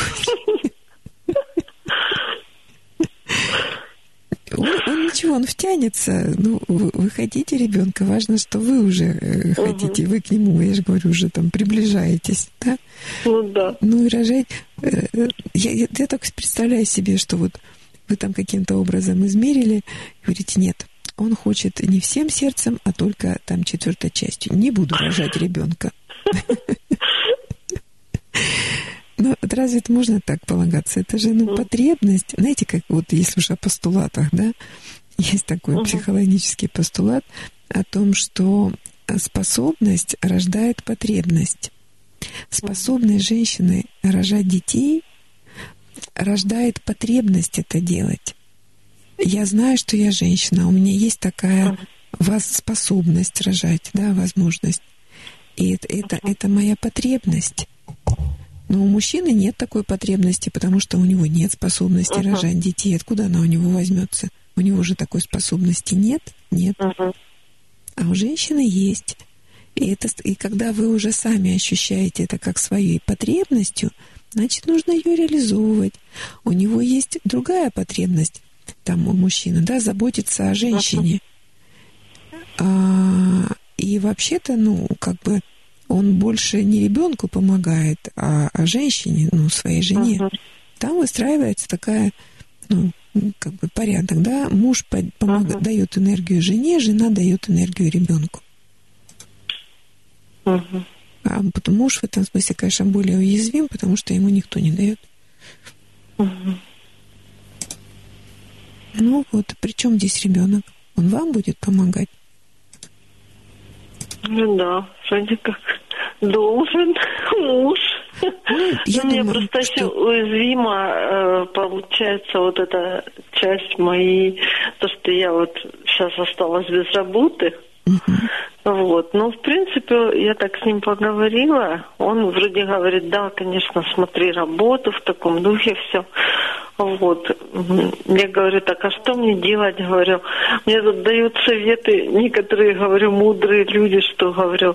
Он ничего, он втянется. Ну, вы хотите ребенка, важно, что вы уже хотите, вы к нему, я же говорю, уже там приближаетесь, да? Ну да. Ну и рожать. Я так представляю себе, что вот вы там каким-то образом измерили, и говорите, нет, он хочет не всем сердцем, а только там 1/4 частью. Не буду рожать ребенка. Ну, разве это можно так полагаться? Это же, потребность. Знаете, как вот если уж о постулатах, да, есть такой психологический постулат о том, что способность рождает потребность. Способность женщины рожать детей рождает потребность это делать. Я знаю, что я женщина, у меня есть такая способность рожать, да, возможность. И это моя потребность. Но у мужчины нет такой потребности, потому что у него нет способности рожать детей. Откуда она у него возьмется? У него же такой способности нет. А у женщины есть. И когда вы уже сами ощущаете это как своей потребностью, значит, нужно ее реализовывать. У него есть другая потребность, там у мужчины, да, заботиться о женщине. И вообще-то, он больше не ребенку помогает, а женщине, своей жене. Там выстраивается такая, порядок, да. Муж дает энергию жене, жена дает энергию ребенку. А муж в этом смысле, конечно, более уязвим, потому что ему никто не дает. Ну вот, при чем здесь ребенок? Он вам будет помогать? Ну да, вроде как должен муж. Мне просто еще уязвимо получается вот эта часть моей, то, что я вот сейчас осталась без работы. Вот. Ну, в принципе, я так с ним поговорила. Он вроде говорит, да, конечно, смотри работу, в таком духе все. Вот. Я говорю, так, а что мне делать? Говорю, мне тут дают советы некоторые, говорю, мудрые люди, что, говорю,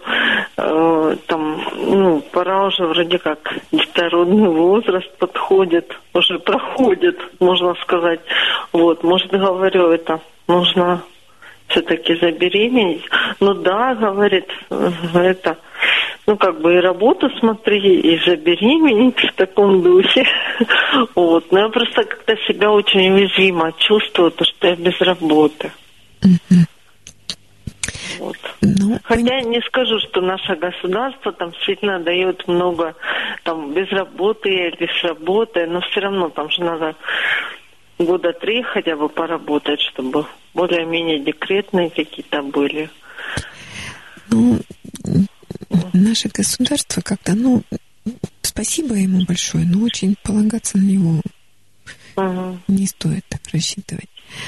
пора уже вроде как детородный возраст подходит, уже проходит, можно сказать. Вот, может, говорю, это нужно все-таки забеременеть. Ну да, говорит, это, и работу смотри, и забеременеть в таком духе. Вот. Но я просто как-то себя очень уязвимо чувствую, то, что я без работы. Вот. Хотя я не скажу, что наше государство там действительно дает много там без работы или с работы, но все равно там же надо 3 года хотя бы поработать, чтобы более-менее декретные какие-то были. Наше государство как-то, спасибо ему большое, но очень полагаться на него не стоит так рассчитывать.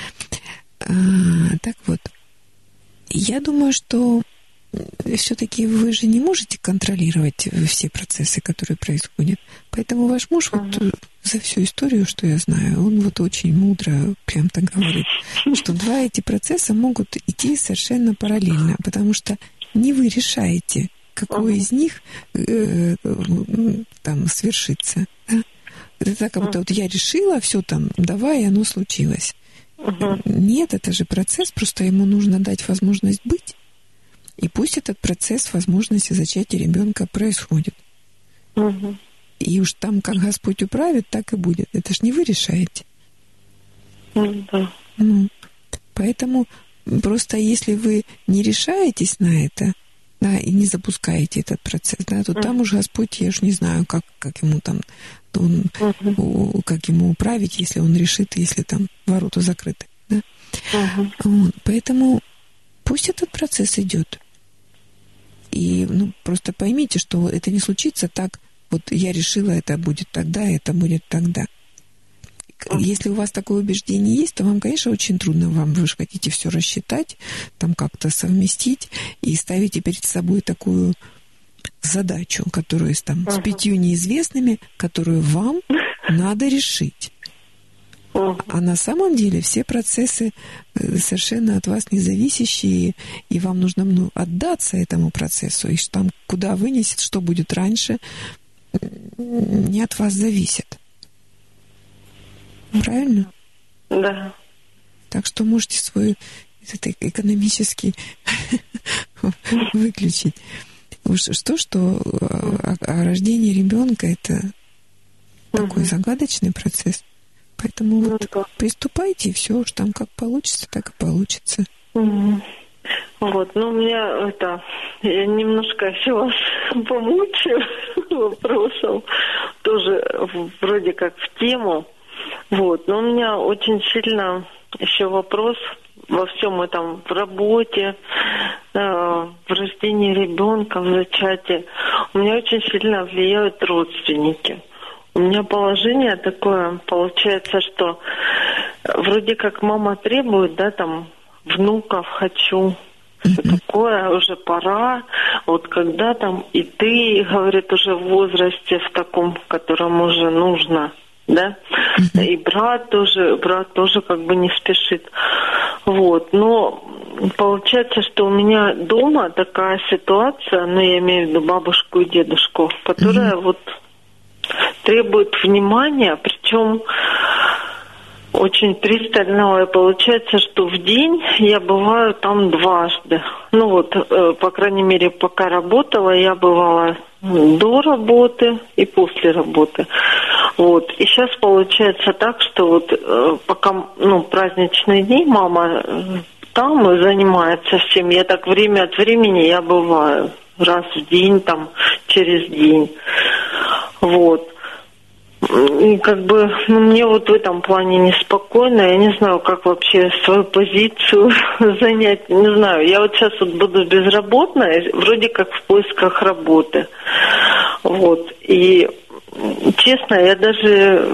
Так вот, я думаю, что все-таки вы же не можете контролировать все процессы, которые происходят. Поэтому ваш муж за всю историю, что я знаю, он очень мудро прям так говорит, что 2 эти процесса могут идти совершенно параллельно, потому что не вы решаете, какой из них там свершится. Да? Это так, как будто я решила, все там, давай, и оно случилось. Нет, это же процесс, просто ему нужно дать возможность быть. И пусть этот процесс возможности зачатия ребенка происходит. И уж там, как Господь управит, так и будет. Это ж не вы решаете. Да. Поэтому просто если вы не решаетесь на это, да, и не запускаете этот процесс, да, то там уж Господь, я ж не знаю, как ему там, как ему управить, если он решит, если там ворота закрыты. Да? Вот. Поэтому пусть этот процесс идет. И просто поймите, что это не случится так, вот я решила, это будет тогда, это будет тогда. Если у вас такое убеждение есть, то вам, конечно, очень трудно. Вы же хотите все рассчитать, там как-то совместить и ставите перед собой такую задачу, которую с 5 неизвестными, которую вам надо решить. А на самом деле все процессы совершенно от вас независящие, и вам нужно отдаться этому процессу, и там куда вынесет, что будет раньше, не от вас зависит. Правильно? Да. Так что можете свой экономический выключить. Что рождение ребенка это такой загадочный процесс. Поэтому приступайте, и все, уж там как получится, так и получится. Вот, у меня я немножко еще вас помучаю вопросом, тоже вроде как в тему. Вот, но у меня очень сильно еще вопрос во всем этом, в работе, в рождении ребенка, в зачатии. У меня очень сильно влияют родственники. У меня положение такое, получается, что вроде как мама требует, да, там, внуков хочу, все такое, уже пора, вот когда там и ты, говорит, уже в возрасте в таком, в котором уже нужно, да, и брат тоже как бы не спешит. Вот, но получается, что у меня дома такая ситуация, я имею в виду бабушку и дедушку, которая вот требует внимания, причем очень пристального, и получается, что в день я бываю там 2. По крайней мере, пока работала, я бывала до работы и после работы. Вот. И сейчас получается так, что пока, праздничный день, мама там и занимается всем. Я так время от времени я бываю раз в день, там, через день. Вот. И мне в этом плане неспокойно. Я не знаю, как вообще свою позицию занять. Не знаю. Я сейчас буду безработной, вроде как в поисках работы. Вот. И честно, я даже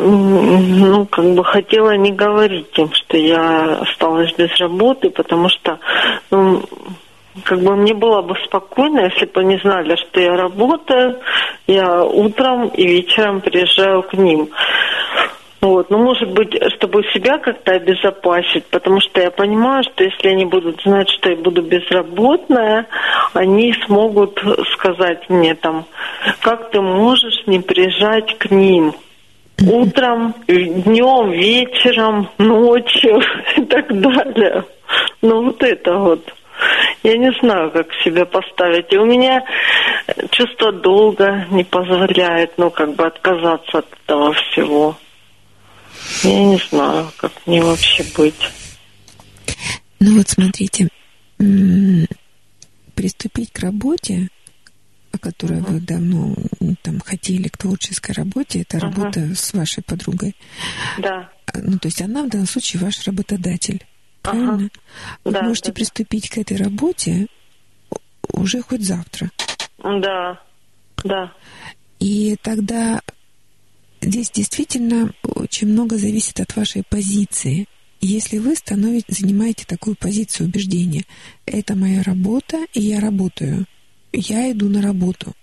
хотела не говорить им, что я осталась без работы, потому что как бы мне было бы спокойно, если бы они знали, что я работаю, я утром и вечером приезжаю к ним. Вот, ну, может быть, чтобы себя как-то обезопасить, потому что я понимаю, что если они будут знать, что я буду безработная, они смогут сказать мне там, как ты можешь не приезжать к ним утром, днем, вечером, ночью и так далее. Ну, вот это вот. Я не знаю, как себя поставить. И у меня чувство долга не позволяет, ну, как бы отказаться от этого всего. Я не знаю, как мне вообще быть. Ну вот смотрите, приступить к работе, о которой вы давно там хотели, к творческой работе, это работа с вашей подругой. Да. Ну, то есть она в данном случае ваш работодатель. Правильно? Вы можете приступить к этой работе уже хоть завтра. Да, да. И тогда здесь действительно очень много зависит от вашей позиции. Если вы занимаете такую позицию убеждения, это моя работа, и я работаю, я иду на работу.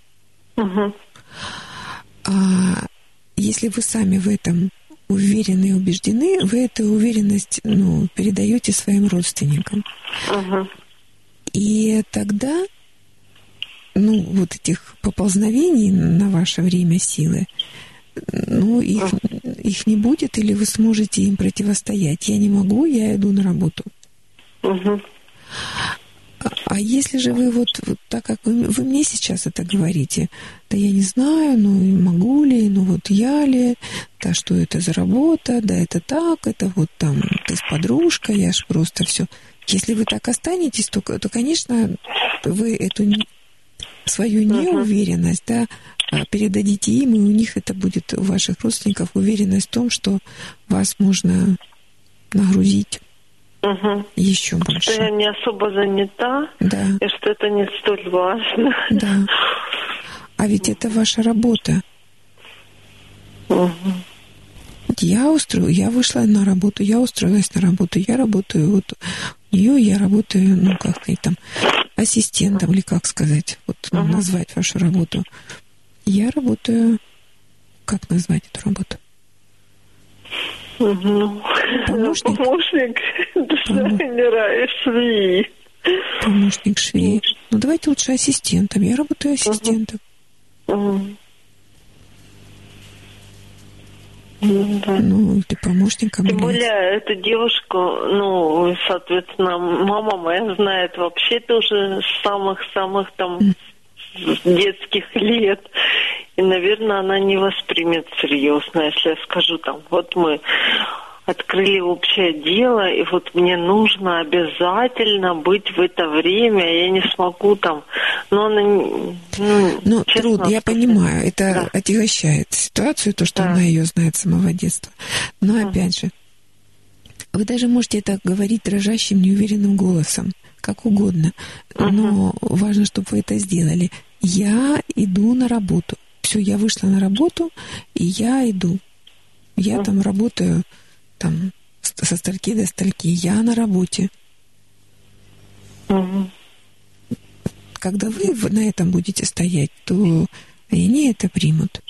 А если вы сами в этом уверены и убеждены, вы эту уверенность передаете своим родственникам. И тогда вот этих поползновений на ваше время силы, их не будет, или вы сможете им противостоять. Я не могу, я иду на работу. А если же вы вот так, как вы мне сейчас это говорите, да я не знаю, могу ли, вот я ли, да что это за работа, да это так, это вот там ты с подружкой, я ж просто все. Если вы так останетесь, то конечно, вы эту свою неуверенность, да, передадите им, и у них это будет, у ваших родственников, уверенность в том, что вас можно нагрузить еще больше. Что я не особо занята, и что это не столь важно. Да. А ведь это ваша работа. Я вышла на работу, я устроилась на работу, я работаю вот у нее, я работаю, как сказать, там, ассистентом, или как сказать, назвать вашу работу. Я работаю, как назвать эту работу? Помощник дизайнера и швеи. Помощник швеи. Давайте лучше ассистентом. Я работаю ассистентом. Ты помощником. Тем более эту девушку, соответственно, мама моя знает вообще тоже с самых-самых там детских лет. И, наверное, она не воспримет серьезно, если я скажу там, вот мы открыли общее дело, и вот мне нужно обязательно быть в это время, я не смогу там. Но она... трудно, я понимаю, это отягощает ситуацию, то, что она ее знает с самого детства. Но, опять же, вы даже можете это говорить дрожащим, неуверенным голосом, как угодно. Но важно, чтобы вы это сделали. Я иду на работу. Все, я вышла на работу, и я иду. Я там работаю там со стольки до стольки. Я на работе. Когда вы на этом будете стоять, то они это примут.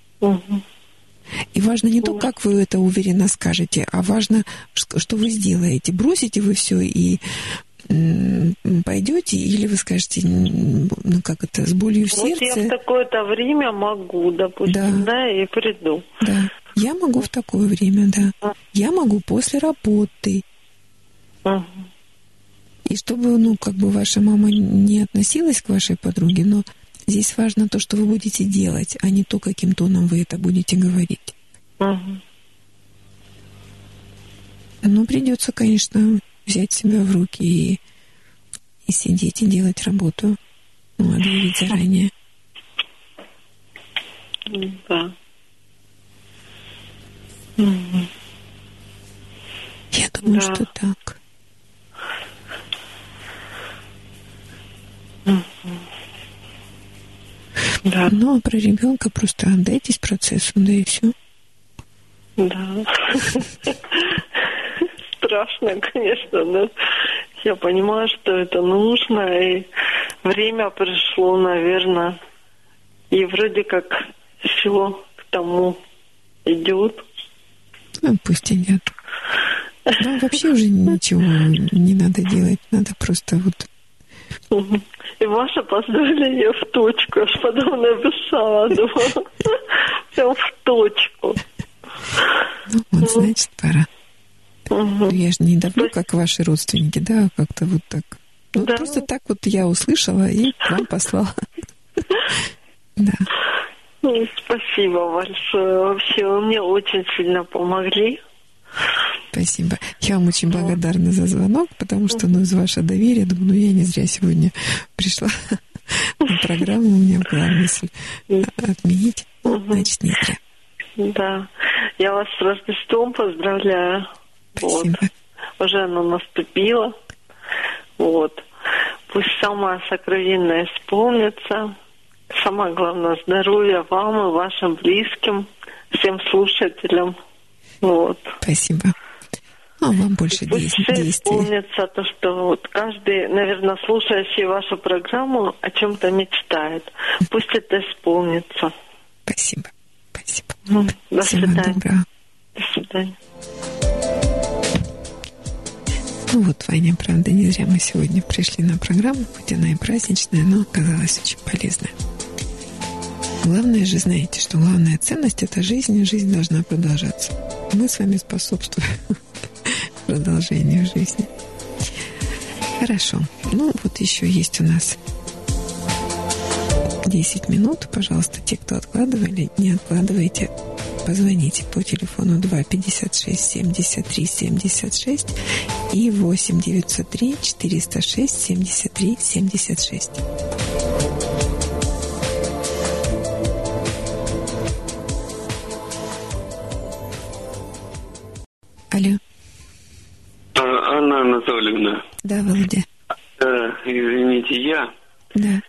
И важно не то, как вы это уверенно скажете, а важно, что вы сделаете. Бросите вы все и пойдете, или вы скажете, с болью в сердце. Вот я в такое-то время могу, допустим, и приду. Да, я могу в такое время, да. Я могу после работы. И чтобы, ваша мама не относилась к вашей подруге, но здесь важно то, что вы будете делать, а не то, каким тоном вы это будете говорить. Придется, конечно, взять себя в руки и сидеть и делать работу. Объявить заранее. Да. Я думаю, что так. Да. А про ребенка просто отдайтесь процессу, да и все. Да. Страшно, конечно, но Я понимаю, что это нужно, и время пришло, наверное, и вроде как все к тому идет. Ну, пусть идет. Ну, вообще уже ничего не надо делать, надо просто вот... И ваше поздравление в точку. Аж потом написала, думала. Прям в точку. Ну, вот, значит, пора. Я же не давно, как ваши родственники, да, как-то вот так. Ну, да. Просто так вот я услышала и к вам послала. Да. Спасибо большое. Вообще, вы мне очень сильно помогли. Спасибо. Я вам очень благодарна за звонок, потому что, из вашего доверия, думаю, я не зря сегодня пришла на программу, у меня была мысль отменить, значит, не зря. Да. Я вас с Рождеством поздравляю. Спасибо. Вот. Уже оно наступило. Вот. Пусть самое сокровенное исполнится. Самое главное — здоровья вам и вашим близким, всем слушателям. Вот. Спасибо. А вам больше действий. Исполнится то, что вот каждый, наверное, слушающий вашу программу, о чем-то мечтает. Пусть это исполнится. Спасибо. Спасибо. До свидания. Доброго. До свидания. Ну вот, Ваня, правда, не зря мы сегодня пришли на программу, хоть она и праздничная, но оказалась очень полезная. Главное же, знаете, что главная ценность — это жизнь, и жизнь должна продолжаться. Мы с вами способствуем продолжению жизни. Хорошо. Ну, вот еще есть у нас 10 минут. Пожалуйста, те, кто откладывали, не откладывайте. Позвоните по телефону 256-73-76 и 8-903-406-73-76. Алло. Анна Анатольевна. Да, Володя. Извините, я Да.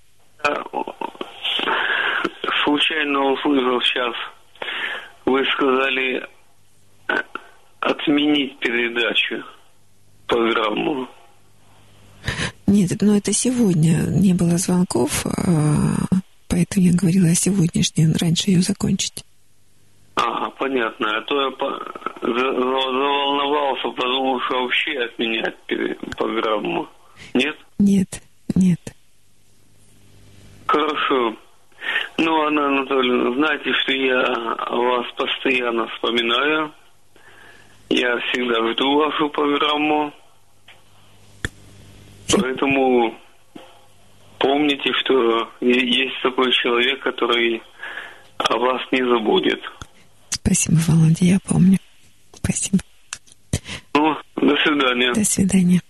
Случайно услышал сейчас, вы сказали отменить передачу, программу. Нет, но это сегодня не было звонков, поэтому я говорила о сегодняшней, раньше ее закончить. Понятно. А то я заволновался, подумал, что вообще отменять программу. Нет? Нет, нет. Хорошо. Ну, Анна Анатольевна, знаете, что я вас постоянно вспоминаю. Я всегда жду вашу программу. Поэтому помните, что есть такой человек, который о вас не забудет. Спасибо, Володя, я помню. Спасибо. Ну, до свидания. До свидания.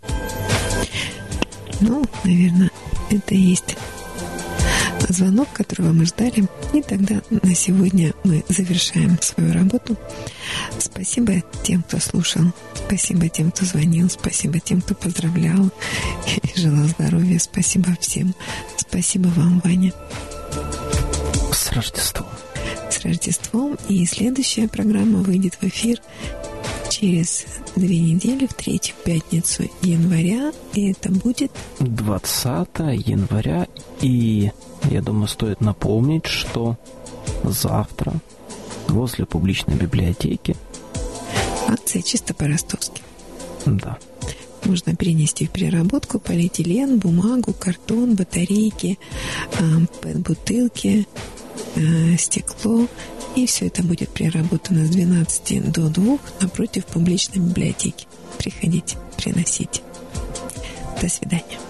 Ну, наверное, это и есть звонок, которого мы ждали. И тогда на сегодня мы завершаем свою работу. Спасибо тем, кто слушал. Спасибо тем, кто звонил. Спасибо тем, кто поздравлял и желал здоровья. Спасибо всем. Спасибо вам, Ваня. С Рождеством. С Рождеством. И следующая программа выйдет в эфир через 2 недели, в 3-ю пятницу января. И это будет 20 января. И я думаю, стоит напомнить, что завтра возле публичной библиотеки акция чисто по-ростовски. Да. Можно перенести в переработку полиэтилен, бумагу, картон, батарейки, пэт-бутылки, стекло. И все это будет переработано с 12 до 2 напротив публичной библиотеки. Приходите, приносите. До свидания.